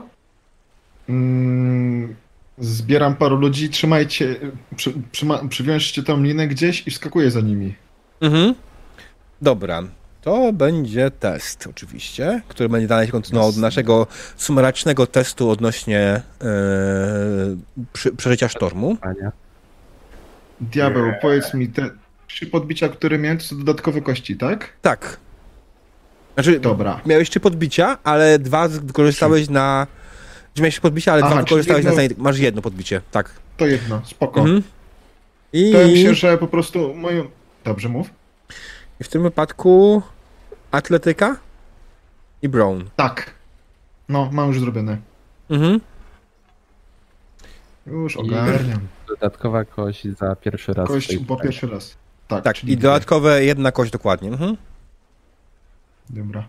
Mm, zbieram paru ludzi, trzymajcie, przy, przyma, przywiążcie tą linę gdzieś i wskakuję za nimi. Mhm. Dobra. To będzie test oczywiście, który będzie dalej kontynuował od naszego sumarycznego testu odnośnie e, przy, przeżycia sztormu. Ania. Diabeł, powiedz mi, te trzy podbicia, które miałem, to są dodatkowe kości, tak? Tak. Znaczy, Dobra. miałeś trzy podbicia, ale dwa wykorzystałeś na... Znaczy, miałeś trzy podbicia, ale Aha, dwa czyli wykorzystałeś jedno- na... Masz jedno podbicie, tak. To jedno, spoko. Mhm. I... To mi się, że po prostu moją... Dobrze, mów. I w tym wypadku atletyka i Brown. Tak. No, mam już zrobione. Mhm. Już I- ogarniam. Dodatkowa kość za pierwszy raz. w Kość, tej bo grze. pierwszy raz. Tak, Tak, czyli i dwie. dodatkowe jedna kość dokładnie. Mhm. Dobra.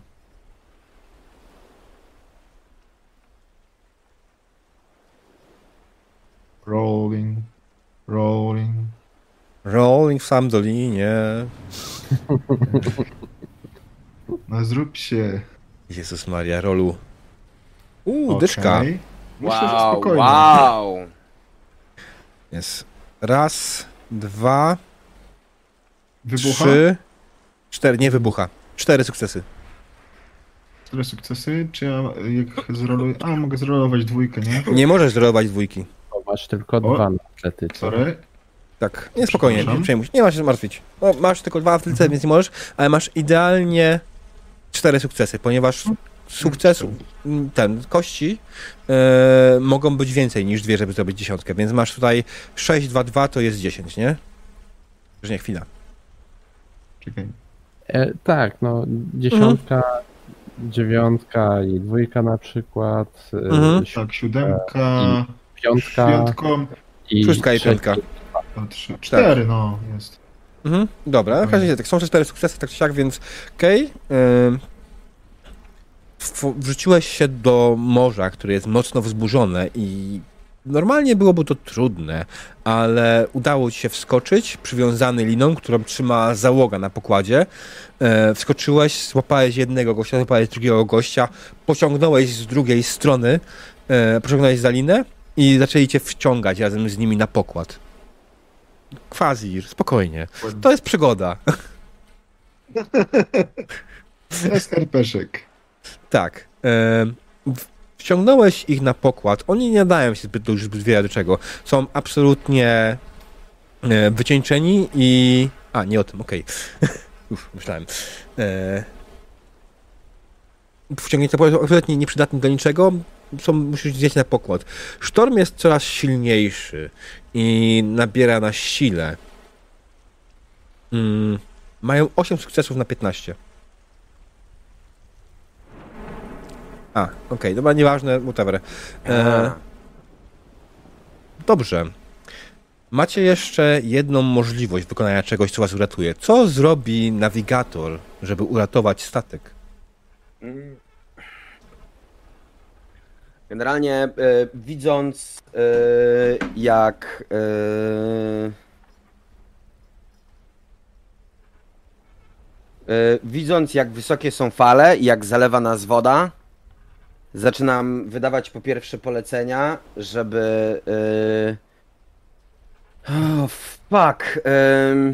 Rolling, rolling. Rolling w sam dolinie. No zrób się. Jezus Maria, rolu. Uuu, Okej. dyszka. Myślę, że Wow, spokojnie. wow. Jest raz, dwa, Wybucha? trzy, cztery, nie wybucha. Cztery sukcesy. Cztery sukcesy? Czy ja jak zroluję... A, mogę zrolować dwójkę, nie? Nie możesz zrobić dwójki. To masz tylko O. dwa na atletyce. Sorry. Tak, nie spokojnie, nie Przepraszam. przejmuj się, nie ma się martwić. No, masz tylko dwa atletyce, Mhm. więc nie możesz, ale masz idealnie cztery sukcesy, ponieważ sukcesów, ten, kości e, mogą być więcej niż dwie, żeby zrobić dziesiątkę, więc masz tutaj sześć, dwa, dwa to jest dziesięć, nie? Już nie, chwila. Czekaj. E, tak, no dziesiątka, dziewiątka i dwójka na przykład. e, Mhm. si- Tak, siódemka... Piątka Piątką... i Szóstka i trzecia. piątka. To trzy, cztery, no, jest. Mhm, dobra, w każdym razie tak, są cztery sukcesy, tak czy siak, więc okej. Okay, wrzuciłeś się do morza, które jest mocno wzburzone i normalnie byłoby to trudne, ale udało ci się wskoczyć, przywiązany liną, którą trzyma załoga na pokładzie. E, wskoczyłeś, złapałeś jednego gościa, złapałeś drugiego gościa, pociągnąłeś z drugiej strony, e, pociągnąłeś za linę i zaczęli cię wciągać razem z nimi na pokład. Kwazir, spokojnie. To jest przygoda. To jest herpeszek. Tak. E, w- wciągnąłeś ich na pokład. Oni nie nadają się zbyt, już zbyt wiele do czego. Są absolutnie e, wycieńczeni i... A, nie o tym, okej. Już myślałem. E, wciągnięci na pokład, absolutnie nieprzydatni do niczego. Są, musisz zjeść na pokład. Sztorm jest coraz silniejszy i nabiera na sile. Mm, mają osiem sukcesów na piętnaście. A, okej, okay, dobra, nieważne, whatever. E, dobrze. Macie jeszcze jedną możliwość wykonania czegoś, co was uratuje. Co zrobi nawigator, żeby uratować statek? Generalnie e, widząc e, jak e, e, widząc jak wysokie są fale i jak zalewa nas woda, zaczynam wydawać po pierwsze polecenia, żeby e, oh, fuck e,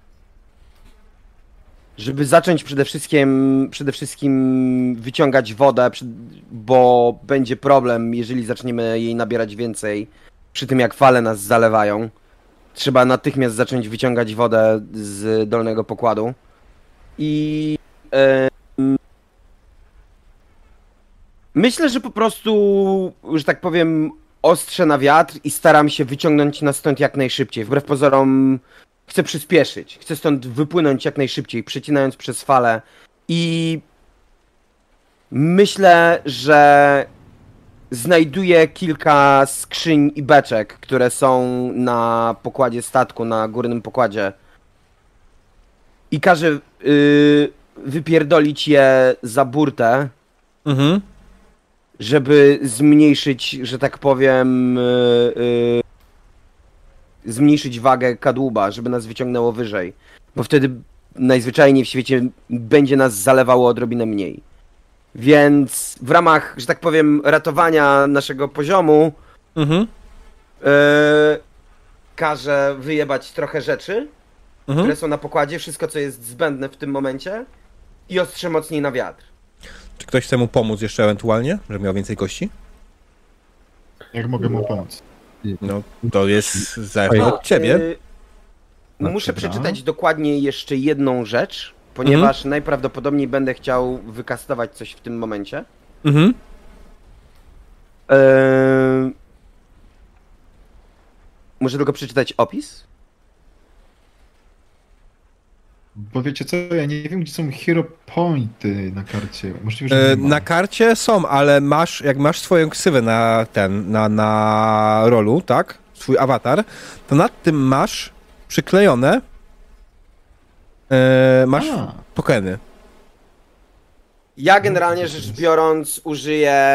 żeby zacząć przede wszystkim, przede wszystkim wyciągać wodę, przy- bo będzie problem, jeżeli zaczniemy jej nabierać więcej, przy tym jak fale nas zalewają. Trzeba natychmiast zacząć wyciągać wodę z dolnego pokładu. I e, myślę, że po prostu, że tak powiem, ostrzę na wiatr i staram się wyciągnąć nas stąd jak najszybciej. Wbrew pozorom chcę przyspieszyć, chcę stąd wypłynąć jak najszybciej, przecinając przez falę i myślę, że znajduję kilka skrzyń i beczek, które są na pokładzie statku, na górnym pokładzie i każę yy, wypierdolić je za burtę, Mhm. żeby zmniejszyć, że tak powiem, yy, yy, zmniejszyć wagę kadłuba, żeby nas wyciągnęło wyżej. Bo wtedy najzwyczajniej w świecie będzie nas zalewało odrobinę mniej. Więc w ramach, że tak powiem, ratowania naszego poziomu Mhm. yy, każę wyjebać trochę rzeczy, Mhm. które są na pokładzie, wszystko co jest zbędne w tym momencie i ostrzę mocniej na wiatr. Czy ktoś chce mu pomóc jeszcze ewentualnie, żeby miał więcej kości? Jak mogę mu pomóc? No, to jest zależne No, od ciebie. yy, No, muszę dobra. przeczytać dokładnie jeszcze jedną rzecz, ponieważ najprawdopodobniej będę chciał wykastować coś w tym momencie. Mhm. Eee... Muszę tylko przeczytać opis. Bo wiecie co, ja nie wiem, gdzie są hero pointy na karcie. Możliwe, że E, nie ma. na karcie są, ale masz, jak masz swoją ksywę na ten, na, na rolu, tak? Swój awatar, to nad tym masz przyklejone e, masz A, tokeny. Ja generalnie rzecz biorąc użyję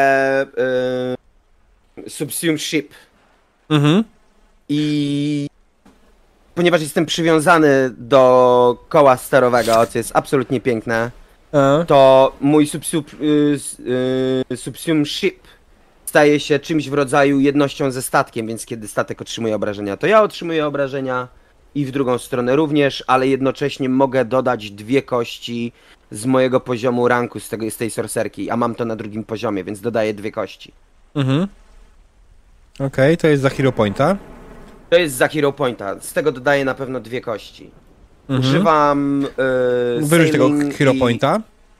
yy, Subsume Ship Mhm. i ponieważ jestem przywiązany do koła sterowego, co jest absolutnie piękne, A. to mój subsub, y, y, subsume ship staje się czymś w rodzaju jednością ze statkiem, więc kiedy statek otrzymuje obrażenia, to ja otrzymuję obrażenia i w drugą stronę również, ale jednocześnie mogę dodać dwie kości z mojego poziomu ranku z, tego, z tej sorcerki, a mam to na drugim poziomie, więc dodaję dwie kości. Mhm. Okej, okay, to jest za Hero Pointa. To jest za Hero Pointa, z tego dodaję na pewno dwie kości. Mhm. Używam yy, Wyrzuć tego Hero i... Pointa.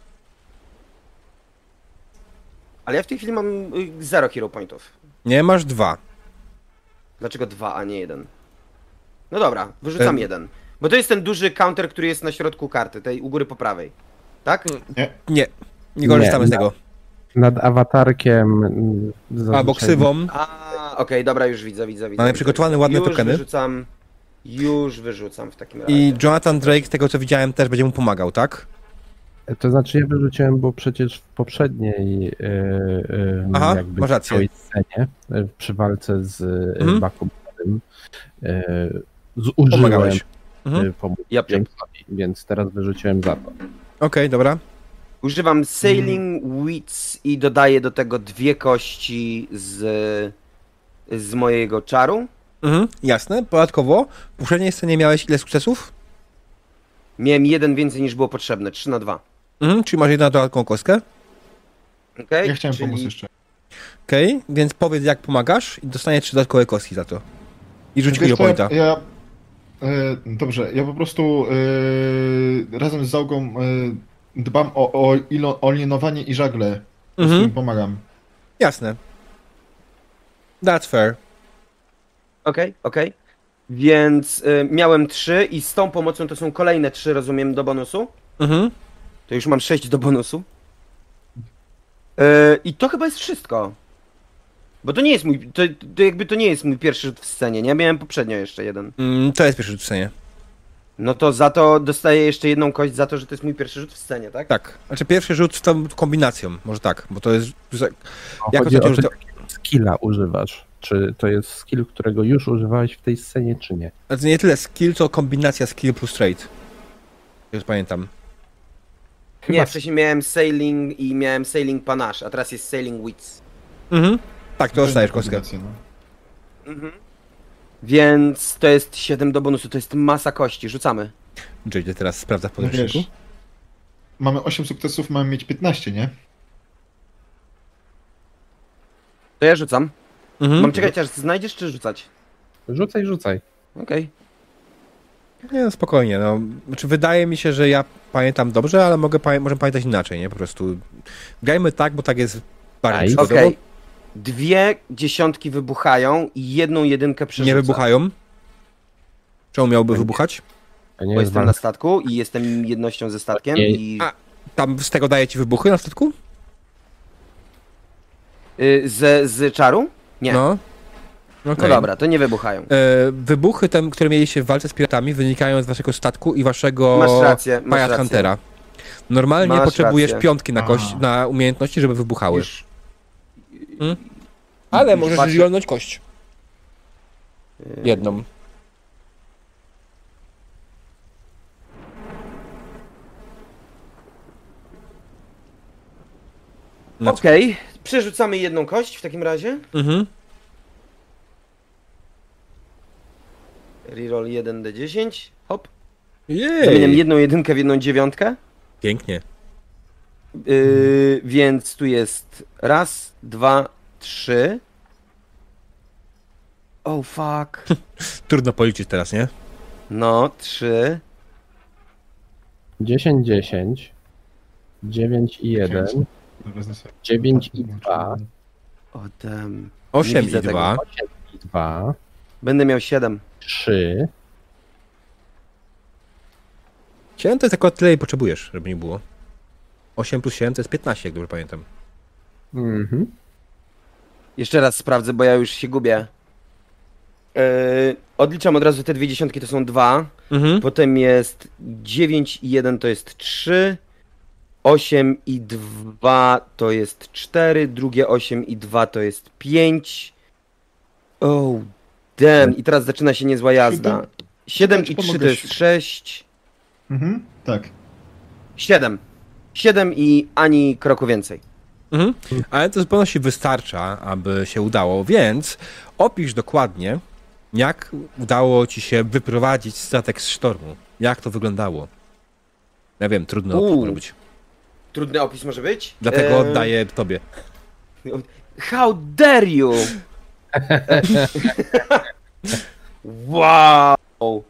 Ale ja w tej chwili mam y, zero Hero Pointów. Nie, masz dwa. Dlaczego dwa, a nie jeden? No dobra, wyrzucam Ten- jeden. Bo to jest ten duży counter, który jest na środku karty, tej u góry po prawej. Tak? Nie, nie korzystamy Nie, z tego. Nad awatarkiem. mm, zazwyczaj- Albo ksywą. A, okej, dobra, już widzę, widzę, widzę. Mamy widzę, przygotowane widzę. ładne już tokeny. Wyrzucam, już wyrzucam w takim razie. I Jonathan Drake, z tego co widziałem, też będzie mu pomagał, tak? To znaczy ja wyrzuciłem, bo przecież w poprzedniej yy, yy, Aha, jakby masz rację. całej scenie yy, przy walce z Mhm. mhm. Bakubem yy, zużyłem Pomagałeś. Mhm. yy, pomóc Yep, yep. Jamesowi, więc teraz wyrzuciłem za to. Okej, dobra. Używam Sailing Wits i dodaję do tego dwie kości z, z mojego czaru. Mhm, jasne. Dodatkowo, w poprzedniej scenie miałeś ile sukcesów? Miałem jeden więcej niż było potrzebne, trzy na dwa. Mhm, czyli masz jedną dodatkową kostkę. Okay? Ja chciałem Czyli... pomóc jeszcze. Okej, więc powiedz jak pomagasz i dostaniesz trzy dodatkowe kostki za to. I rzuć Wiesz Hero co, Pointa. Ja, e, dobrze, ja po prostu e, razem z załogą e, dbam o, o, ilo, o linowanie i żagle. Po prostu Mhm, im pomagam. jasne. That's fair. Okej, okej. Więc y, miałem trzy i z tą pomocą to są kolejne trzy, rozumiem, do bonusu. Mhm. To już mam sześć do bonusu. Y, I to chyba jest wszystko. Bo to nie jest mój, to, to jakby to nie jest mój pierwszy rzut w scenie, nie? Miałem poprzednio jeszcze jeden. Mm, to jest pierwszy rzut w scenie. No to za to dostaję jeszcze jedną kość za to, że to jest mój pierwszy rzut w scenie, tak? Tak. Znaczy pierwszy rzut z tą kombinacją, może tak, bo to jest... Jako Chodzi to, o że to, to... jakiego skilla używasz. Czy to jest skill, którego już używałeś w tej scenie, czy nie? Znaczy nie tyle skill, co kombinacja skill plus trade. Już pamiętam. Nie, Chyba- wcześniej miałem Sailing i miałem Sailing Panache, a teraz jest Sailing Wits. Mhm. Tak, to dostajesz kostkę. Kombinację, no. Mhm. Więc to jest siedem do bonusu, to jest masa kości, rzucamy. Jade teraz sprawdza w No podręczniku. wiesz, mamy osiem sukcesów, mamy mieć piętnaście, nie? To ja rzucam. Mhm. Mam czekać aż znajdziesz, czy rzucać? Rzucaj, rzucaj. Okej. Nie, no spokojnie, no. Znaczy wydaje mi się, że ja pamiętam dobrze, ale mogę pamię- możemy pamiętać inaczej, nie? Po prostu grajmy tak, bo tak jest bardziej Aj. przygodowo. Okej. Dwie dziesiątki wybuchają i jedną jedynkę przerzucę. Nie wybuchają. Czemu miałby wybuchać? To nie Bo jest jestem na walka. statku i jestem jednością ze statkiem Nie. i... A. Tam z tego daje ci wybuchy na statku? Y, z, z czaru? Nie. No, No. Okej. dobra, to nie wybuchają. E, wybuchy, te, które mieliście w walce z piratami, wynikają z waszego statku i waszego Masz rację, masz Pirate rację. Huntera. Normalnie Masz potrzebujesz rację. piątki na, kość, Aha. na umiejętności, żeby wybuchały. Już... Hmm? Ale już możesz patrzę- zionąć kość. y, Jedną. Na co? Okej, przerzucamy jedną kość w takim razie. Mhm. Reroll jeden d dziesięć. Hop. Jej. Zamieniam jedną jedynkę w jedną dziewiątkę. Pięknie. Yy, więc tu jest raz, dwa, trzy. Oh fuck. Trudno policzyć teraz, nie? No, trzy. dziesięć, dziesięć. dziewięć i jeden. Wezmę sobie- dziewięć i dwa. O damn. osiem widzę i tego. dwa. osiem i dwa. Będę miał siedem. trzy. siedem to jest akurat tyle, ile potrzebujesz, żeby nie było. osiem plus siedem to jest piętnaście, jak dobrze pamiętam. Mhm. Jeszcze raz sprawdzę, bo ja już się gubię. Yy, odliczam od razu te dwie dziesiątki, to są dwa. Mhm. Potem jest dziewięć i jeden to jest trzy. osiem i dwa to jest cztery. Drugie osiem i dwa to jest pięć. Oh damn. I teraz zaczyna się niezła jazda. siedem i trzy to Pomogę jest ci. sześć. Mhm, tak. siedem. siedem i ani kroku więcej. Mhm. Ale to zupełnie wystarcza, aby się udało, więc opisz dokładnie, jak udało ci się wyprowadzić statek z sztormu. Jak to wyglądało? Ja wiem, trudno opis może być. Trudny opis może być? Dlatego Eee... oddaję tobie. How dare you! Wow!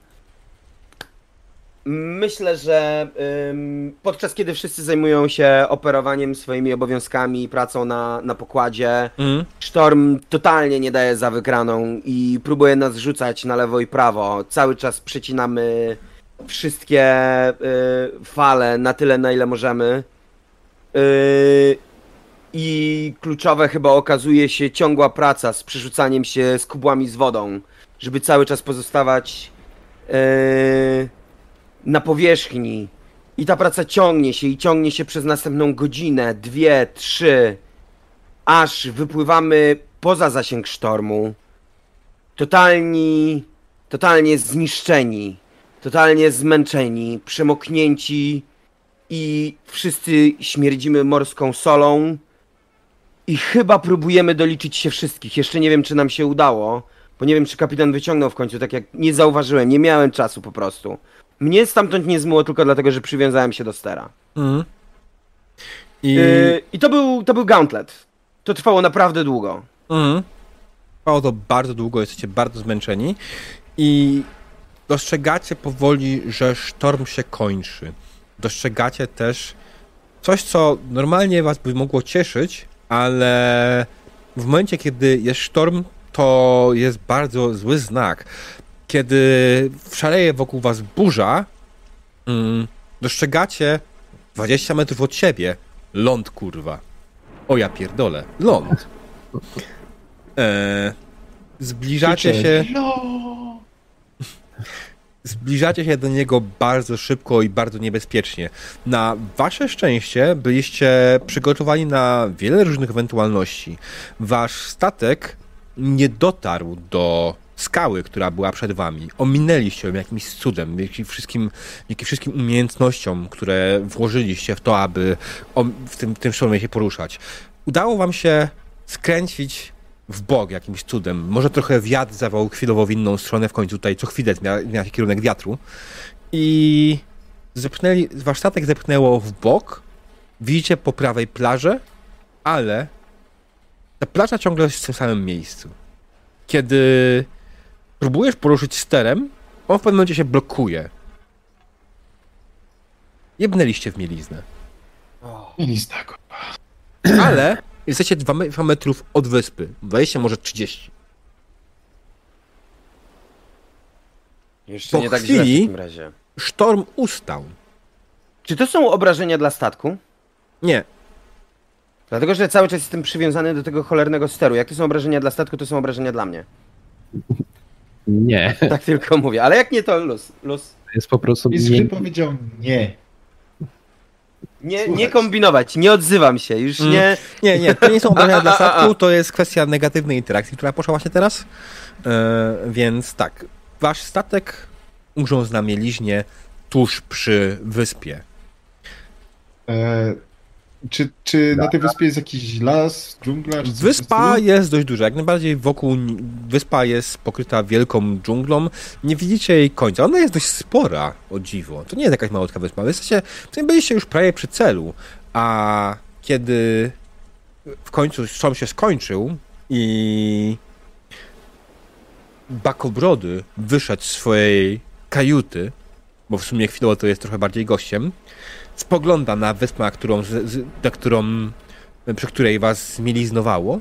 Myślę, że ym, podczas kiedy wszyscy zajmują się operowaniem, swoimi obowiązkami, pracą na, na pokładzie, Mm. Sztorm totalnie nie daje za wygraną i próbuje nas rzucać na lewo i prawo. Cały czas przecinamy wszystkie y, fale na tyle, na ile możemy. Y, I kluczowe chyba okazuje się ciągła praca z przerzucaniem się z kubłami z wodą, żeby cały czas pozostawać yy, na powierzchni. I ta praca ciągnie się i ciągnie się przez następną godzinę, dwie, trzy, aż wypływamy poza zasięg sztormu. Totalni, totalnie zniszczeni, totalnie zmęczeni, przemoknięci i wszyscy śmierdzimy morską solą. I chyba próbujemy doliczyć się wszystkich. Jeszcze nie wiem, czy nam się udało, bo nie wiem, czy kapitan wyciągnął w końcu, tak jak nie zauważyłem, nie miałem czasu po prostu. Mnie stamtąd nie zmyło tylko dlatego, że przywiązałem się do stera. Mm. I, yy, I to był, to był gauntlet. To trwało naprawdę długo. mm. Trwało to bardzo długo, jesteście bardzo zmęczeni i dostrzegacie powoli, że sztorm się kończy. Dostrzegacie też coś, co normalnie was by mogło cieszyć, ale w momencie, kiedy jest sztorm, to jest bardzo zły znak. Kiedy szaleje wokół was burza, mm, dostrzegacie dwadzieścia metrów od siebie ląd, kurwa. O ja pierdolę, ląd. E, zbliżacie się... Zbliżacie się do niego bardzo szybko i bardzo niebezpiecznie. Na wasze szczęście byliście przygotowani na wiele różnych ewentualności. Wasz statek nie dotarł do skały, która była przed wami. Ominęliście ją jakimś cudem, dzięki wszystkim, dzięki wszystkim umiejętnościom, które włożyliście w to, aby w tym, tym sztormie się poruszać. Udało wam się skręcić w bok jakimś cudem. Może trochę wiatr zawał chwilowo w inną stronę, w końcu tutaj co chwilę zmienia się kierunek wiatru. I zepchnęli, wasz statek zepchnęło w bok. Widzicie po prawej plażę, ale ta plaża ciągle jest w tym samym miejscu. Kiedy próbujesz poruszyć sterem, on w pewnym momencie się blokuje. Jebnęliście w mieliznę. Mielizna, Ale jesteście dwa metrów od wyspy. dwadzieścia, może trzydzieści. Jeszcze Po nie tak chwili źle w takim razie. Sztorm ustał. Czy to są obrażenia dla statku? Nie. Dlatego, że cały czas jestem przywiązany do tego cholernego steru. Jak to są obrażenia dla statku, to są obrażenia dla mnie. Nie. Tak tylko mówię. Ale jak nie, to luz. luz. To jest po prostu... Mistrz Nie... powiedział nie. Nie, nie kombinować, nie odzywam się, już Mm. nie... Nie, nie, to nie są obrażenia A, a, dla a, a. statku, to jest kwestia negatywnej interakcji, która poszła właśnie teraz. E, więc tak, wasz statek urządza na mieliźnie tuż przy wyspie. E, czy czy na tej wyspie jest jakiś las, dżungla? Czy coś w tym Wyspa stylu? jest dość duża, jak najbardziej wokół, wyspa jest pokryta wielką dżunglą, nie widzicie jej końca, ona jest dość spora, o dziwo, to nie jest jakaś malutka wyspa, wy jesteście, w byliście już prawie przy celu, a kiedy w końcu sztorm się skończył i Bakobrody wyszedł z swojej kajuty, bo w sumie chwilowo to jest trochę bardziej gościem, spogląda na wyspę, na którą, na którą, przy której was zmieliznowało.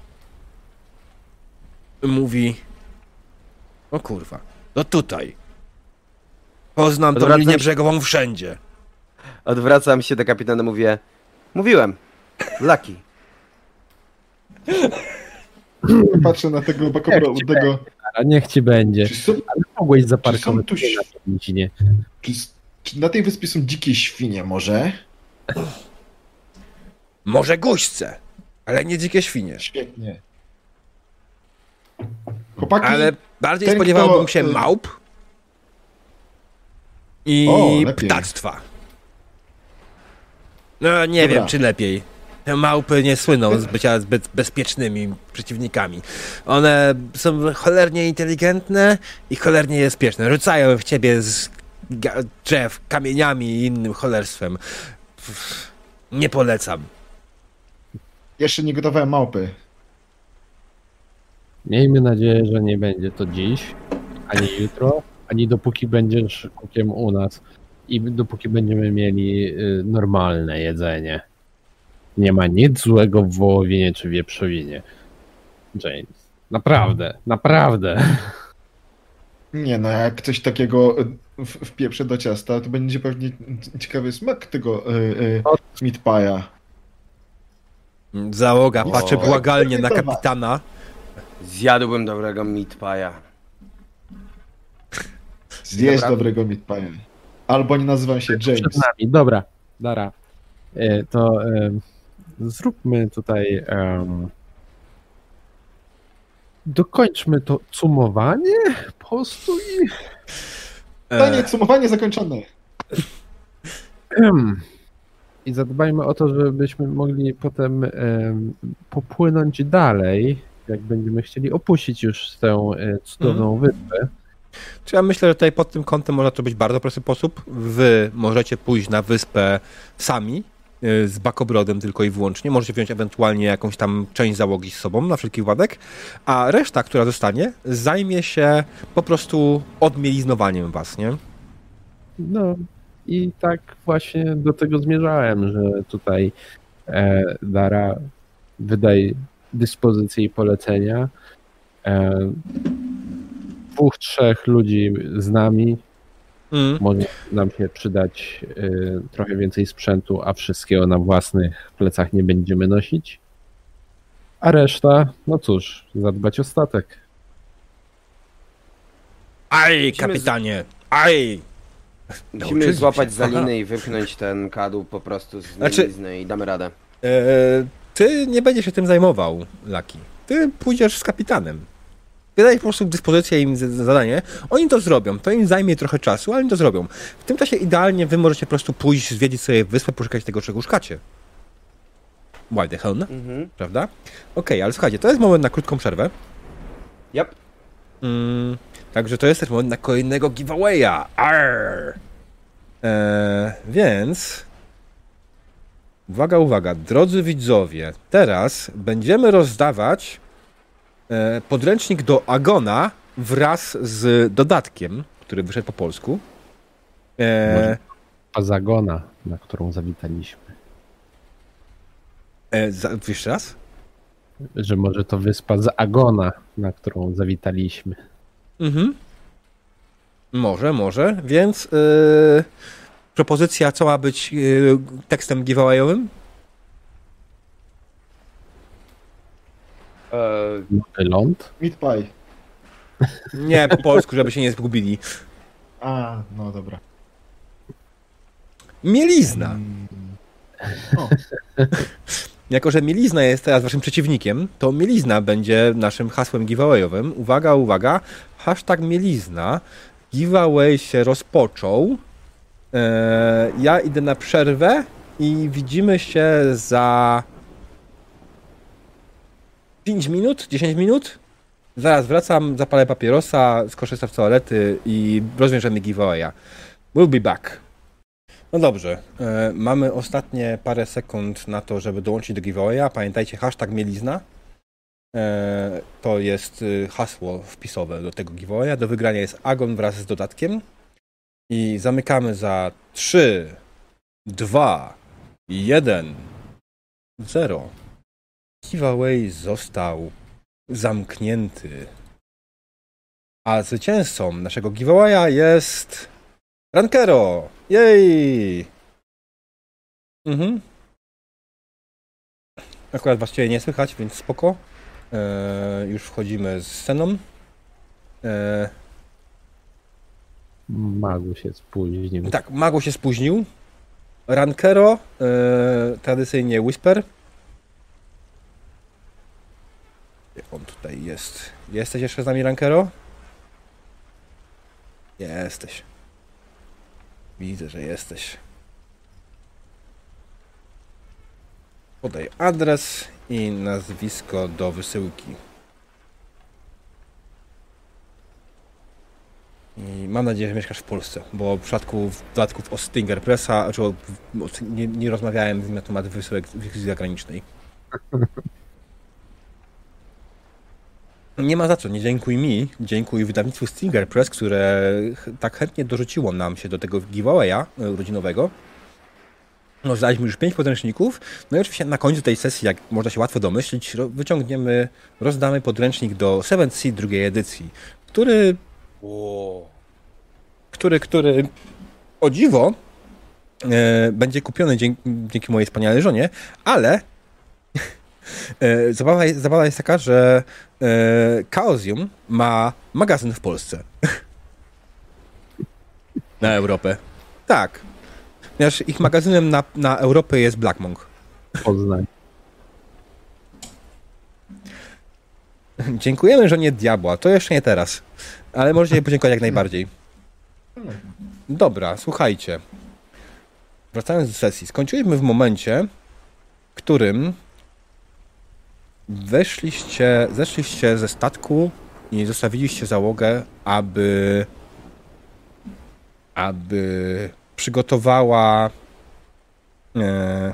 Mówi: o kurwa, no tutaj. Poznam tą Odwracam linię się- brzegową wszędzie. Odwracam się do kapitana, mówię... Mówiłem. Lucky. Patrzę na tego bakobro, tego... A niech ci będzie. Czy, są, Ale mogłeś zaparkować Czy są tu- na nie. czy, czy na tej wyspie są dzikie świnie może? Może guźce, ale nie dzikie świnie. Świetnie. Chłopaki, Ale bardziej ten, spodziewałbym kto- się małp i O, lepiej. ptactwa. No nie Dobra. wiem, czy lepiej. Te małpy nie słyną z bycia zbyt bezpiecznymi przeciwnikami. One są cholernie inteligentne i cholernie bezpieczne. Rzucają w ciebie z ga- drzew kamieniami i innym cholerstwem. Pff, nie polecam. Jeszcze nie gotowałem małpy. Miejmy nadzieję, że nie będzie to dziś, ani jutro, ani dopóki będziesz kukiem u nas i dopóki będziemy mieli y, normalne jedzenie. Nie ma nic złego w wołowinie czy wieprzowinie. James. Naprawdę, naprawdę. Nie no, jak coś takiego w- wpieprzę do ciasta, to będzie pewnie ciekawy smak tego y, y, meat pie'a. Załoga O. patrzy błagalnie na Gotowa. kapitana. Zjadłbym dobrego meat pie'a. Zjeść Dobra. dobrego meat pie'a. Albo nie nazywam się James. Przed nami. Dobra, Dara. Y, To y, zróbmy tutaj. em, dokończmy to cumowanie po prostu i. Pytanie, sumowanie zakończone. Em, I zadbajmy o to, żebyśmy mogli potem em, popłynąć dalej, jak będziemy chcieli opuścić już tę e, cudowną wyspę. Czy ja myślę, że tutaj pod tym kątem można to być w bardzo prosty sposób. Wy możecie pójść na wyspę sami, y, z bakobrodem tylko i wyłącznie. Możecie wziąć ewentualnie jakąś tam część załogi z sobą, na wszelki wypadek, a reszta, która zostanie, zajmie się po prostu odmieliznowaniem was, nie? No i tak właśnie do tego zmierzałem, że tutaj e, Dara wydaj dyspozycje i polecenia. E, dwóch, trzech ludzi z nami. Mm. Może nam się przydać y, trochę więcej sprzętu, a wszystkiego na własnych plecach nie będziemy nosić. A reszta, no cóż, zadbać o statek. Aj, Musimy kapitanie! Aj! Musimy Nauczyli złapać się. za Aha. linę i wypchnąć ten kadłub po prostu z Znaczy- mielizny i damy radę. E, ty nie będziesz się tym zajmował, Laki. Ty pójdziesz z kapitanem. Wydaj po prostu dyspozycję im z- z- zadanie. Oni to zrobią. To im zajmie trochę czasu, ale oni to zrobią. W tym czasie idealnie wy możecie po prostu pójść, zwiedzić sobie wyspę, poszukać tego, czego szukacie. Why the hell, no? Mhm. Prawda? Okej, ale słuchajcie, to jest moment na krótką przerwę. Yep. Mm, także to jest też moment na kolejnego giveawaya. Arr! Eee, więc... Uwaga, uwaga, drodzy widzowie, teraz będziemy rozdawać e, podręcznik do Agona wraz z dodatkiem, który wyszedł po polsku. E, A zagona, na którą zawitaliśmy. e, za, jeszcze raz? Że może to wyspa z Agona, na którą zawitaliśmy. Mhm. Może, może, więc e, propozycja, co ma być e, tekstem giveawayowym? Eee, Nowy ląd? Meat pie. Nie, po polsku, żeby się nie zgubili. A, no dobra. Mielizna. Mm. O, Jako że mielizna jest teraz waszym przeciwnikiem, to mielizna będzie naszym hasłem giveawayowym. Uwaga, uwaga, hashtag mielizna. Giveaway się rozpoczął. Eee, ja idę na przerwę i widzimy się za pięć minut, dziesięć minut. Zaraz wracam, zapalę papierosa, skorzystam z toalety i rozwiążemy giveawaya. We'll be back. No dobrze, e, mamy ostatnie parę sekund na to, żeby dołączyć do giveawaya. Pamiętajcie, hashtag mielizna. E, to jest y, hasło wpisowe do tego giveawaya. Do wygrania jest Agon wraz z dodatkiem. I zamykamy za trzy, dwa, jeden, zero. Giveaway został zamknięty. A zwycięzcą naszego giveawaya jest Rankero! Jej! Mhm. Akurat właściwie nie słychać, więc spoko. Eee, już wchodzimy z sceną. Eee, Magu się spóźnił. tak, Mago się spóźnił. Rankero, eee, tradycyjnie Whisper. Jak on tutaj jest? Jesteś jeszcze z nami, Rankero? Jesteś. Widzę, że jesteś. Podaj adres i nazwisko do wysyłki. I mam nadzieję, że mieszkasz w Polsce, bo w przypadku dodatków o Stinger Pressa, znaczy o, nie, nie rozmawiałem z nim na temat wysyłek zagranicznej. Nie ma za co, nie dziękuj mi, dziękuj wydawnictwu Stinger Press, które tak chętnie dorzuciło nam się do tego giveawaya rodzinowego. No, zdaliśmy już pięć podręczników, no i oczywiście na końcu tej sesji, jak można się łatwo domyślić, wyciągniemy, rozdamy podręcznik do Seventh Sea drugiej edycji, który... Wow. Który, który o dziwo e, będzie kupiony dzięki, dzięki mojej wspaniałej żonie, ale e, zabawa, jest, zabawa jest taka, że e, Chaosium ma magazyn w Polsce. Na Europę. Tak. Ponieważ ich magazynem na, na Europę jest Black Monk. Poznań. Dziękujemy żonie Diabła. To jeszcze nie teraz. Ale możecie jej podziękować jak najbardziej. Dobra, słuchajcie. Wracając do sesji. Skończyliśmy w momencie, w którym weszliście, zeszliście ze statku i zostawiliście załogę, aby aby przygotowała e...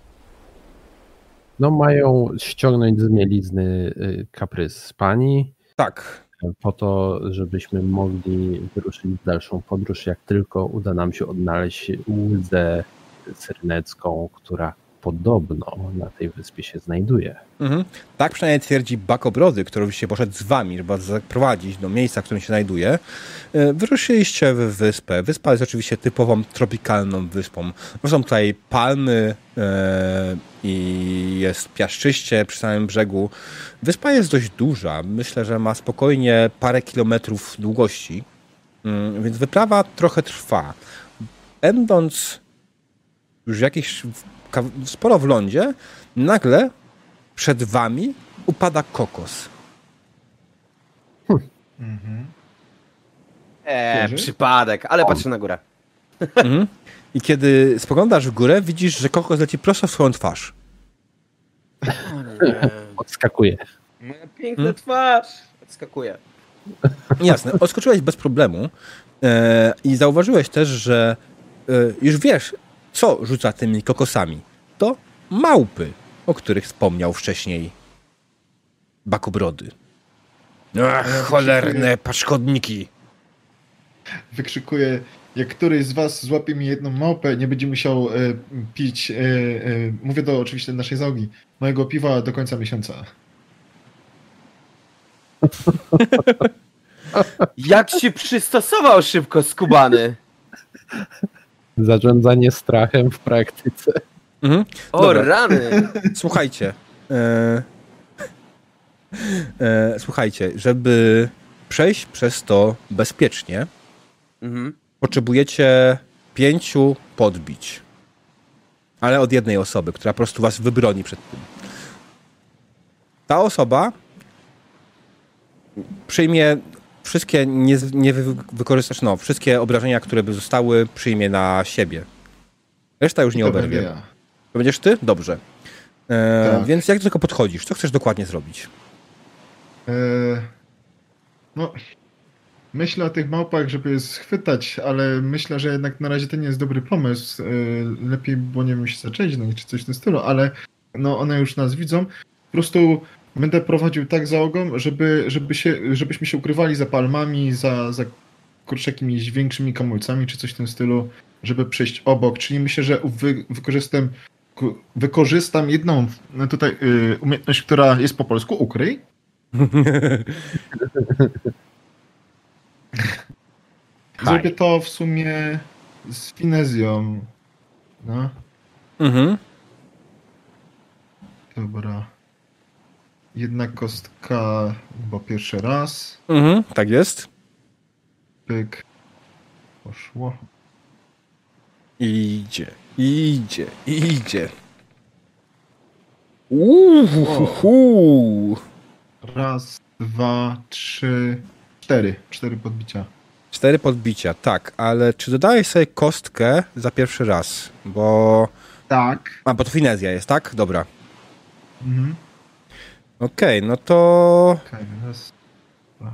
no mają ściągnąć z mielizny kaprys z pani. Tak. Po to, żebyśmy mogli wyruszyć w dalszą podróż, jak tylko uda nam się odnaleźć łzę syrenecką, która podobno na tej wyspie się znajduje. Mhm. Tak przynajmniej twierdzi Bakobrody, który się poszedł z wami, żeby was zaprowadzić do miejsca, w którym się znajduje. Wyruszyliście w wyspę. Wyspa jest oczywiście typową tropikalną wyspą. Są tutaj palmy e, i jest piaszczyście przy samym brzegu. Wyspa jest dość duża. Myślę, że ma spokojnie parę kilometrów długości, więc wyprawa trochę trwa. Będąc już jakieś sporo w lądzie, nagle przed wami upada kokos. Mhm. Eee, przypadek, ale patrzę na górę. Mhm. I kiedy spoglądasz w górę, widzisz, że kokos leci prosto w swoją twarz. Odskakuje. Moja piękna hmm? twarz. Odskakuje. Jasne, odskoczyłeś bez problemu e, i zauważyłeś też, że e, już wiesz, co rzuca tymi kokosami. To małpy, o których wspomniał wcześniej Bakobrody. Ach, cholerne paszkodniki. Wykrzykuję, jak któryś z was złapie mi jedną małpę, nie będzie musiał e, pić, e, e, mówię do oczywiście naszej załogi, mojego piwa do końca miesiąca. Jak się przystosował szybko skubany. Zarządzanie strachem w praktyce. Mhm. O, dobra. Rany! Słuchajcie. E, e, słuchajcie, żeby przejść przez to bezpiecznie, mhm. potrzebujecie pięciu podbić. Ale od jednej osoby, która po prostu was wybroni przed tym. Ta osoba przyjmie wszystkie nie, nie wykorzystać, no, wszystkie obrażenia, które by zostały, przyjmie na siebie. Reszta już nie oberwie. Ja. To będziesz ty? Dobrze. E, tak. Więc jak do tego podchodzisz? Co chcesz dokładnie zrobić? E, no, myślę o tych małpach, żeby je schwytać, ale myślę, że jednak na razie to nie jest dobry pomysł. E, lepiej było, nie wiem, się zacząć, no, czy coś w tym stylu, ale no, one już nas widzą. Po prostu będę prowadził tak załogą, żeby, żeby się, żebyśmy się ukrywali za palmami, za, za kurczę, jakimiś większymi kamulcami, czy coś w tym stylu, żeby przejść obok. Czyli myślę, że wy, wykorzystam, wykorzystam jedną tutaj y, umiejętność, która jest po polsku, ukryj. Zrobię to w sumie z finezją. No. Mhm. Dobra. Jedna kostka, bo pierwszy raz. Mhm, tak jest. Pyk. Poszło. Idzie, idzie, idzie. Uhuhu. Raz, dwa, trzy, cztery. Cztery podbicia. Cztery podbicia, tak, ale czy dodałeś sobie kostkę za pierwszy raz? Bo Tak. A, bo to finezja jest, tak? Dobra. Mhm. Okej, okay, no to... Okej, okay, raz, dwa.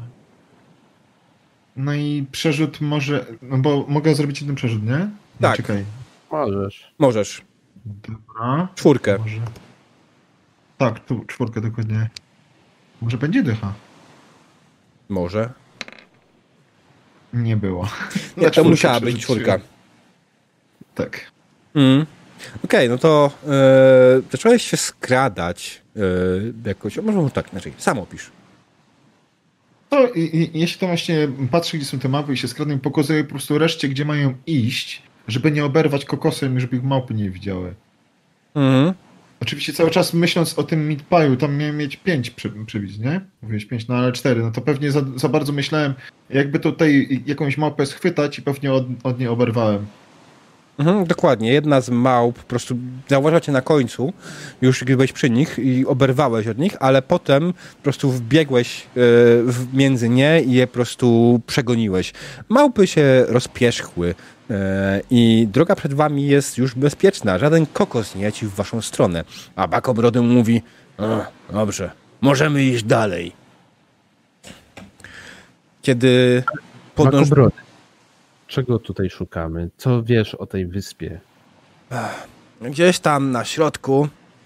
No i przerzut może... No bo mogę zrobić jeden przerzut, nie? No, tak. Czekaj. Możesz. Możesz. Dobra. Czwórkę. Może... Tak, tu czwórkę dokładnie. Może będzie dycha? Może. Nie było. Nie, to czwórkę musiała być czwórka. Tak. Mm. Okej, okay, no to yy, zacząłeś się skradać yy, jakoś, może tak, inaczej, sam opisz. To i, i, jeśli tam właśnie patrzę, gdzie są te mapy i się skradam, pokazuję po prostu reszcie, gdzie mają iść, żeby nie oberwać kokosem i żeby ich małpy nie widziały. Mhm. Oczywiście cały czas myśląc o tym meat pie'u, tam miałem mieć pięć przy, przybić, nie? Mówiłeś pięć, no ale cztery, no to pewnie za, za bardzo myślałem, jakby tutaj jakąś małpę schwytać i pewnie od, od niej oberwałem. Mhm, dokładnie. Jedna z małp po prostu zauważyła cię na końcu, już gdy byłeś przy nich i oberwałeś od nich, ale potem po prostu wbiegłeś yy, między nie i je po prostu przegoniłeś. Małpy się rozpierzchły yy, i droga przed wami jest już bezpieczna. Żaden kokos nie leci w waszą stronę. A Bakobrody mówi, dobrze, możemy iść dalej. Kiedy podąż... Bakobrody. Czego tutaj szukamy? Co wiesz o tej wyspie? Gdzieś tam na środku,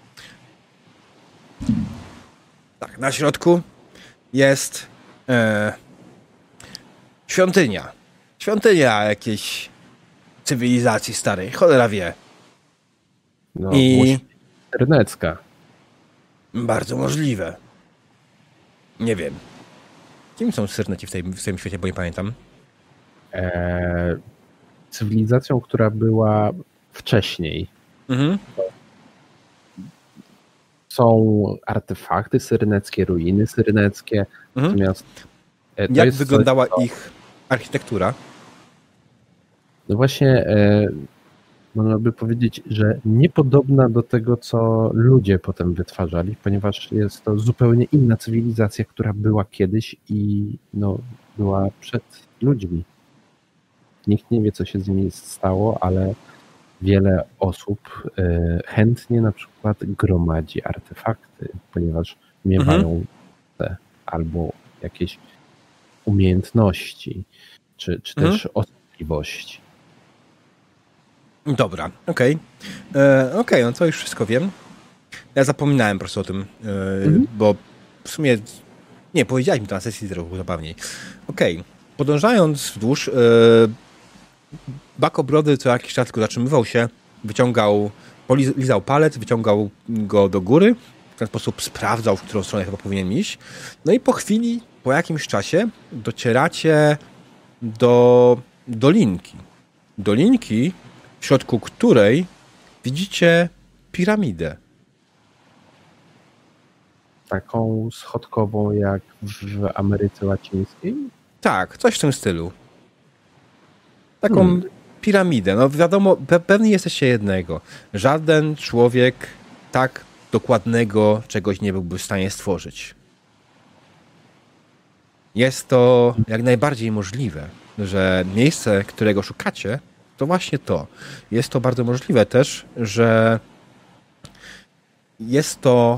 tak, na środku jest e, świątynia. Świątynia jakiejś cywilizacji starej. Cholera wie. No, I Ternecka. Bardzo możliwe. Nie wiem. Kim są Syrneci w, tej, w tym świecie, bo nie pamiętam. E, cywilizacją, która była wcześniej. Mhm. Są artefakty syrneckie, ruiny syrneckie. Mhm. Natomiast e, to Jak jest wyglądała coś, ich architektura? No właśnie, e, można by powiedzieć, że niepodobna do tego, co ludzie potem wytwarzali, ponieważ jest to zupełnie inna cywilizacja, która była kiedyś i no, była przed ludźmi. Nikt nie wie, co się z nimi stało, ale wiele osób e, chętnie na przykład gromadzi artefakty, ponieważ miewają mhm. te albo jakieś umiejętności, czy, czy mhm. też osobliwości. Dobra, okej. Okay. Okej, okay, no to już wszystko wiem. Ja zapominałem po prostu o tym, e, mhm. bo w sumie nie, powiedziałeś mi to na sesji trochę zabawniej. Okej, okay. Podążając wzdłuż, e, Bakobrody co jakiś czas tylko zatrzymywał się, wyciągał, polizał palec, wyciągał go do góry, w ten sposób sprawdzał, w którą stronę chyba powinien iść. No i po chwili, po jakimś czasie docieracie do dolinki. Dolinki, w środku której widzicie piramidę. Taką schodkową jak w Ameryce Łacińskiej? Tak, coś w tym stylu. Taką hmm. piramidę. No wiadomo, pe- pewni jesteście jednego. Żaden człowiek tak dokładnego czegoś nie byłby w stanie stworzyć. Jest to jak najbardziej możliwe, że miejsce, którego szukacie, to właśnie to. Jest to bardzo możliwe też, że jest to...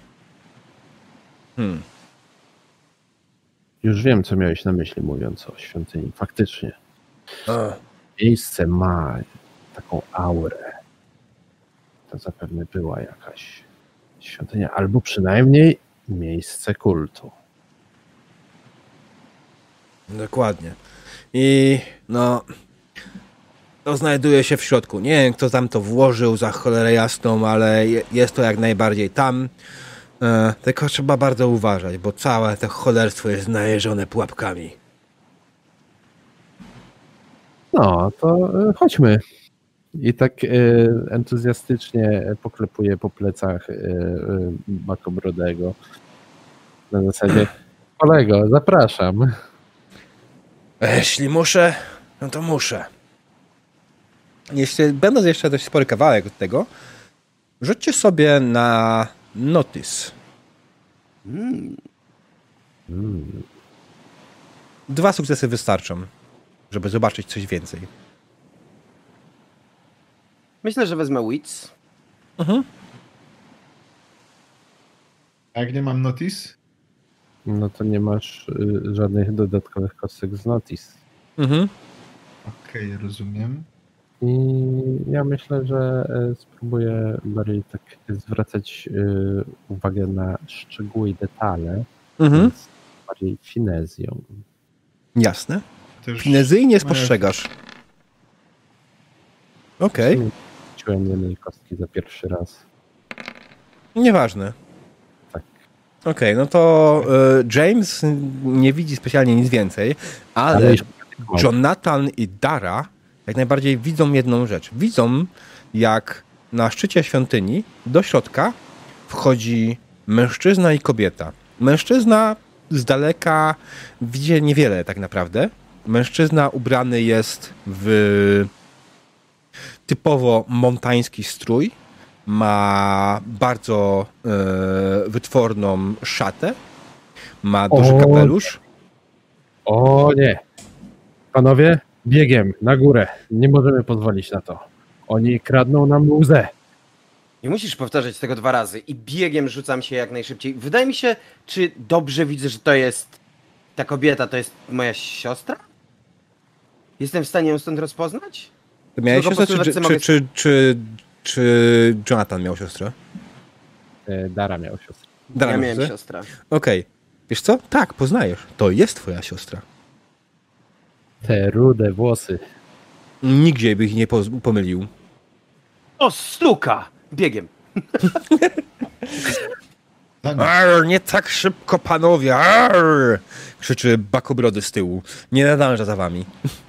Hmm. Już wiem, co miałeś na myśli, mówiąc o świątyni. Faktycznie. A. Miejsce ma taką aurę. To zapewne była jakaś świątynia, albo przynajmniej miejsce kultu. Dokładnie. I no... To znajduje się w środku. Nie wiem, kto tam to włożył za cholerę jasną, ale jest to jak najbardziej tam. E, tylko trzeba bardzo uważać, bo całe to cholerstwo jest najeżone pułapkami. No, to chodźmy. I tak e, entuzjastycznie poklepuję po plecach e, e, Bakobrodego. Na zasadzie, kolego, zapraszam. Jeśli muszę, no to muszę. Jeśli będąc jeszcze dość spory kawałek od tego, rzućcie sobie na notice. Mm. Mm. Dwa sukcesy wystarczą, żeby zobaczyć coś więcej. Myślę, że wezmę Wits. Mhm. A jak nie mam notice? No to nie masz y, żadnych dodatkowych kostek z Notice. Mhm. Okej, okay, rozumiem. I ja myślę, że y, spróbuję bardziej tak zwracać y, uwagę na szczegóły i detale, Mhm. więc bardziej finezją. Jasne. Też Finezyjnie moja- spostrzegasz. Okej, Okay. Rzuciłem jednej kostki za pierwszy raz. nieważne. Tak. Okej, no to y, James nie widzi specjalnie nic więcej, ale, Ale już- Jonathan i Dara jak najbardziej widzą jedną rzecz. Widzą, jak na szczycie świątyni do środka wchodzi mężczyzna i kobieta. Mężczyzna z daleka widzi niewiele tak naprawdę. Mężczyzna ubrany jest w typowo montański strój. Ma bardzo e, wytworną szatę. Ma duży O, kapelusz. O nie! Panowie, biegiem na górę. Nie możemy pozwolić na to. Oni kradną nam łzę. Nie musisz powtarzać tego dwa razy i biegiem rzucam się jak najszybciej. Wydaje mi się, czy dobrze widzę, że to jest ta kobieta, to jest moja siostra? Jestem w stanie ją stąd rozpoznać? Ty miałeś Tylko siostrę, czy, po czy, mogę- czy, czy, czy Jonathan miał siostrę? E, Dara miał siostrę. Dara Ja miał miałem siostrę? siostrę. Okej. Wiesz co? Tak, poznajesz. To jest twoja siostra. Te rude włosy. Nigdzie by ich nie poz- pomylił. O, stuka! Biegiem. Za nim. Arr, nie tak szybko, panowie! Arr! Krzyczy Bakobrody z tyłu. Nie nadąża za wami.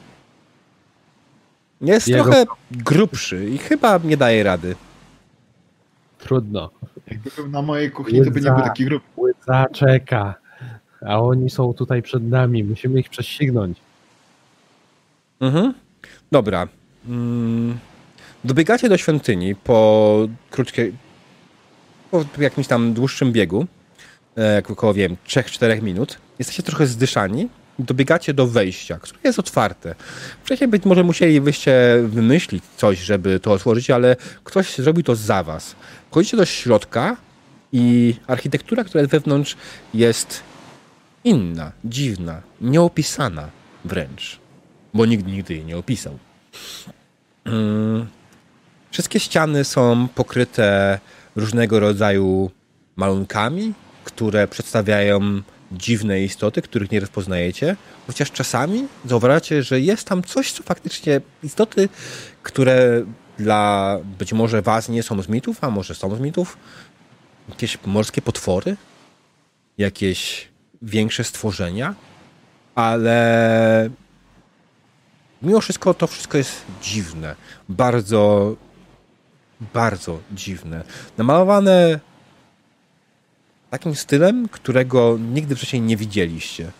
Jest Jego- trochę grubszy i chyba nie daje rady. Trudno. Jakby był na mojej kuchni, to by nie był taki gruby. Łyca czeka. A oni są tutaj przed nami. Musimy ich prześcignąć. Mhm. Dobra. Mm. Dobiegacie do świątyni po krótkiej, po jakimś tam dłuższym biegu, e, jak około, wiem, trzy cztery minut. Jesteście trochę zdyszani i dobiegacie do wejścia, które jest otwarte. Wcześniej być może musielibyście wymyślić coś, żeby to otworzyć, ale ktoś zrobił to za was. Wchodzicie do środka i architektura, która jest wewnątrz, jest inna, dziwna, nieopisana wręcz, bo nikt nigdy jej nie opisał. Mm. Wszystkie ściany są pokryte różnego rodzaju malunkami, które przedstawiają dziwne istoty, których nie rozpoznajecie, chociaż czasami zauważacie, że jest tam coś, co faktycznie istoty, które dla być może was nie są z mitów, a może są z mitów, jakieś morskie potwory, jakieś większe stworzenia, ale mimo wszystko to wszystko jest dziwne, bardzo bardzo dziwne. Namalowane takim stylem, którego nigdy wcześniej nie widzieliście.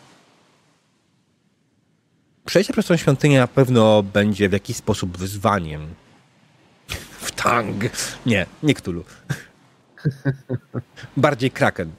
Przejście przez tą świątynię na pewno będzie w jakiś sposób wyzwaniem. W tang! Nie, nie Cthulhu. Bardziej Kraken.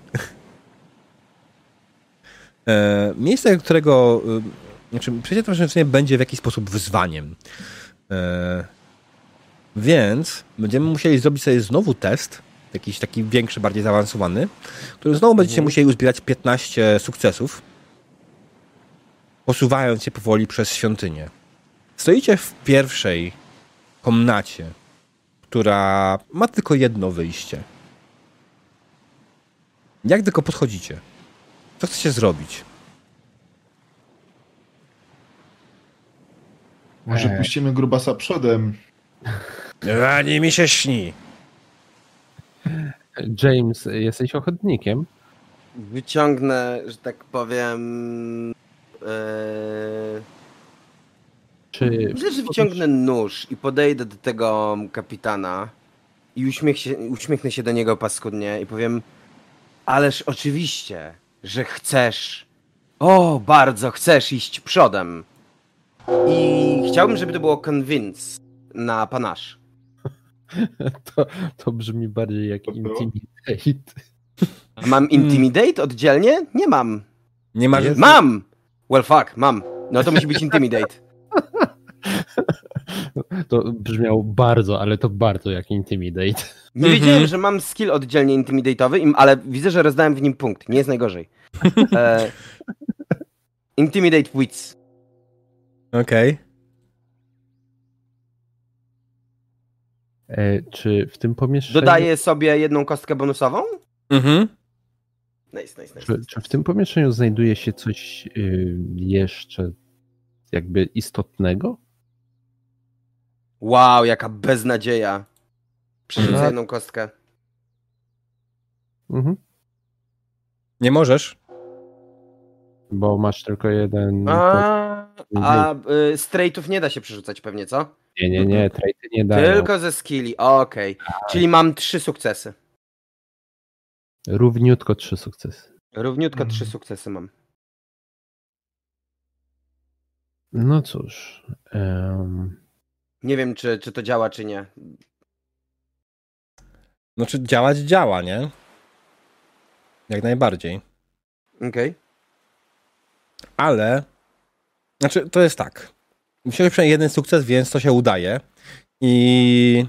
E, miejsce, którego e, znaczy, przejście przez tą świątynię będzie w jakiś sposób wyzwaniem. E, Więc będziemy musieli zrobić sobie znowu test, jakiś taki większy, bardziej zaawansowany, którym znowu będziecie Mhm. musieli uzbierać piętnaście sukcesów, posuwając się powoli przez świątynię. Stoicie w pierwszej komnacie, która ma tylko jedno wyjście. Jak tylko podchodzicie? Co chcecie zrobić? Może Eee. puścimy grubasa przodem. Ani mi się śni. James, jesteś ochotnikiem? Wyciągnę, że tak powiem... Yy... Czy Myślę, że wyciągnę nóż i podejdę do tego kapitana i uśmiech się, uśmiechnę się do niego paskudnie i powiem: ależ oczywiście, że chcesz, o, bardzo chcesz iść przodem. I chciałbym, żeby to było convince na panache. to, to brzmi bardziej jak To było? intimidate. A mam intimidate oddzielnie? Nie mam. Nie masz... Mam! Well fuck, mam. No to musi być intimidate. To brzmiało bardzo, ale to bardzo jak Intimidate. Nie Mhm. wiedziałem, że mam skill oddzielnie intimidate'owy, im- ale widzę, że rozdałem w nim punkt. Nie jest najgorzej. E, intimidate wits. Okej. E, czy w tym pomieszczeniu... Dodaję sobie jedną kostkę bonusową. Mhm. Nice, nice, nice. Czy, czy w tym pomieszczeniu znajduje się coś y, jeszcze jakby istotnego? Wow, jaka beznadzieja. Przerzucę Mhm. jedną kostkę. Mhm. Nie możesz? Bo masz tylko jeden... A, a y, straightów nie da się przerzucać pewnie, co? Nie, nie, nie, trajty nie dają. Tylko ze skilli, okej. Czyli mam trzy sukcesy. Równiutko trzy sukcesy. Równiutko trzy Mhm. sukcesy mam. No cóż... em, Nie wiem, czy, czy to działa, czy nie. Znaczy działać działa, nie? Jak najbardziej. Okej. Ale... Znaczy, to jest tak. Musiałeś przynajmniej jeden sukces, więc to się udaje. I...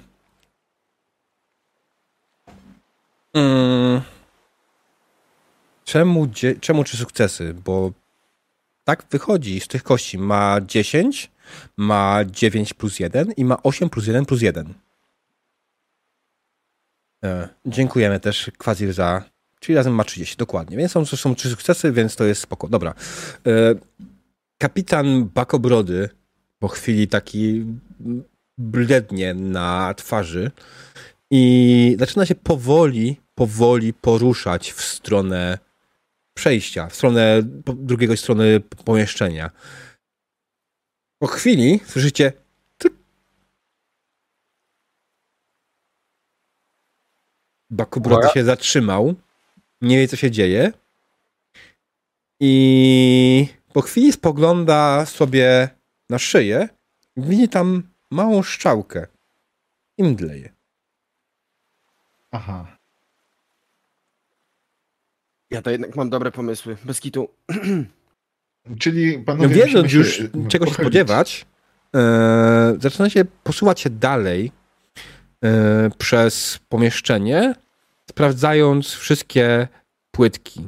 Mm. Czemu, dzie- czemu trzy sukcesy? Bo tak wychodzi z tych kości. Ma dziesięć, ma dziewięć plus jeden i ma osiem plus jeden plus jeden. E, dziękujemy też Kwazir za... Czyli razem ma trzydzieści, dokładnie. Więc są, są trzy sukcesy, więc to jest spoko. Dobra. E, kapitan Bakobrody po chwili taki blednie na twarzy i zaczyna się powoli, powoli poruszać w stronę przejścia, w stronę po- drugiej strony pomieszczenia. Po chwili słyszycie tyk. Bakobrody się zatrzymał. Nie wie, co się dzieje. I po chwili spogląda sobie na szyję i widzi tam małą szczałkę. I mdleje. Aha. Ja to jednak mam dobre pomysły. Bez kitu. Czyli No, panowie wiedząc musimy już, się czego się pochylić. spodziewać, e, zaczyna się posuwać się dalej e, przez pomieszczenie, sprawdzając wszystkie płytki.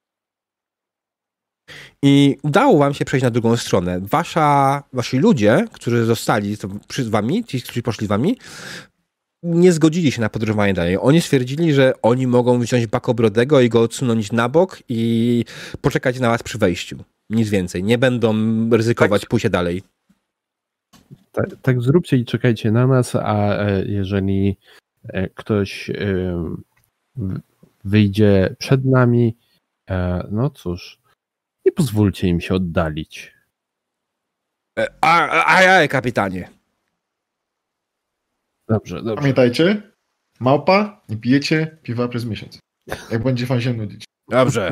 I udało wam się przejść na drugą stronę. Wasza, wasi ludzie, którzy zostali to przy z wami, ci, którzy poszli z wami, nie zgodzili się na podróżowanie dalej. Oni stwierdzili, że oni mogą wziąć Bakobrodego i go odsunąć na bok i poczekać na was przy wejściu. Nic więcej. Nie będą ryzykować Tak. pójścia dalej. Tak, tak zróbcie i czekajcie na nas, a e, jeżeli e, ktoś e, w- wyjdzie przed nami, e, no cóż, nie pozwólcie im się oddalić. E, A, a, a, a kapitanie. Dobrze, dobrze. Pamiętajcie, małpa, nie pijecie piwa przez miesiąc. Jak będzie wam się nudzić. Dobrze.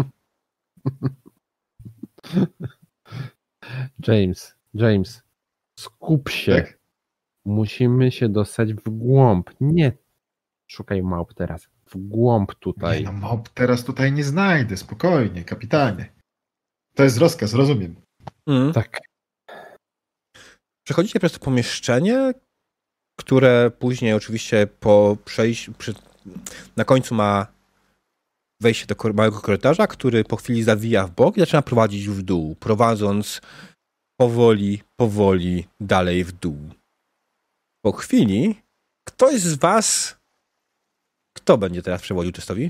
James, James, skup się. Tak? Musimy się dostać w głąb. Nie szukaj małp teraz. W głąb tutaj. Nie no, małp teraz tutaj nie znajdę. Spokojnie, kapitanie. To jest rozkaz, rozumiem. Mm. Tak. Przechodzicie przez to pomieszczenie, które później oczywiście po przejściu, przy, na końcu ma wejście do kor- małego korytarza, który po chwili zawija w bok i zaczyna prowadzić w dół, prowadząc powoli, powoli dalej w dół. Po chwili ktoś z was... Kto będzie teraz przewodził testowi?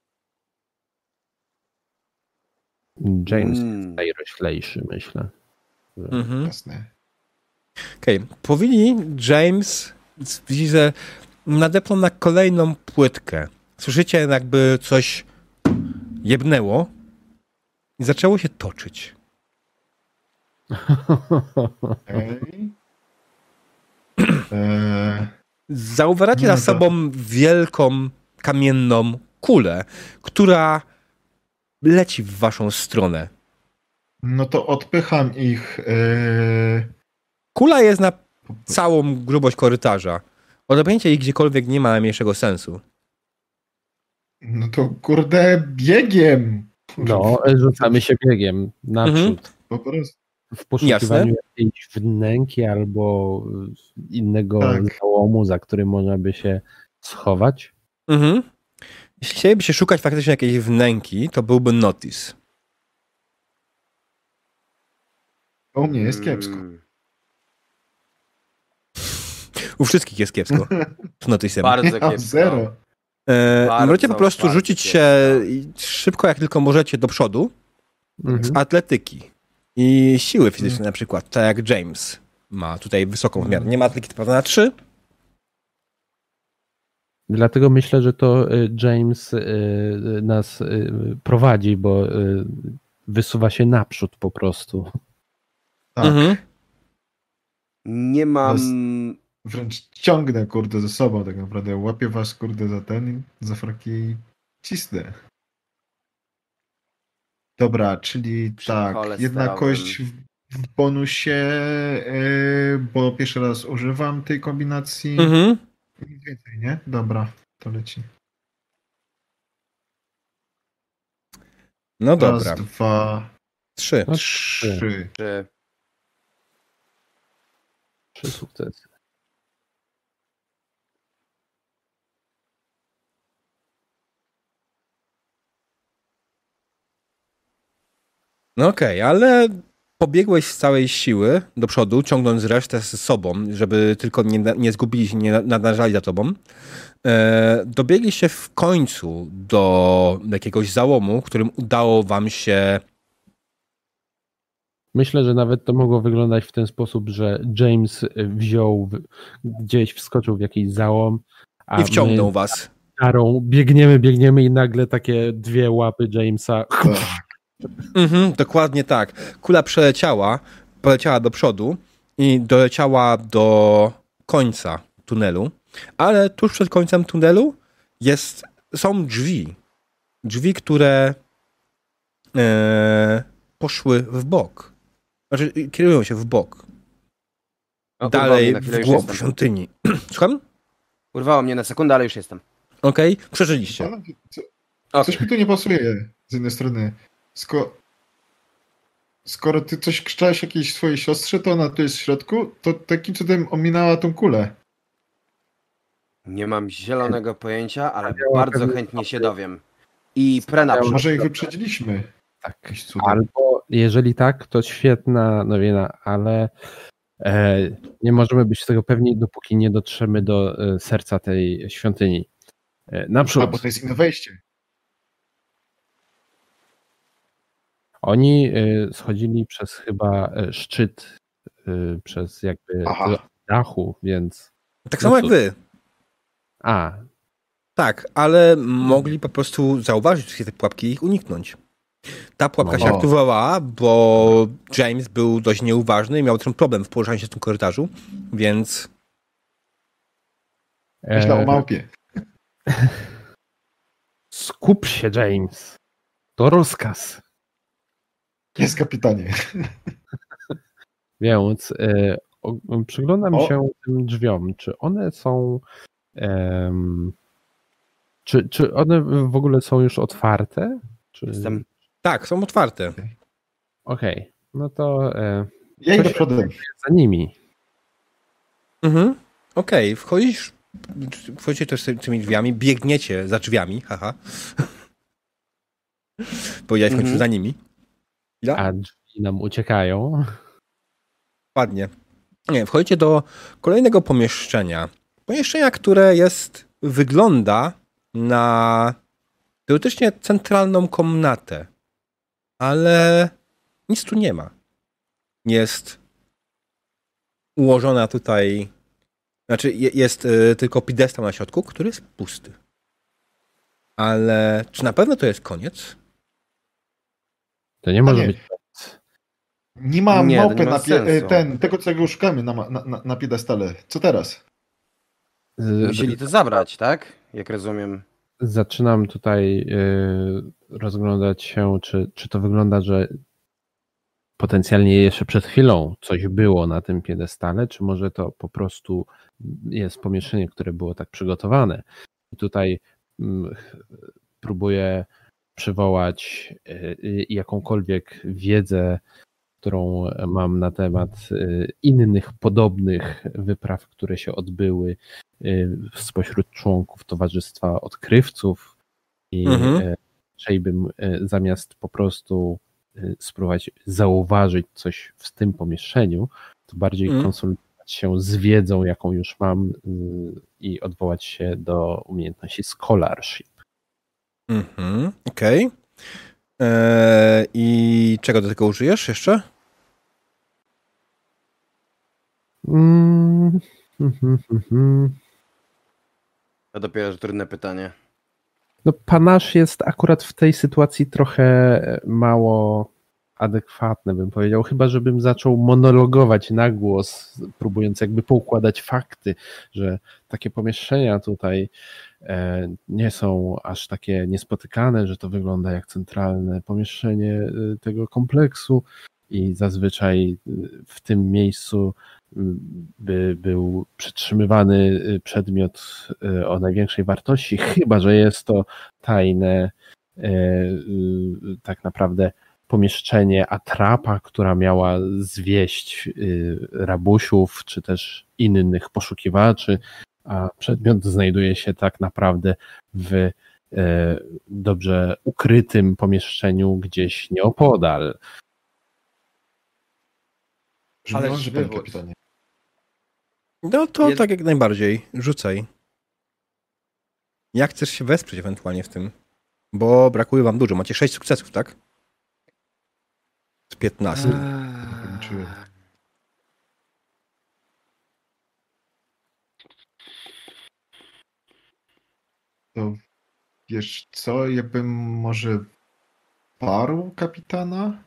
James Mm. najroślejszy, myślę. Mhm. Jasne. Okej. Okay. Powoli James widzi, że nadepnął na kolejną płytkę. Słyszycie, jakby coś jebnęło i zaczęło się toczyć. Okej. Eee, Zauważacie No za to- sobą wielką, kamienną kulę, która leci w waszą stronę. no to odpycham ich. Eee, Kula jest na całą grubość korytarza. Odepchnięcie ich gdziekolwiek nie ma najmniejszego sensu. no to kurde, biegiem. No, rzucamy się biegiem naprzód. Po prostu. w poszukiwaniu jakiejś wnęki albo innego Tak. załomu, za którym można by się schować. Mhm. Jeśli chcieliby się szukać faktycznie jakiejś wnęki, to byłby notice. U mnie jest kiepsko. Mm, U wszystkich jest kiepsko. Z notice'em. bardzo Ja mam kiepsko. zero. E, Bardzo, możecie po prostu bardzo rzucić kiepsko. się szybko, jak tylko możecie, do przodu z Mhm. atletyki i siły fizycznej na przykład, tak jak James ma tutaj wysoką w miarę. Nie ma atletyki, to prawda, na trzy? Dlatego myślę, że to y, James y, nas y, prowadzi, bo y, wysuwa się naprzód po prostu. Tak. Mhm. Nie mam... Wręcz ciągnę, kurde, ze sobą tak naprawdę. Łapię was, kurde, za ten i za fraki i cisnę. Dobra, czyli Przy tak, kole jedna sterowym. kość w, w bonusie, yy, bo pierwszy raz używam tej kombinacji. Mhm. Nic więcej, nie? Dobra, to leci. No Raz, dobra. dwa, Trzy. No, trzy. Czy... Trzy sukcesy. No okej, ale pobiegłeś z całej siły do przodu, ciągnąc resztę z sobą, żeby tylko nie, nie zgubili się, nie nadążali za tobą. E, dobiegliście w końcu do jakiegoś załomu, którym udało wam się... Myślę, że nawet to mogło wyglądać w ten sposób, że James wziął, w- gdzieś wskoczył w jakiś załom, a I wciągnął my was. Tarą biegniemy, biegniemy i nagle takie dwie łapy Jamesa. Tak. Mhm, dokładnie tak. Kula przeleciała, poleciała do przodu i doleciała do końca tunelu, ale tuż przed końcem tunelu jest, są drzwi. Drzwi, które e, poszły w bok. Znaczy, kierują się w bok. O, Dalej urwało mnie na chwilę, w już głąb jestem. świątyni. Słucham? Urwało mnie na sekundę, ale już jestem. Okej, przeżyliście. Panowie, co, Okay. Coś mi tu nie pasuje z jednej strony. Sko skoro ty coś krzyczałeś jakiejś swojej siostrze, to ona tu jest w środku, to takim cudem ominęła tą kulę. Nie mam zielonego pojęcia, ale Miała bardzo pewnie chętnie się dowiem. I pre naprzód. Może ich wyprzedziliśmy. Tak. Jakimś cudem. Albo jeżeli tak, to świetna nowina, ale e, nie możemy być tego pewni, dopóki nie dotrzemy do e, serca tej świątyni. E, naprzód. A, bo to jest inne wejście. Oni e, schodzili przez chyba e, szczyt, e, przez jakby Aha. do dachu, więc... Tak No samo jak cóż. wy. A, Tak, ale mogli po prostu zauważyć wszystkie te pułapki i ich uniknąć. Ta pułapka No. się aktywowała, bo James był dość nieuważny i miał ten problem w poruszaniu się w tym korytarzu, więc Myślę e, o małpie. skup się, James. To rozkaz. Jest kapitanie. Więc e, o, przyglądam O. się tym drzwiom. Czy one są. Em, czy, czy one w ogóle są już otwarte? Czy... Jestem. tak, są otwarte. Okej, no to e, Ja idę Coś- przodem. za nimi. Mhm. Okej, wchodzisz, wchodzicie też z tymi drzwiami, biegniecie za drzwiami, haha. Powiedziałeś w końcu Mhm. za nimi. Ile? A drzwi nam uciekają. Ładnie. Nie, wchodzicie do kolejnego pomieszczenia. Pomieszczenia, które jest, wygląda na teoretycznie centralną komnatę, ale nic tu nie ma. Jest ułożona tutaj, znaczy je- jest y, tylko piedestał na środku, który jest pusty. Ale czy na pewno to jest koniec? To nie może nie. być. Nie ma Nie, to małpy nie ma na pie- sensu. ten, tego, czego szukamy na, ma- na, na, na piedestale. Co teraz? Z, Musieli to zabrać, tak? Jak rozumiem. Zaczynam tutaj y, rozglądać się, czy, czy to wygląda, że potencjalnie jeszcze przed chwilą coś było na tym piedestale, czy może to po prostu jest pomieszczenie, które było tak przygotowane. I tutaj mm, próbuję przywołać y, jakąkolwiek wiedzę którą mam na temat innych podobnych wypraw, które się odbyły spośród członków Towarzystwa Odkrywców i mhm. raczej bym zamiast po prostu spróbować zauważyć coś w tym pomieszczeniu, to bardziej mhm. konsultować się z wiedzą, jaką już mam i odwołać się do umiejętności scholarship. Mhm, okej. Okay. Eee, I czego do tego użyjesz jeszcze? Mm, mm, mm, mm. To dopiero trudne pytanie. No, panasz jest akurat w tej sytuacji trochę mało adekwatne, bym powiedział, chyba żebym zaczął monologować na głos, próbując jakby poukładać fakty, że takie pomieszczenia tutaj nie są aż takie niespotykane, że to wygląda jak centralne pomieszczenie tego kompleksu i zazwyczaj w tym miejscu by był przytrzymywany przedmiot o największej wartości, chyba że jest to tajne tak naprawdę pomieszczenie atrapa, która miała zwieść rabusiów czy też innych poszukiwaczy, a przedmiot znajduje się tak naprawdę w dobrze ukrytym pomieszczeniu gdzieś nieopodal. Ale pytanie. No to tak jak najbardziej. Rzucaj. Jak chcesz się wesprzeć ewentualnie w tym? Bo brakuje wam dużo. Macie sześć sukcesów, tak? Z piętnastu. Eee... To wiesz co, ja bym może parł kapitana?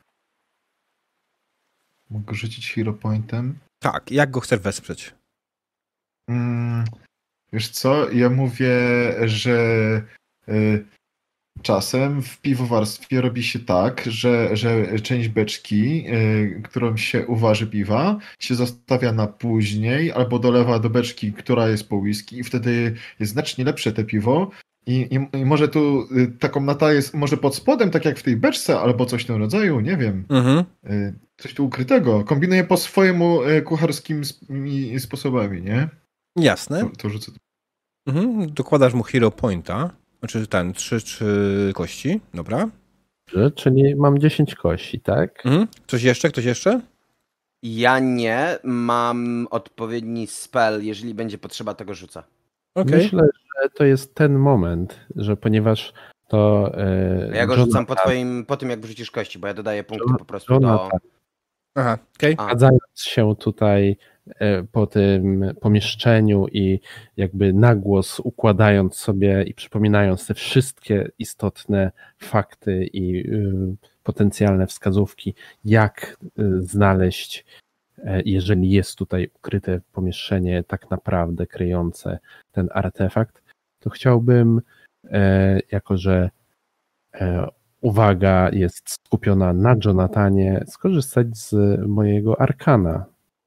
Mogę rzucić hero pointem? Tak, jak go chcesz wesprzeć? Mm, wiesz co, ja mówię, że y, czasem w piwowarstwie robi się tak, że, że część beczki, y, którą się uważy piwa, się zostawia na później albo dolewa do beczki, która jest po whisky i wtedy jest znacznie lepsze te piwo. I, i, i może tu y, taką nata jest może pod spodem, tak jak w tej beczce, albo coś w tym rodzaju, nie wiem. Mhm. Y, coś tu ukrytego. Kombinuję po swojemu y, kucharskimi sposobami, nie? Jasne. To, to rzucę. Mhm. Dokładasz mu hero pointa. Znaczy ten, trzy, trzy kości. Dobra. Czyli mam dziesięć kości, tak? Mhm. Coś jeszcze? Ktoś jeszcze? Ja nie. Mam odpowiedni spell. Jeżeli będzie potrzeba, to go rzucę. Okay. Myślę, że to jest ten moment, że ponieważ to... E, ja go Jonathan, rzucam po twoim, po tym jak wrzucisz kości, bo ja dodaję punkty Jonathan, po prostu do... Aha, okej. Okay. Zgadzając się tutaj e, po tym pomieszczeniu i jakby na głos układając sobie i przypominając te wszystkie istotne fakty i y, potencjalne wskazówki, jak y, znaleźć, jeżeli jest tutaj ukryte pomieszczenie tak naprawdę kryjące ten artefakt, to chciałbym, e, jako że e, uwaga jest skupiona na Jonathanie, skorzystać z mojego arkana.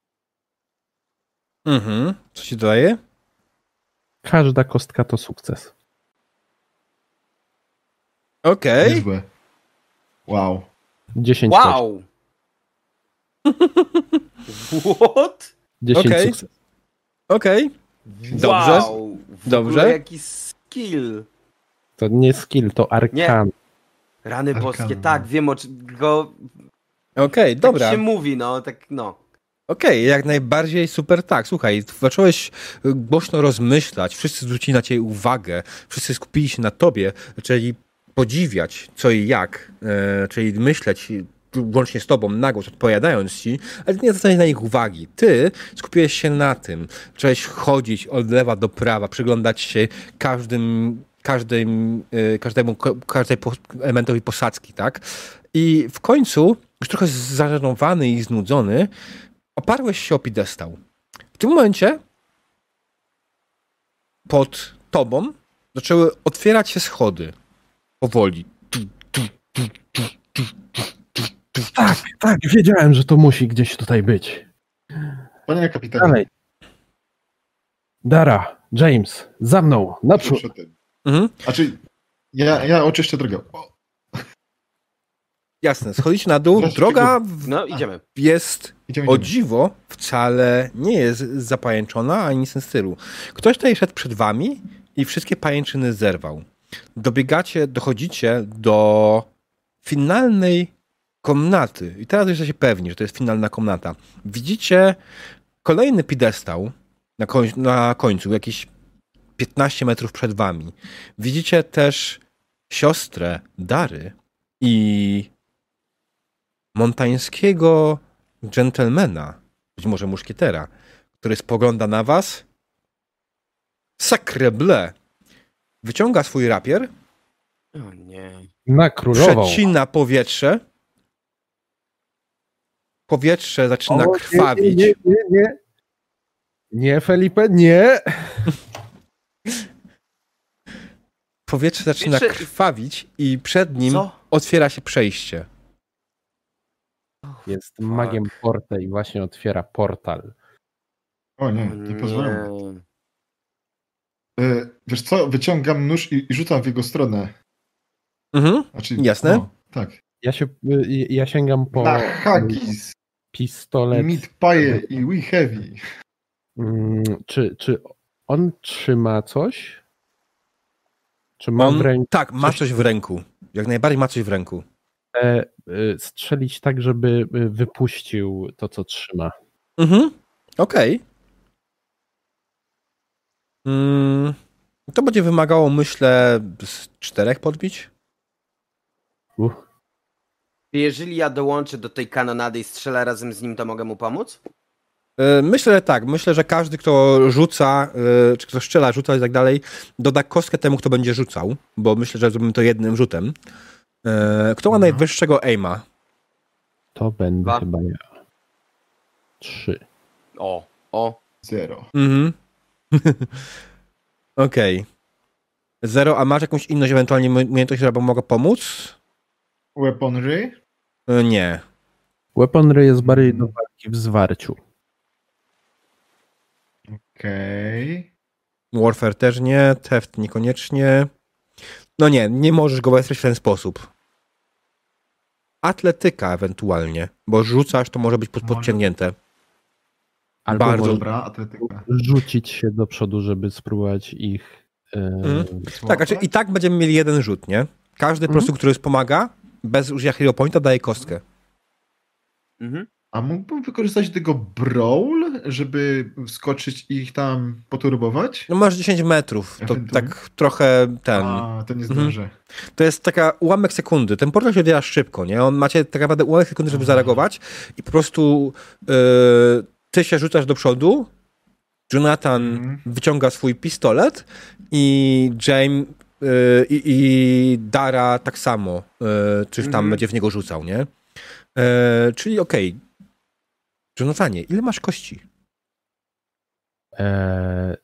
Mhm. Co ci daje? Każda kostka to sukces. Okej. Okay. Niezłe. Wow. dziesięć wow. What? dziesięć okay. sukces. Okej. Okay. Dobrze. Wow. Dobrze. Jaki skill. To nie skill, to arkan. Nie. Rany arkan. Boskie, tak, wiem o czym go... Okej, okay, dobra. Tak się mówi, no, tak, no. Okej, okay, jak najbardziej super, tak. Słuchaj, zacząłeś głośno rozmyślać, wszyscy zwrócili na ciebie uwagę, wszyscy skupili się na tobie, czyli podziwiać co i jak, e, czyli myśleć łącznie z tobą na głos, odpowiadając ci, ale nie zwracać na nich uwagi. Ty skupiłeś się na tym, zacząłeś chodzić od lewa do prawa, przyglądać się każdym, każdym, e, każdemu, każdej elementowi posadzki, tak? I w końcu, już trochę zażenowany i znudzony, oparłeś się o piedestał. W tym momencie pod tobą zaczęły otwierać się schody. Powoli. Tak, tak, wiedziałem, że to musi gdzieś tutaj być. Panie kapitanie. Dalej. Dara, James, za mną, naprzód. Mhm. Znaczy, ja, ja oczyszczę drogę. Jasne, schodzicie na dół. Wreszcie Droga go- w- No, idziemy. jest Idziemy, o idziemy. dziwo wcale nie jest zapajęczona, ani nic w tym stylu. Ktoś tutaj szedł przed wami i wszystkie pajęczyny zerwał. Dobiegacie, dochodzicie do finalnej komnaty. I teraz jesteście pewni, że to jest finalna komnata. Widzicie kolejny piedestał na, koń, na końcu, jakieś piętnaście metrów przed wami. Widzicie też siostrę Dary i montańskiego dżentelmena, być może muszkietera, który spogląda na was. Sacre bleu! Wyciąga swój rapier, O nie. Na królową. przecina powietrze. Powietrze zaczyna O, krwawić. Nie, nie, nie, nie. Nie, Felipe, nie. Powietrze zaczyna Jeszcze- krwawić i przed nim Co? otwiera się przejście. Jest magiem Porte i właśnie otwiera portal. O nie, nie pozwalam. E, wiesz co, wyciągam nóż i, i rzucam w jego stronę. Mhm. Znaczy, Jasne. No, tak. Ja się, y, ja sięgam po Na hagis, pistolet. meat pie i we heavy. Mm, Czy, czy on trzyma coś? Czy ma On, w ręku tak, ma coś- coś w ręku. Jak najbardziej ma coś w ręku. y, strzelić tak, żeby y, wypuścił to, co trzyma? Mhm. Okej. Mm, to będzie wymagało, myślę, z czterech podbić. Uch. Jeżeli ja dołączę do tej kanonady i strzelę razem z nim, to mogę mu pomóc? E, Myślę, że tak. Myślę, że każdy, kto rzuca, e, czy kto strzela, rzuca i tak dalej, doda kostkę temu, kto będzie rzucał, bo myślę, że zrobimy to jednym rzutem. E, Kto ma Mhm. najwyższego aima? To będę Dwa. chyba ja. Trzy. O, o. Zero. Mhm. Okej. Zero, a masz jakąś inność, ewentualnie umiejętność, która mogła pomóc? Weaponry? E, Nie. Weaponry jest bardziej do walki w zwarciu. Okej. Warfare też nie, theft niekoniecznie. No nie, nie możesz go wesprzeć w ten sposób. Atletyka ewentualnie, bo rzucasz, to może być pod, Może. podciągnięte. Albo Bardzo. może Dobra, atletyka. rzucić się do przodu, żeby spróbować ich e, Mhm. Słabo. Tak, znaczy i tak będziemy mieli jeden rzut, nie? Każdy po prostu, który wspomaga, bez użycia hero pointa, daje kostkę. Mhm. A mógłbym wykorzystać tego brawl, żeby wskoczyć i ich tam poturbować? No masz dziesięć metrów, to Ewentualnie. tak trochę ten... A, to nie Mhm. zdążę. To jest taka ułamek sekundy. Ten portal się odbiera szybko, nie? On macie tak naprawdę ułamek sekundy, żeby Mhm. zareagować i po prostu yy, ty się rzucasz do przodu, Jonathan Mhm. wyciąga swój pistolet i James yy, i, i Dara tak samo, yy, czyż tam Mhm. będzie w niego rzucał, nie? Yy, czyli okej. Okay. Jonathanie, ile masz kości? e,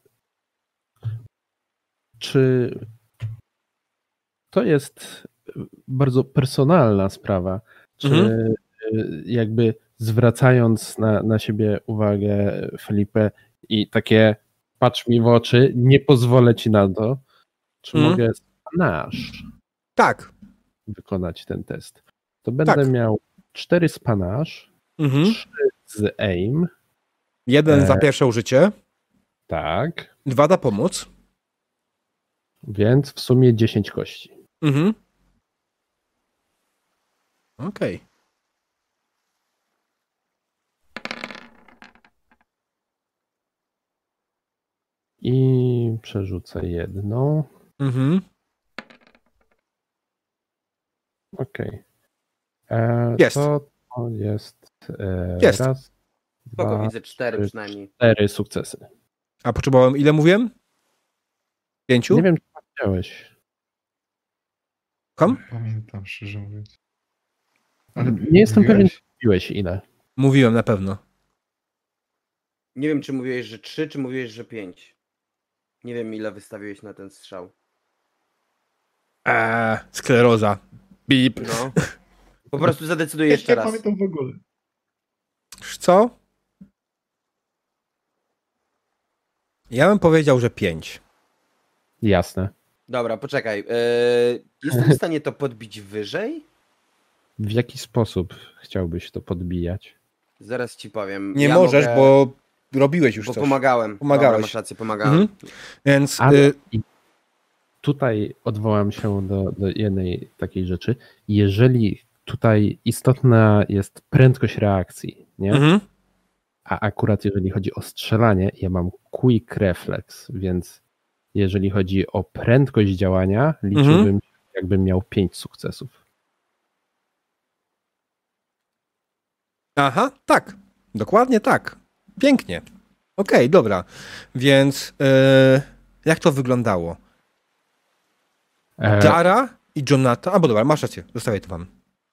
czy to jest bardzo personalna sprawa? Czy Mhm. e, jakby zwracając na, na siebie uwagę, Felipe, i takie patrz mi w oczy, nie pozwolę ci na to, czy Mhm. mogę spanaż Tak. wykonać ten test? To będę Tak. miał cztery spanaż, Mhm. trzy z aim, Jeden E. za pierwsze użycie, tak, dwa da pomóc. więc w sumie dziesięć kości. Mhm. Okej. Okay. I przerzucę jedną. Mhm. Okej. E, Jest. To, to jest, e, Jest. raz, Spoko, dwa, widzę cztery trzy, przynajmniej. cztery sukcesy. A potrzebowałem, ile mówiłem? Pięciu? Nie wiem, czy powiedziałeś. Kom? Pamiętam, szczerze mówiąc. Nie jestem pewien, mówiłeś? czy mówiłeś ile. Mówiłem na pewno. Nie wiem, czy mówiłeś, że trzy, czy mówiłeś, że pięć. Nie wiem, ile wystawiłeś na ten strzał. Eee, skleroza. Bip. No. Po prostu zadecyduję Ja jeszcze nie raz. pamiętam w ogóle. Co? Ja bym powiedział, że pięć. Jasne. Dobra, poczekaj. Yy, jestem w stanie to podbić wyżej? w jaki sposób chciałbyś to podbijać? Zaraz ci powiem. Nie ja możesz, mogę... bo robiłeś już Bo coś. pomagałem. Pomagałeś. Dobra, masz rację, pomagałem. Mhm. Więc Ale y... tutaj odwołam się do, do jednej takiej rzeczy. Jeżeli tutaj istotna jest prędkość reakcji, nie? mhm. A akurat jeżeli chodzi o strzelanie, ja mam quick reflex, więc jeżeli chodzi o prędkość działania, liczyłbym, Mhm. jakbym miał pięć sukcesów. Aha, tak. Dokładnie tak. Pięknie. Okej, okay, dobra. Więc yy, jak to wyglądało? E, Dara i Jonathan... A, bo dobra, masz rację. Zostawię to wam.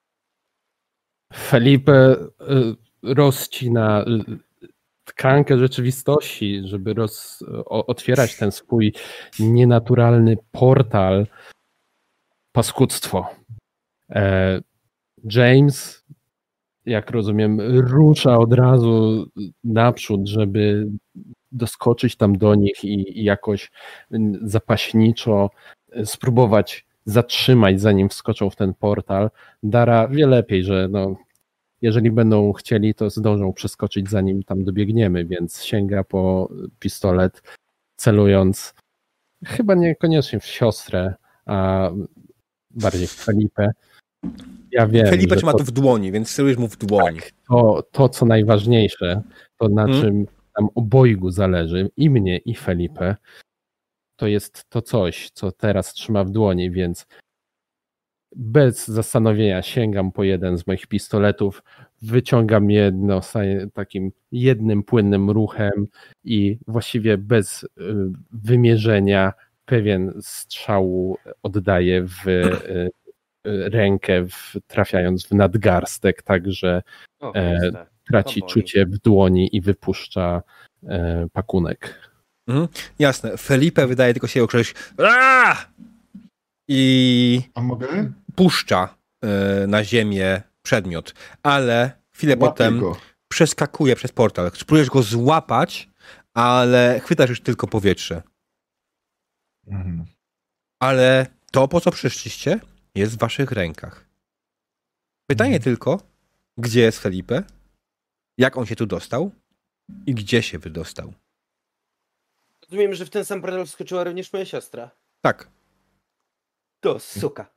Felipe y, rozcina y, tkankę rzeczywistości, żeby roz, o, otwierać ten swój nienaturalny portal. Paskudztwo. E, James, jak rozumiem, rusza od razu naprzód, żeby doskoczyć tam do nich i, i jakoś zapaśniczo spróbować zatrzymać, zanim wskoczą w ten portal. Dara wie lepiej, że no, jeżeli będą chcieli, to zdążą przeskoczyć, zanim tam dobiegniemy, więc sięga po pistolet, celując chyba niekoniecznie w siostrę, a bardziej w Felipę. Ja wiem, Felipe że trzyma to, to w dłoni, więc celujesz mu w dłoń. tak, to, to, co najważniejsze, to na Hmm. czym tam obojgu zależy, i mnie, i Felipę, to jest to coś, co teraz trzyma w dłoni, więc bez zastanowienia sięgam po jeden z moich pistoletów, wyciągam jedno takim jednym płynnym ruchem i właściwie bez wymierzenia pewien strzału oddaję w rękę, w, trafiając w nadgarstek, tak że O, e, traci boli. czucie w dłoni i wypuszcza e, pakunek. Mhm. Jasne. Felipe wydaje tylko się określić Aaaa! I A mogę? puszcza y, na ziemię przedmiot, ale chwilę Łapię potem go. przeskakuje przez portal. Spróbujesz go złapać, ale chwytasz już tylko powietrze. Mhm. Ale to, po co przyszliście, jest w waszych rękach. Pytanie Mhm. tylko, gdzie jest Felipe? Jak on się tu dostał? I gdzie się wydostał? Rozumiem, że w ten sam portal wskoczyła również moja siostra. Tak. To suka.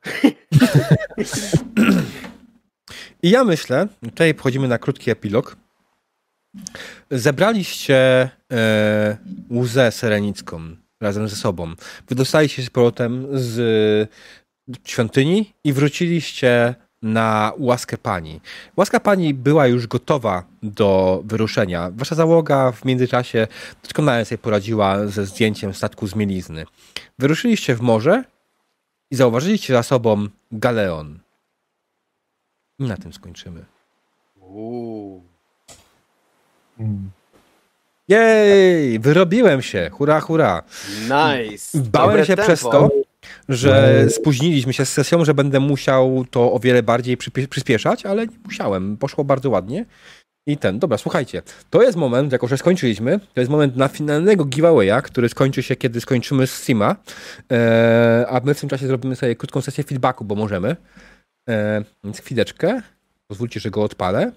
I ja myślę, tutaj wchodzimy na krótki epilog. Zebraliście e, łzę serenicką razem ze sobą. Wydostaliście się z powrotem z świątyni i wróciliście na łaskę pani. Łaska pani była już gotowa do wyruszenia. Wasza załoga w międzyczasie doskonale sobie poradziła ze zdjęciem statku z mielizny. Wyruszyliście w morze i zauważyliście za sobą galeon. I na tym skończymy. Uuu. Mm. Jej! Wyrobiłem się! Hurra, hurra! Nice. Bałem Dobre się tempo. przez to, że spóźniliśmy się z sesją, że będę musiał to o wiele bardziej przypie- przyspieszać, ale nie musiałem. Poszło bardzo ładnie. I ten, dobra, słuchajcie, to jest moment, jako że skończyliśmy, to jest moment na finalnego giveawaya, który skończy się, kiedy skończymy z Sima, eee, a my w tym czasie zrobimy sobie krótką sesję feedbacku, bo możemy. Eee, więc chwileczkę, pozwólcie, że go odpalę.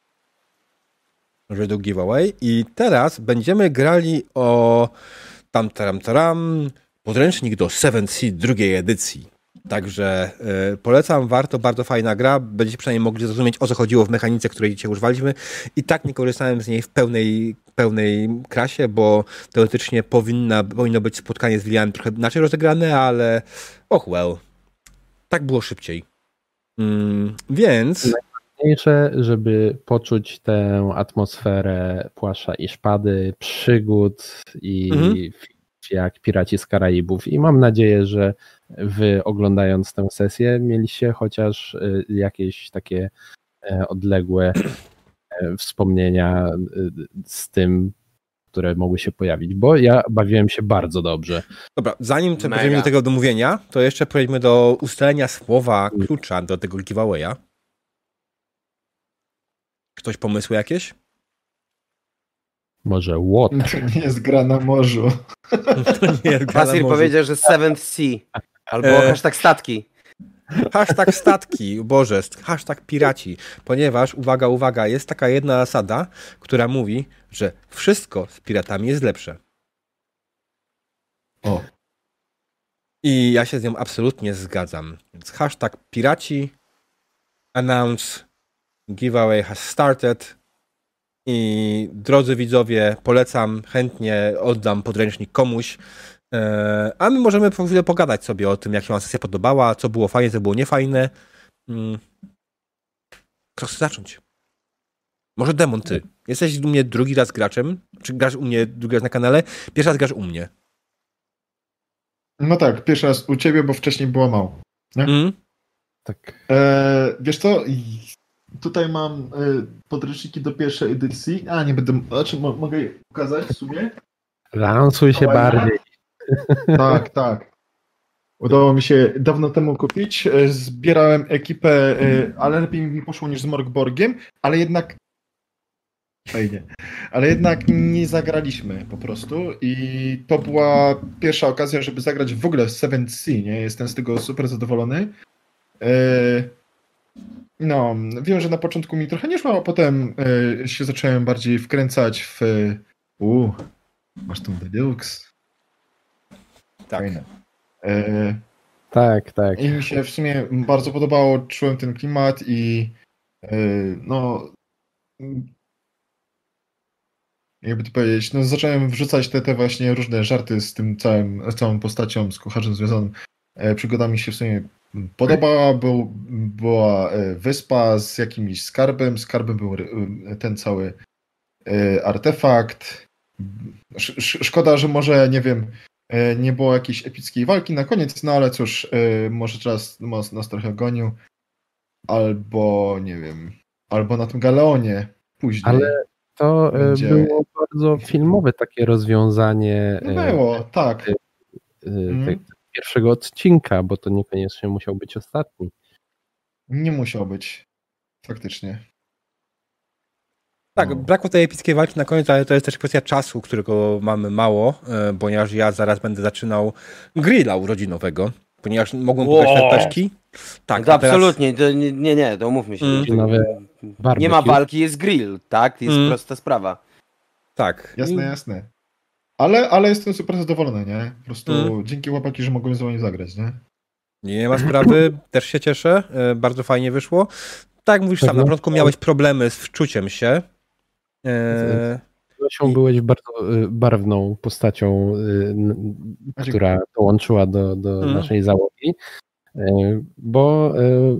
Że do giveaway. I teraz będziemy grali o tam, taram, taram, podręcznik do Seventh Sea drugiej edycji. Także y, polecam, warto, bardzo fajna gra. Będziecie przynajmniej mogli zrozumieć, o co chodziło w mechanice, której dzisiaj używaliśmy. I tak nie korzystałem z niej w pełnej, pełnej krasie, bo teoretycznie powinna, powinno być spotkanie z Williamem trochę inaczej rozegrane, ale och well. Tak było szybciej. Mm, więc... Najważniejsze, żeby poczuć tę atmosferę Płaszcza i Szpady, przygód i Mhm. jak Piraci z Karaibów. I mam nadzieję, że wy oglądając tę sesję mieliście chociaż y, jakieś takie e, odległe e, wspomnienia y, z tym, które mogły się pojawić, bo ja bawiłem się bardzo dobrze. Dobra, zanim Mega. przejdziemy do tego domówienia, to jeszcze przejdźmy do ustalenia słowa klucza do tego giveawaya. Ktoś pomysły jakieś? Może łot. To nie jest gra na morzu. To nie jest gra na Basir morzu. powiedział, że Seventh Sea. Albo E. hashtag statki. Hashtag statki, Boże, hashtag piraci, ponieważ, uwaga, uwaga, jest taka jedna zasada, która mówi, że wszystko z piratami jest lepsze. O. I ja się z nią absolutnie zgadzam. Więc hashtag piraci, announce, giveaway has started i drodzy widzowie, polecam, chętnie oddam podręcznik komuś, eee, a my możemy po chwilę pogadać sobie o tym, jak się wam sesja podobała, co było fajne, co było niefajne. Hmm. Kto chce zacząć? Może Demon, ty. Jesteś u mnie drugi raz graczem, czy grasz u mnie drugi raz na kanale? Pierwszy raz grasz u mnie. No tak, pierwszy raz u ciebie, bo wcześniej było mało. Nie? Mm. Tak. E, wiesz co, tutaj mam e, podręczniki do pierwszej edycji. A, nie będę, znaczy mo, mogę je pokazać w sumie? Lansuj się Fajne. bardziej. Tak, tak. Udało mi się dawno temu kupić. E, Zbierałem ekipę, e, ale lepiej mi poszło niż z Morgborgiem, ale jednak fajnie. Ale jednak nie zagraliśmy po prostu i to była pierwsza okazja, żeby zagrać w ogóle w Seventh Sea, nie? Jestem z tego super zadowolony. E, no, wiem, że na początku mi trochę nie szło, a potem e, się zacząłem bardziej wkręcać w u, masz tą Deluxe. Tak. Fajne. E, Tak, tak. I mi się w sumie bardzo podobało, czułem ten klimat i e, no jakby to powiedzieć, no zacząłem wrzucać te, te właśnie różne żarty z tym całym, całą postacią, z kucharzem związanym. E, przygoda mi się w sumie podobała, był, była wyspa z jakimś skarbem, skarbem był ten cały e, artefakt. Sz, sz, szkoda, że może, nie wiem, e, nie było jakiejś epickiej walki na koniec, no ale cóż, e, może czas nas, nas trochę gonił. Albo, nie wiem, albo na tym Galeonie później. Ale to będzie... było bardzo filmowe takie rozwiązanie. No było, tak. Mm. Te, pierwszego odcinka, bo to niekoniecznie musiał być ostatni. Nie musiał być. Faktycznie. Tak, no. brakło tej epickiej walki na koniec, ale to jest też kwestia czasu, którego mamy mało, ponieważ ja zaraz będę zaczynał grilla urodzinowego, ponieważ mogłem kupić peszki. Tak, no to teraz... absolutnie, to nie, nie, nie, to umówmy się. Mm. Nie ma walki, jest grill, tak? Jest mm. prosta sprawa. Tak. Jasne, jasne. Ale, ale jestem super zadowolony, nie? Po prostu mm. dzięki łapaki, że mogłem z wami zagrać, nie? Nie ma sprawy, też się cieszę, bardzo fajnie wyszło. Tak jak mówisz sam, na początku miałeś problemy z wczuciem się. Z Zosią byłeś bardzo barwną postacią, która dołączyła do, do mm. naszej załogi, bo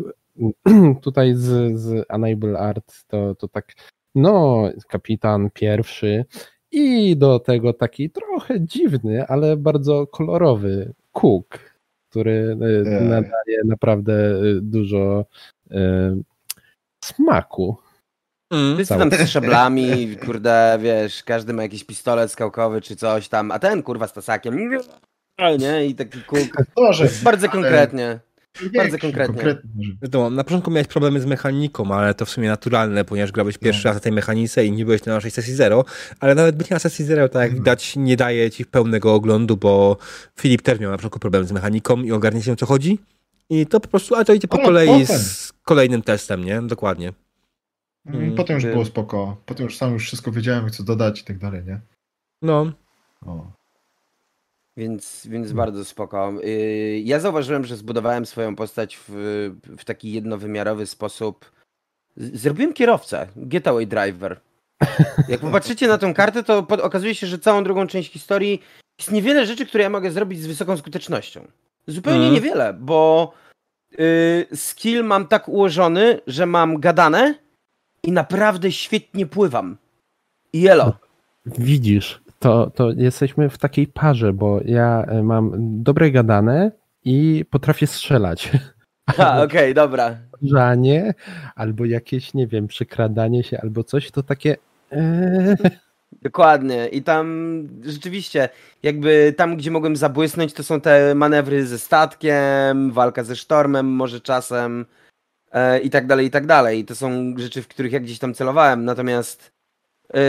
tutaj z, z Unable Art to, to tak, no, kapitan pierwszy i do tego taki trochę dziwny, ale bardzo kolorowy Cook, który yeah. nadaje naprawdę dużo e, smaku. Mm. Wszyscy tam z szablami, kurde, wiesz, każdy ma jakiś pistolet skałkowy czy coś tam, a ten kurwa z tasakiem, nie? I taki Cook, bardzo konkretnie. Bardzo konkretnie. Wiadomo, na początku miałeś problemy z mechaniką, ale to w sumie naturalne, ponieważ grałeś pierwszy no. raz na tej mechanice i nie byłeś na naszej sesji zero, ale nawet bycie na sesji zero, tak jak widać, nie daje ci pełnego oglądu, bo Filip też miał na początku problemy z mechaniką i ogarnie się, o co chodzi. I to po prostu, ale to idzie po ale kolei potem. z kolejnym testem, nie? Dokładnie. Potem już było spoko. Potem już sam już wszystko wiedziałem, co dodać i tak dalej, nie? No. O. Więc, więc bardzo spoko. Ja zauważyłem, że zbudowałem swoją postać w, w taki jednowymiarowy sposób. Zrobiłem kierowcę, Getaway Driver. Jak popatrzycie na tą kartę, to pod, okazuje się, że całą drugą część historii jest niewiele rzeczy, które ja mogę zrobić z wysoką skutecznością. Zupełnie mm. niewiele, bo y, skill mam tak ułożony, że mam gadane i naprawdę świetnie pływam. I elo. Widzisz. To, to jesteśmy w takiej parze, bo ja mam dobre gadane i potrafię strzelać. A, okej, okay, dobra. Żanie, albo jakieś, nie wiem, przekradanie się, albo coś, to takie... Ee... Dokładnie. I tam rzeczywiście, jakby tam, gdzie mogłem zabłysnąć, to są te manewry ze statkiem, walka ze sztormem może czasem e, i tak dalej, i tak dalej. To są rzeczy, w których ja gdzieś tam celowałem. Natomiast e,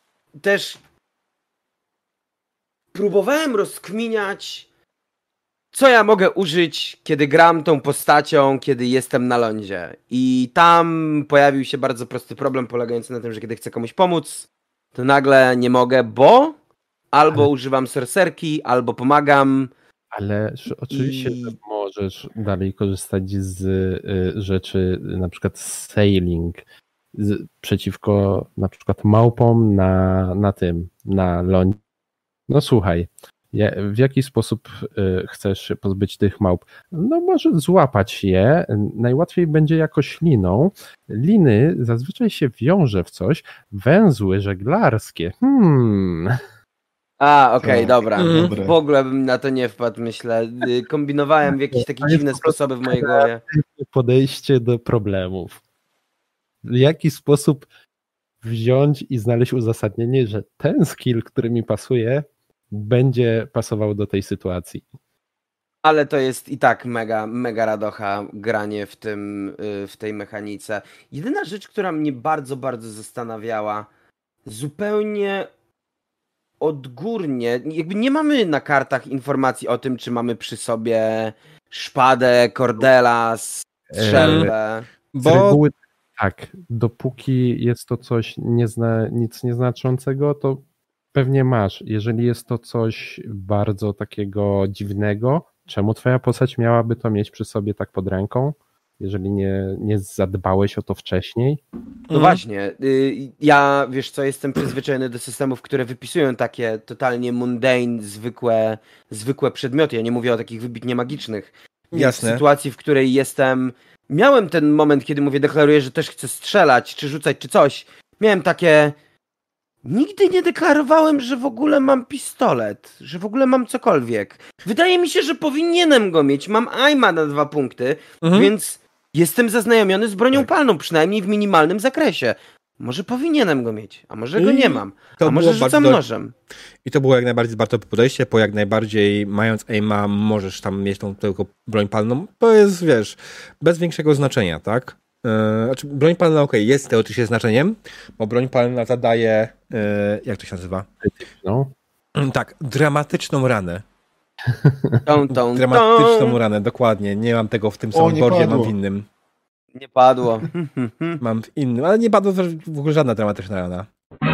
też próbowałem rozkminiać, co ja mogę użyć, kiedy gram tą postacią, kiedy jestem na lądzie. I tam pojawił się bardzo prosty problem polegający na tym, że kiedy chcę komuś pomóc, to nagle nie mogę, bo albo ale... używam sorcerki, albo pomagam. Ale oczywiście i... że możesz dalej korzystać z y, rzeczy, na przykład sailing, z, przeciwko na przykład małpom na, na tym, na lądzie. No słuchaj, w jaki sposób chcesz się pozbyć tych małp? No może złapać je, najłatwiej będzie jakoś liną. Liny zazwyczaj się wiąże w coś, węzły żeglarskie. Hmm. A, okej, okay, dobra. Mm. W ogóle bym na to nie wpadł, myślę. Kombinowałem w jakieś takie dziwne sposoby w mojej głowie. Podejście do problemów. W jaki sposób wziąć i znaleźć uzasadnienie, że ten skill, który mi pasuje, będzie pasował do tej sytuacji. Ale to jest i tak mega, mega radocha granie w tym, w tej mechanice. Jedyna rzecz, która mnie bardzo, bardzo zastanawiała, zupełnie odgórnie, jakby nie mamy na kartach informacji o tym, czy mamy przy sobie szpadę, kordelas, strzelbę. Eee, bo... Z reguły tak, dopóki jest to coś niezna, nic nieznaczącego, to pewnie masz. Jeżeli jest to coś bardzo takiego dziwnego, czemu twoja postać miałaby to mieć przy sobie tak pod ręką, jeżeli nie, nie zadbałeś o to wcześniej? No mhm. właśnie. Ja, wiesz co, jestem przyzwyczajony do systemów, które wypisują takie totalnie mundane, zwykłe, zwykłe przedmioty. Ja nie mówię o takich wybitnie magicznych. Jasne. W sytuacji, w której jestem... Miałem ten moment, kiedy mówię, deklaruję, że też chcę strzelać, czy rzucać, czy coś. Miałem takie... Nigdy nie deklarowałem, że w ogóle mam pistolet, że w ogóle mam cokolwiek. Wydaje mi się, że powinienem go mieć. Mam aima na dwa punkty, mhm. więc jestem zaznajomiony z bronią tak. palną, przynajmniej w minimalnym zakresie. Może powinienem go mieć, a może I go nie mam, a może rzucam nożem. I to było jak najbardziej bardzo podejście, bo jak najbardziej mając aima możesz tam mieć tą tylko broń palną. To jest, wiesz, bez większego znaczenia, tak? Yy, znaczy broń palna okej, okay, jest teoretycznie znaczeniem, bo broń palna zadaje, yy, jak to się nazywa? No. Tak, dramatyczną ranę. Tą, tą, dramatyczną tą. ranę, dokładnie. Nie mam tego w tym soundboardzie, mam w innym. Nie padło. Mam w innym, ale nie padła w ogóle żadna dramatyczna rana.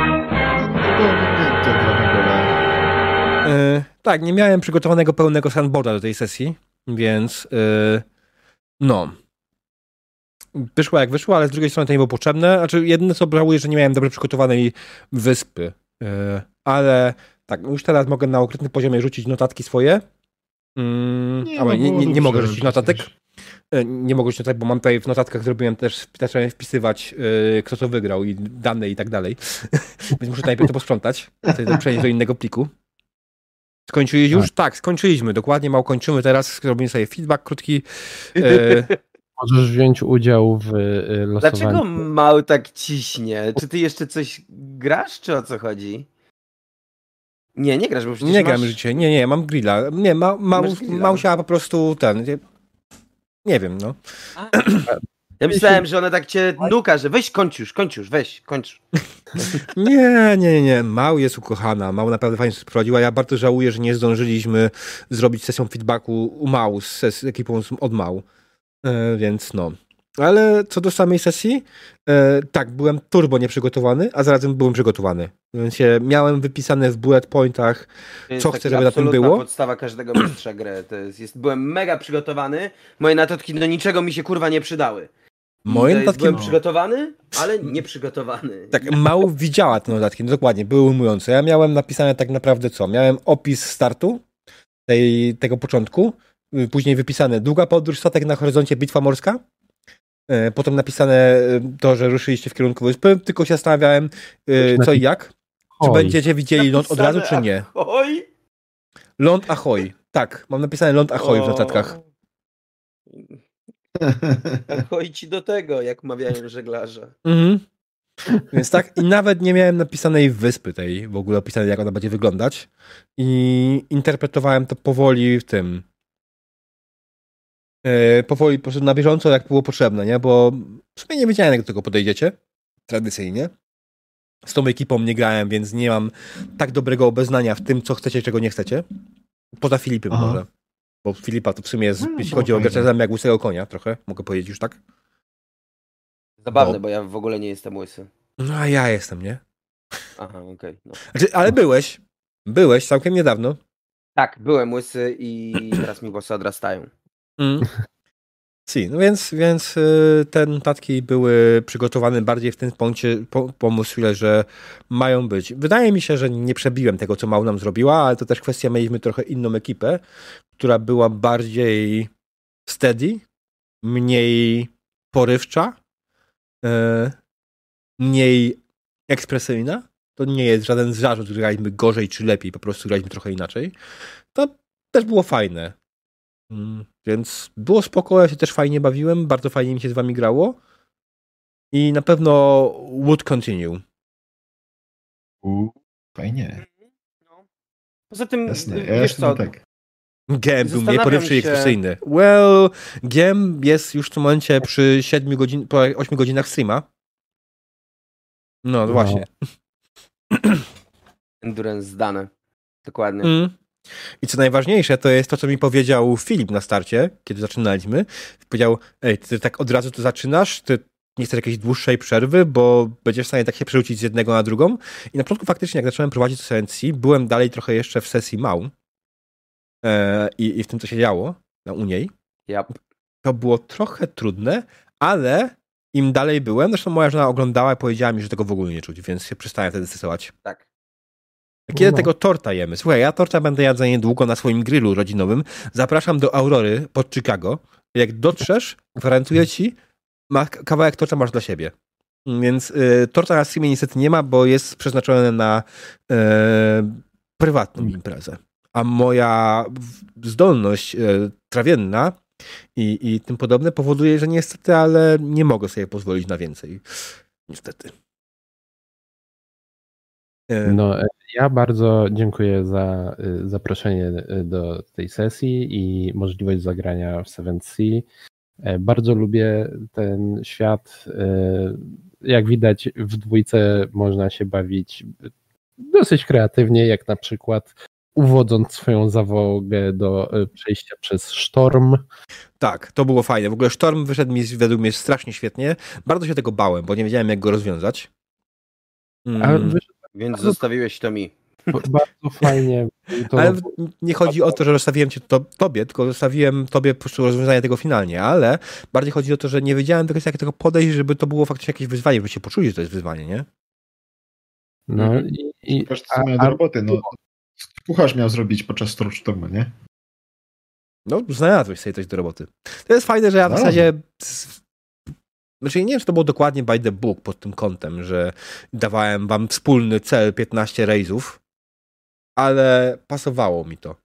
Yy, tak, nie miałem przygotowanego pełnego soundboarda do tej sesji, więc yy, no... Wyszło jak wyszło, ale z drugiej strony to nie było potrzebne. Znaczy, jedyne co żałuję, że nie miałem dobrze przygotowanej wyspy. Yy, ale tak, już teraz mogę na okrętnym poziomie rzucić notatki swoje. Yy, nie, ale nie, nie, nie mogę rzucić notatek. Yy, nie mogę rzucić notatek, bo mam tutaj w notatkach zrobiłem też, zacząłem wpisywać yy, kto to wygrał i dane i tak dalej. Więc muszę najpierw to posprzątać. Przenieść do innego pliku. Skończyliśmy już? Tak, skończyliśmy. Dokładnie, mało kończymy teraz. Robimy sobie feedback krótki. Yy, Możesz wziąć udział w losowaniu. Dlaczego Mał tak ciśnie? Czy ty jeszcze coś grasz, czy o co chodzi? Nie, nie grasz, bo przecież Nie masz... gram życie, nie, nie, mam grilla. Nie, ma, ma, Małsia po prostu ten... Nie, nie wiem, no. A, ja myślałem, że ona tak cię nuka, że weź kończ już, kończ już, weź, kończ. Nie, nie, nie, Mał jest ukochana. Mał naprawdę fajnie się sprowadziła. Ja bardzo żałuję, że nie zdążyliśmy zrobić sesją feedbacku u Mał z, z ekipą od Mał. E, więc no. Ale co do samej sesji, e, tak, byłem turbo nieprzygotowany, a zarazem byłem przygotowany. Więc się miałem wypisane w bullet pointach, co chcę, żeby na tym było. To jest podstawa każdego mistrza gry. To jest, jest, byłem mega przygotowany, moje notatki do niczego mi się kurwa nie przydały. Moje jest, notatki... Byłem przygotowany, ale nieprzygotowany. Tak, Mało widziała te notatki, no dokładnie, były ujmujące. Ja miałem napisane tak naprawdę co? Miałem opis startu, tej, tego początku, później wypisane długa podróż, statek na horyzoncie, bitwa morska. Potem napisane to, że ruszyliście w kierunku wyspy, tylko się zastanawiałem co i jak. Czy będziecie widzieli ląd od razu, czy nie? Ahoj? Ląd ahoj. Tak, mam napisane ląd ahoj w notatkach. Ahoj ci do tego, jak mawiają żeglarze. Mhm. Więc tak, i nawet nie miałem napisanej wyspy tej, w ogóle opisanej, jak ona będzie wyglądać. I interpretowałem to powoli w tym... Yy, powoli, po prostu na bieżąco, jak było potrzebne, nie? Bo w sumie nie wiedziałem, jak do tego podejdziecie, tradycyjnie. Z tą ekipą nie grałem, więc nie mam tak dobrego obeznania w tym, co chcecie, czego nie chcecie. Poza Filipem Aha. może. Bo Filipa to w sumie jest, No, jeśli było chodzi o fajnie. graczem, jak łysego konia trochę, mogę powiedzieć już tak? Zabawne, Bo- bo ja w ogóle nie jestem łysy. No a ja jestem, nie? Aha, okej. No. Znaczy, ale byłeś. Byłeś całkiem niedawno. Tak, byłem łysy i teraz mi włosy odrastają. Mm. Si, no więc, więc y, te notatki były przygotowane bardziej w tym punkcie, po, pomysł, że mają być. Wydaje mi się, że nie przebiłem tego, co Mał nam zrobiła, ale to też kwestia, mieliśmy trochę inną ekipę, która była bardziej steady, mniej porywcza, y, mniej ekspresyjna. To nie jest żaden zarzut, że graliśmy gorzej czy lepiej, po prostu graliśmy trochę inaczej. To też było fajne. Mm, Więc było spoko, ja się też fajnie bawiłem, bardzo fajnie mi się z wami grało i na pewno would continue. U, fajnie. No. Poza tym, Jasne, wiesz jasne, co, tak. Gem był Zastanawiam mniej porywczy i się- ekspresyjny. Well, Gem jest już w tym momencie przy siedmiu godzin, po ośmiu godzinach streama. No, No. właśnie. endurance zdane. Dokładnie. Mm. I co najważniejsze, to jest to, co mi powiedział Filip na starcie, kiedy zaczynaliśmy. Powiedział, ej, ty tak od razu to zaczynasz, ty nie chcesz jakiejś dłuższej przerwy, bo będziesz w stanie tak się przerzucić z jednego na drugą. I na początku faktycznie, jak zacząłem prowadzić to N C, byłem dalej trochę jeszcze w sesji Mał e, i, i w tym, co się działo no, u niej. Yep. To było trochę trudne, ale im dalej byłem, zresztą moja żona oglądała i powiedziała mi, że tego w ogóle nie czuć, więc się przestałem wtedy stresować. Tak. Kiedy No. tego torta jemy? Słuchaj, ja torta będę jadł za niedługo na swoim grillu rodzinowym. Zapraszam do Aurory pod Chicago. Jak dotrzesz, gwarantuję ci, ma, kawałek torta masz dla siebie. Więc y, torta na streamie niestety nie ma, bo jest przeznaczone na y, prywatną imprezę. A moja w- zdolność y, trawienna i, i tym podobne powoduje, że niestety, ale nie mogę sobie pozwolić na więcej. Niestety. Y, No, e, ja bardzo dziękuję za y, zaproszenie y, do tej sesji i możliwość zagrania w Seven Sea. E, Bardzo lubię ten świat. E, Jak widać, w dwójce można się bawić dosyć kreatywnie, jak na przykład uwodząc swoją załogę do e, przejścia przez sztorm. Tak, to było fajne. W ogóle Sztorm wyszedł mi według mnie strasznie świetnie. Bardzo się tego bałem, bo nie wiedziałem, jak go rozwiązać. Mm, A wyszedł Więc zostawiłeś to mi. bardzo fajnie. To ale nie chodzi o to, że zostawiłem cię to, tobie, tylko zostawiłem tobie po prostu rozwiązanie tego finalnie, ale bardziej chodzi o to, że nie wiedziałem do końca, jak tego podejść, żeby to było faktycznie jakieś wyzwanie, żeby się poczuli, że to jest wyzwanie, nie? no, i, i, Każdy a, co miał a, do roboty, no. Kucharz miał zrobić podczas Stormu, nie? No, znalazłeś sobie coś do roboty. To jest fajne, że ja w Znalazłem. zasadzie... Znaczy, nie wiem, czy to było dokładnie by the book pod tym kątem, że dawałem wam wspólny cel piętnaście rejzów, ale pasowało mi to.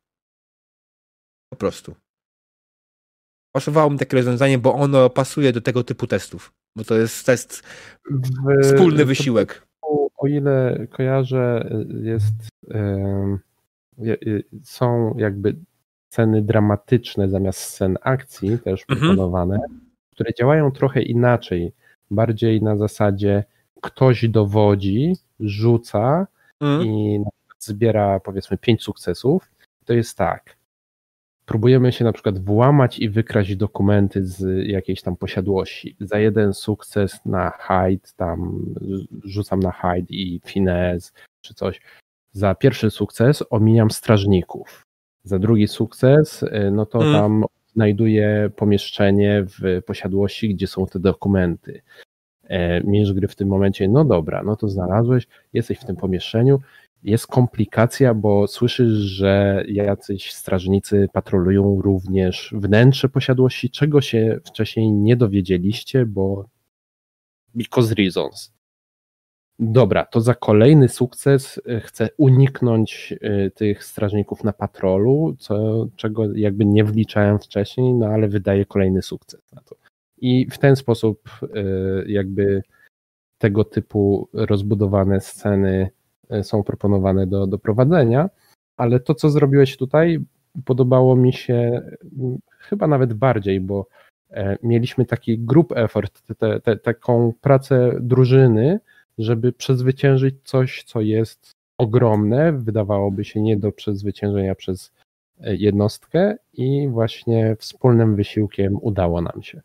Po prostu. Pasowało mi takie rozwiązanie, bo ono pasuje do tego typu testów. Bo to jest test, w, wspólny w- wysiłek. O ile kojarzę, jest, em, je- je- są jakby sceny dramatyczne zamiast scen akcji też Mhm. proponowane, które działają trochę inaczej. Bardziej na zasadzie ktoś dowodzi, rzuca Mm. i na przykład zbiera powiedzmy pięć sukcesów. To jest tak. Próbujemy się na przykład włamać i wykraść dokumenty z jakiejś tam posiadłości. Za jeden sukces na hide, tam rzucam na hide i finesse czy coś. Za pierwszy sukces omijam strażników. Za drugi sukces, y, no to Mm. tam znajduję pomieszczenie w posiadłości, gdzie są te dokumenty. E, Mistrz gry w tym momencie, no dobra, no to znalazłeś, jesteś w tym pomieszczeniu. Jest komplikacja, bo słyszysz, że jacyś strażnicy patrolują również wnętrze posiadłości, czego się wcześniej nie dowiedzieliście, bo because reasons. Dobra, to za kolejny sukces y, chcę uniknąć y, tych strażników na patrolu, co, czego jakby nie wliczałem wcześniej, no ale wydaje kolejny sukces na to. I w ten sposób y, jakby tego typu rozbudowane sceny są proponowane do, do prowadzenia, ale to, co zrobiłeś tutaj, podobało mi się mm, chyba nawet bardziej, bo e, mieliśmy taki group effort, te, te, taką pracę drużyny, żeby przezwyciężyć coś, co jest ogromne, wydawałoby się nie do przezwyciężenia przez jednostkę i właśnie wspólnym wysiłkiem udało nam się.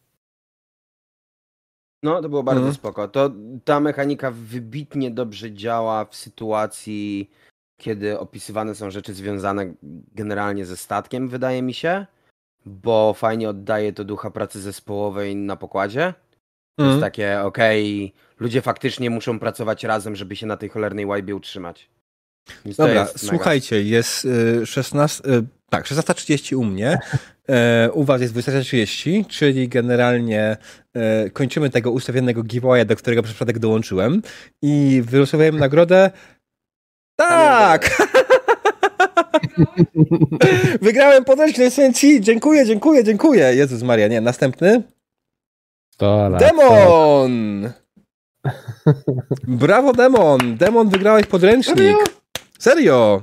No, to było bardzo Mhm. spoko. To ta mechanika wybitnie dobrze działa w sytuacji, kiedy opisywane są rzeczy związane generalnie ze statkiem, wydaje mi się, bo fajnie oddaje to ducha pracy zespołowej na pokładzie. To Mhm. jest takie, okej, ludzie faktycznie muszą pracować razem, żeby się na tej cholernej łajbie utrzymać. Więc to Dobra, jest mega. słuchajcie, jest y, szesnasta, y, tak, szesnasta trzydzieści u mnie, e, u was jest dwudziesta trzydzieści, czyli generalnie e, kończymy tego ustawionego giveawaya, do którego przez przypadek dołączyłem i wylosowujemy nagrodę. Tak! Wygrałem podręczny S N C, dziękuję, dziękuję, dziękuję. Jezus Maria, nie, następny? sto lat. Demon! Brawo, Demon! Demon, wygrałeś podręcznik. Serio? Serio?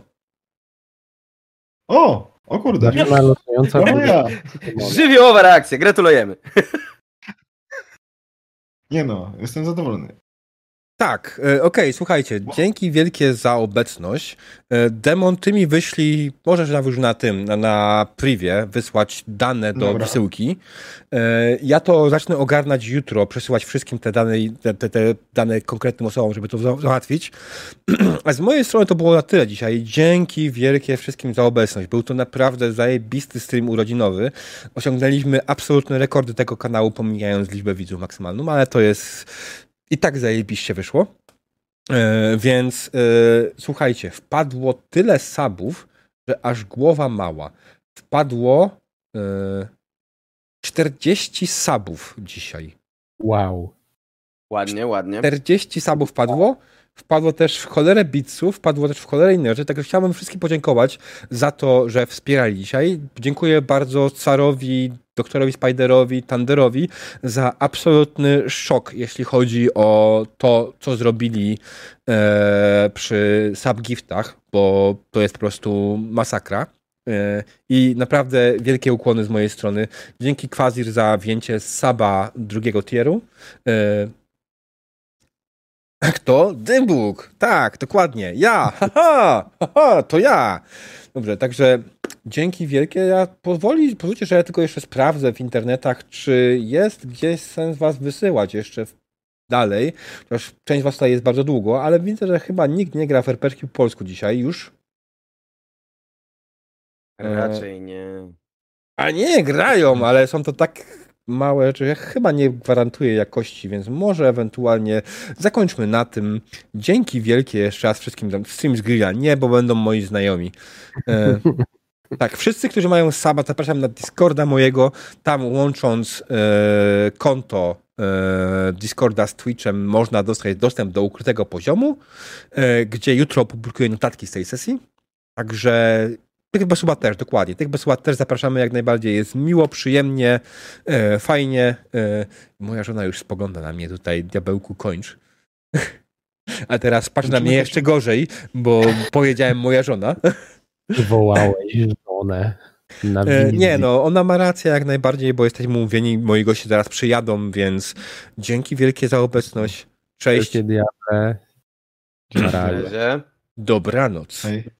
O! O kurde. Zaczyna losująca No ja. Żywiołowa reakcja, gratulujemy. Nie no, jestem zadowolony. Tak, e, okej, słuchajcie, dzięki wielkie za obecność. E, Demon, ty mi wyślij, możesz nawet już na tym, na, na privie wysłać dane do Dobra. wysyłki. E, ja to zacznę ogarnać jutro, przesyłać wszystkim te dane, te, te, te dane konkretnym osobom, żeby to za- załatwić. A z mojej strony to było na tyle dzisiaj. Dzięki wielkie wszystkim za obecność. Był to naprawdę zajebisty stream urodzinowy. Osiągnęliśmy absolutne rekordy tego kanału, pomijając liczbę widzów maksymalną, ale to jest i tak zajebiście wyszło. E, więc e, słuchajcie, wpadło tyle subów, że aż głowa mała. Wpadło e, czterdzieści subów dzisiaj. Wow. Ładnie, ładnie. czterdzieści subów wpadło. Wpadło też w cholerę bitsów, wpadło też w cholerę inne rzeczy. Także chciałbym wszystkim podziękować za to, że wspierali dzisiaj. Dziękuję bardzo Carowi, doktorowi Spiderowi, Thunderowi za absolutny szok, jeśli chodzi o to, co zrobili e, przy subgiftach, bo to jest po prostu masakra. E, I naprawdę wielkie ukłony z mojej strony. Dzięki Kwazir za wzięcie suba drugiego tieru. E, Kto? Dymbuk! Tak, dokładnie. Ja! Haha! Haha! To ja! Dobrze, także dzięki wielkie. Ja powoli, pozwólcie, że ja tylko jeszcze sprawdzę w internetach, czy jest gdzieś sens was wysyłać jeszcze w- dalej. Chociaż część was tutaj jest bardzo długo, ale widzę, że chyba nikt nie gra w er pe gie po polsku dzisiaj już. Raczej nie. A nie, grają, ale są to tak małe rzeczy, że chyba nie gwarantuję jakości, więc może ewentualnie zakończmy na tym. Dzięki wielkie jeszcze raz wszystkim. tam- Stream z Grilla nie, bo będą moi znajomi. E, tak, wszyscy, którzy mają suba, zapraszam na Discorda mojego, tam łącząc e, konto e, Discorda z Twitchem można dostać dostęp do ukrytego poziomu, e, gdzie jutro opublikuję notatki z tej sesji. Także tych bez suba też, dokładnie. Tych bez suba też zapraszamy jak najbardziej. Jest miło, przyjemnie, e, fajnie. E, moja żona już spogląda na mnie tutaj, diabełku, kończ. A teraz patrz na mnie jeszcze gorzej, bo powiedziałem moja żona. Wołałeś żonę na E, wizji. nie, no, ona ma rację jak najbardziej, bo jesteśmy umówieni, moi goście zaraz przyjadą, więc dzięki wielkie za obecność. Cześć, Cześć, diable. Na Na razie. razie. dobranoc. Hej.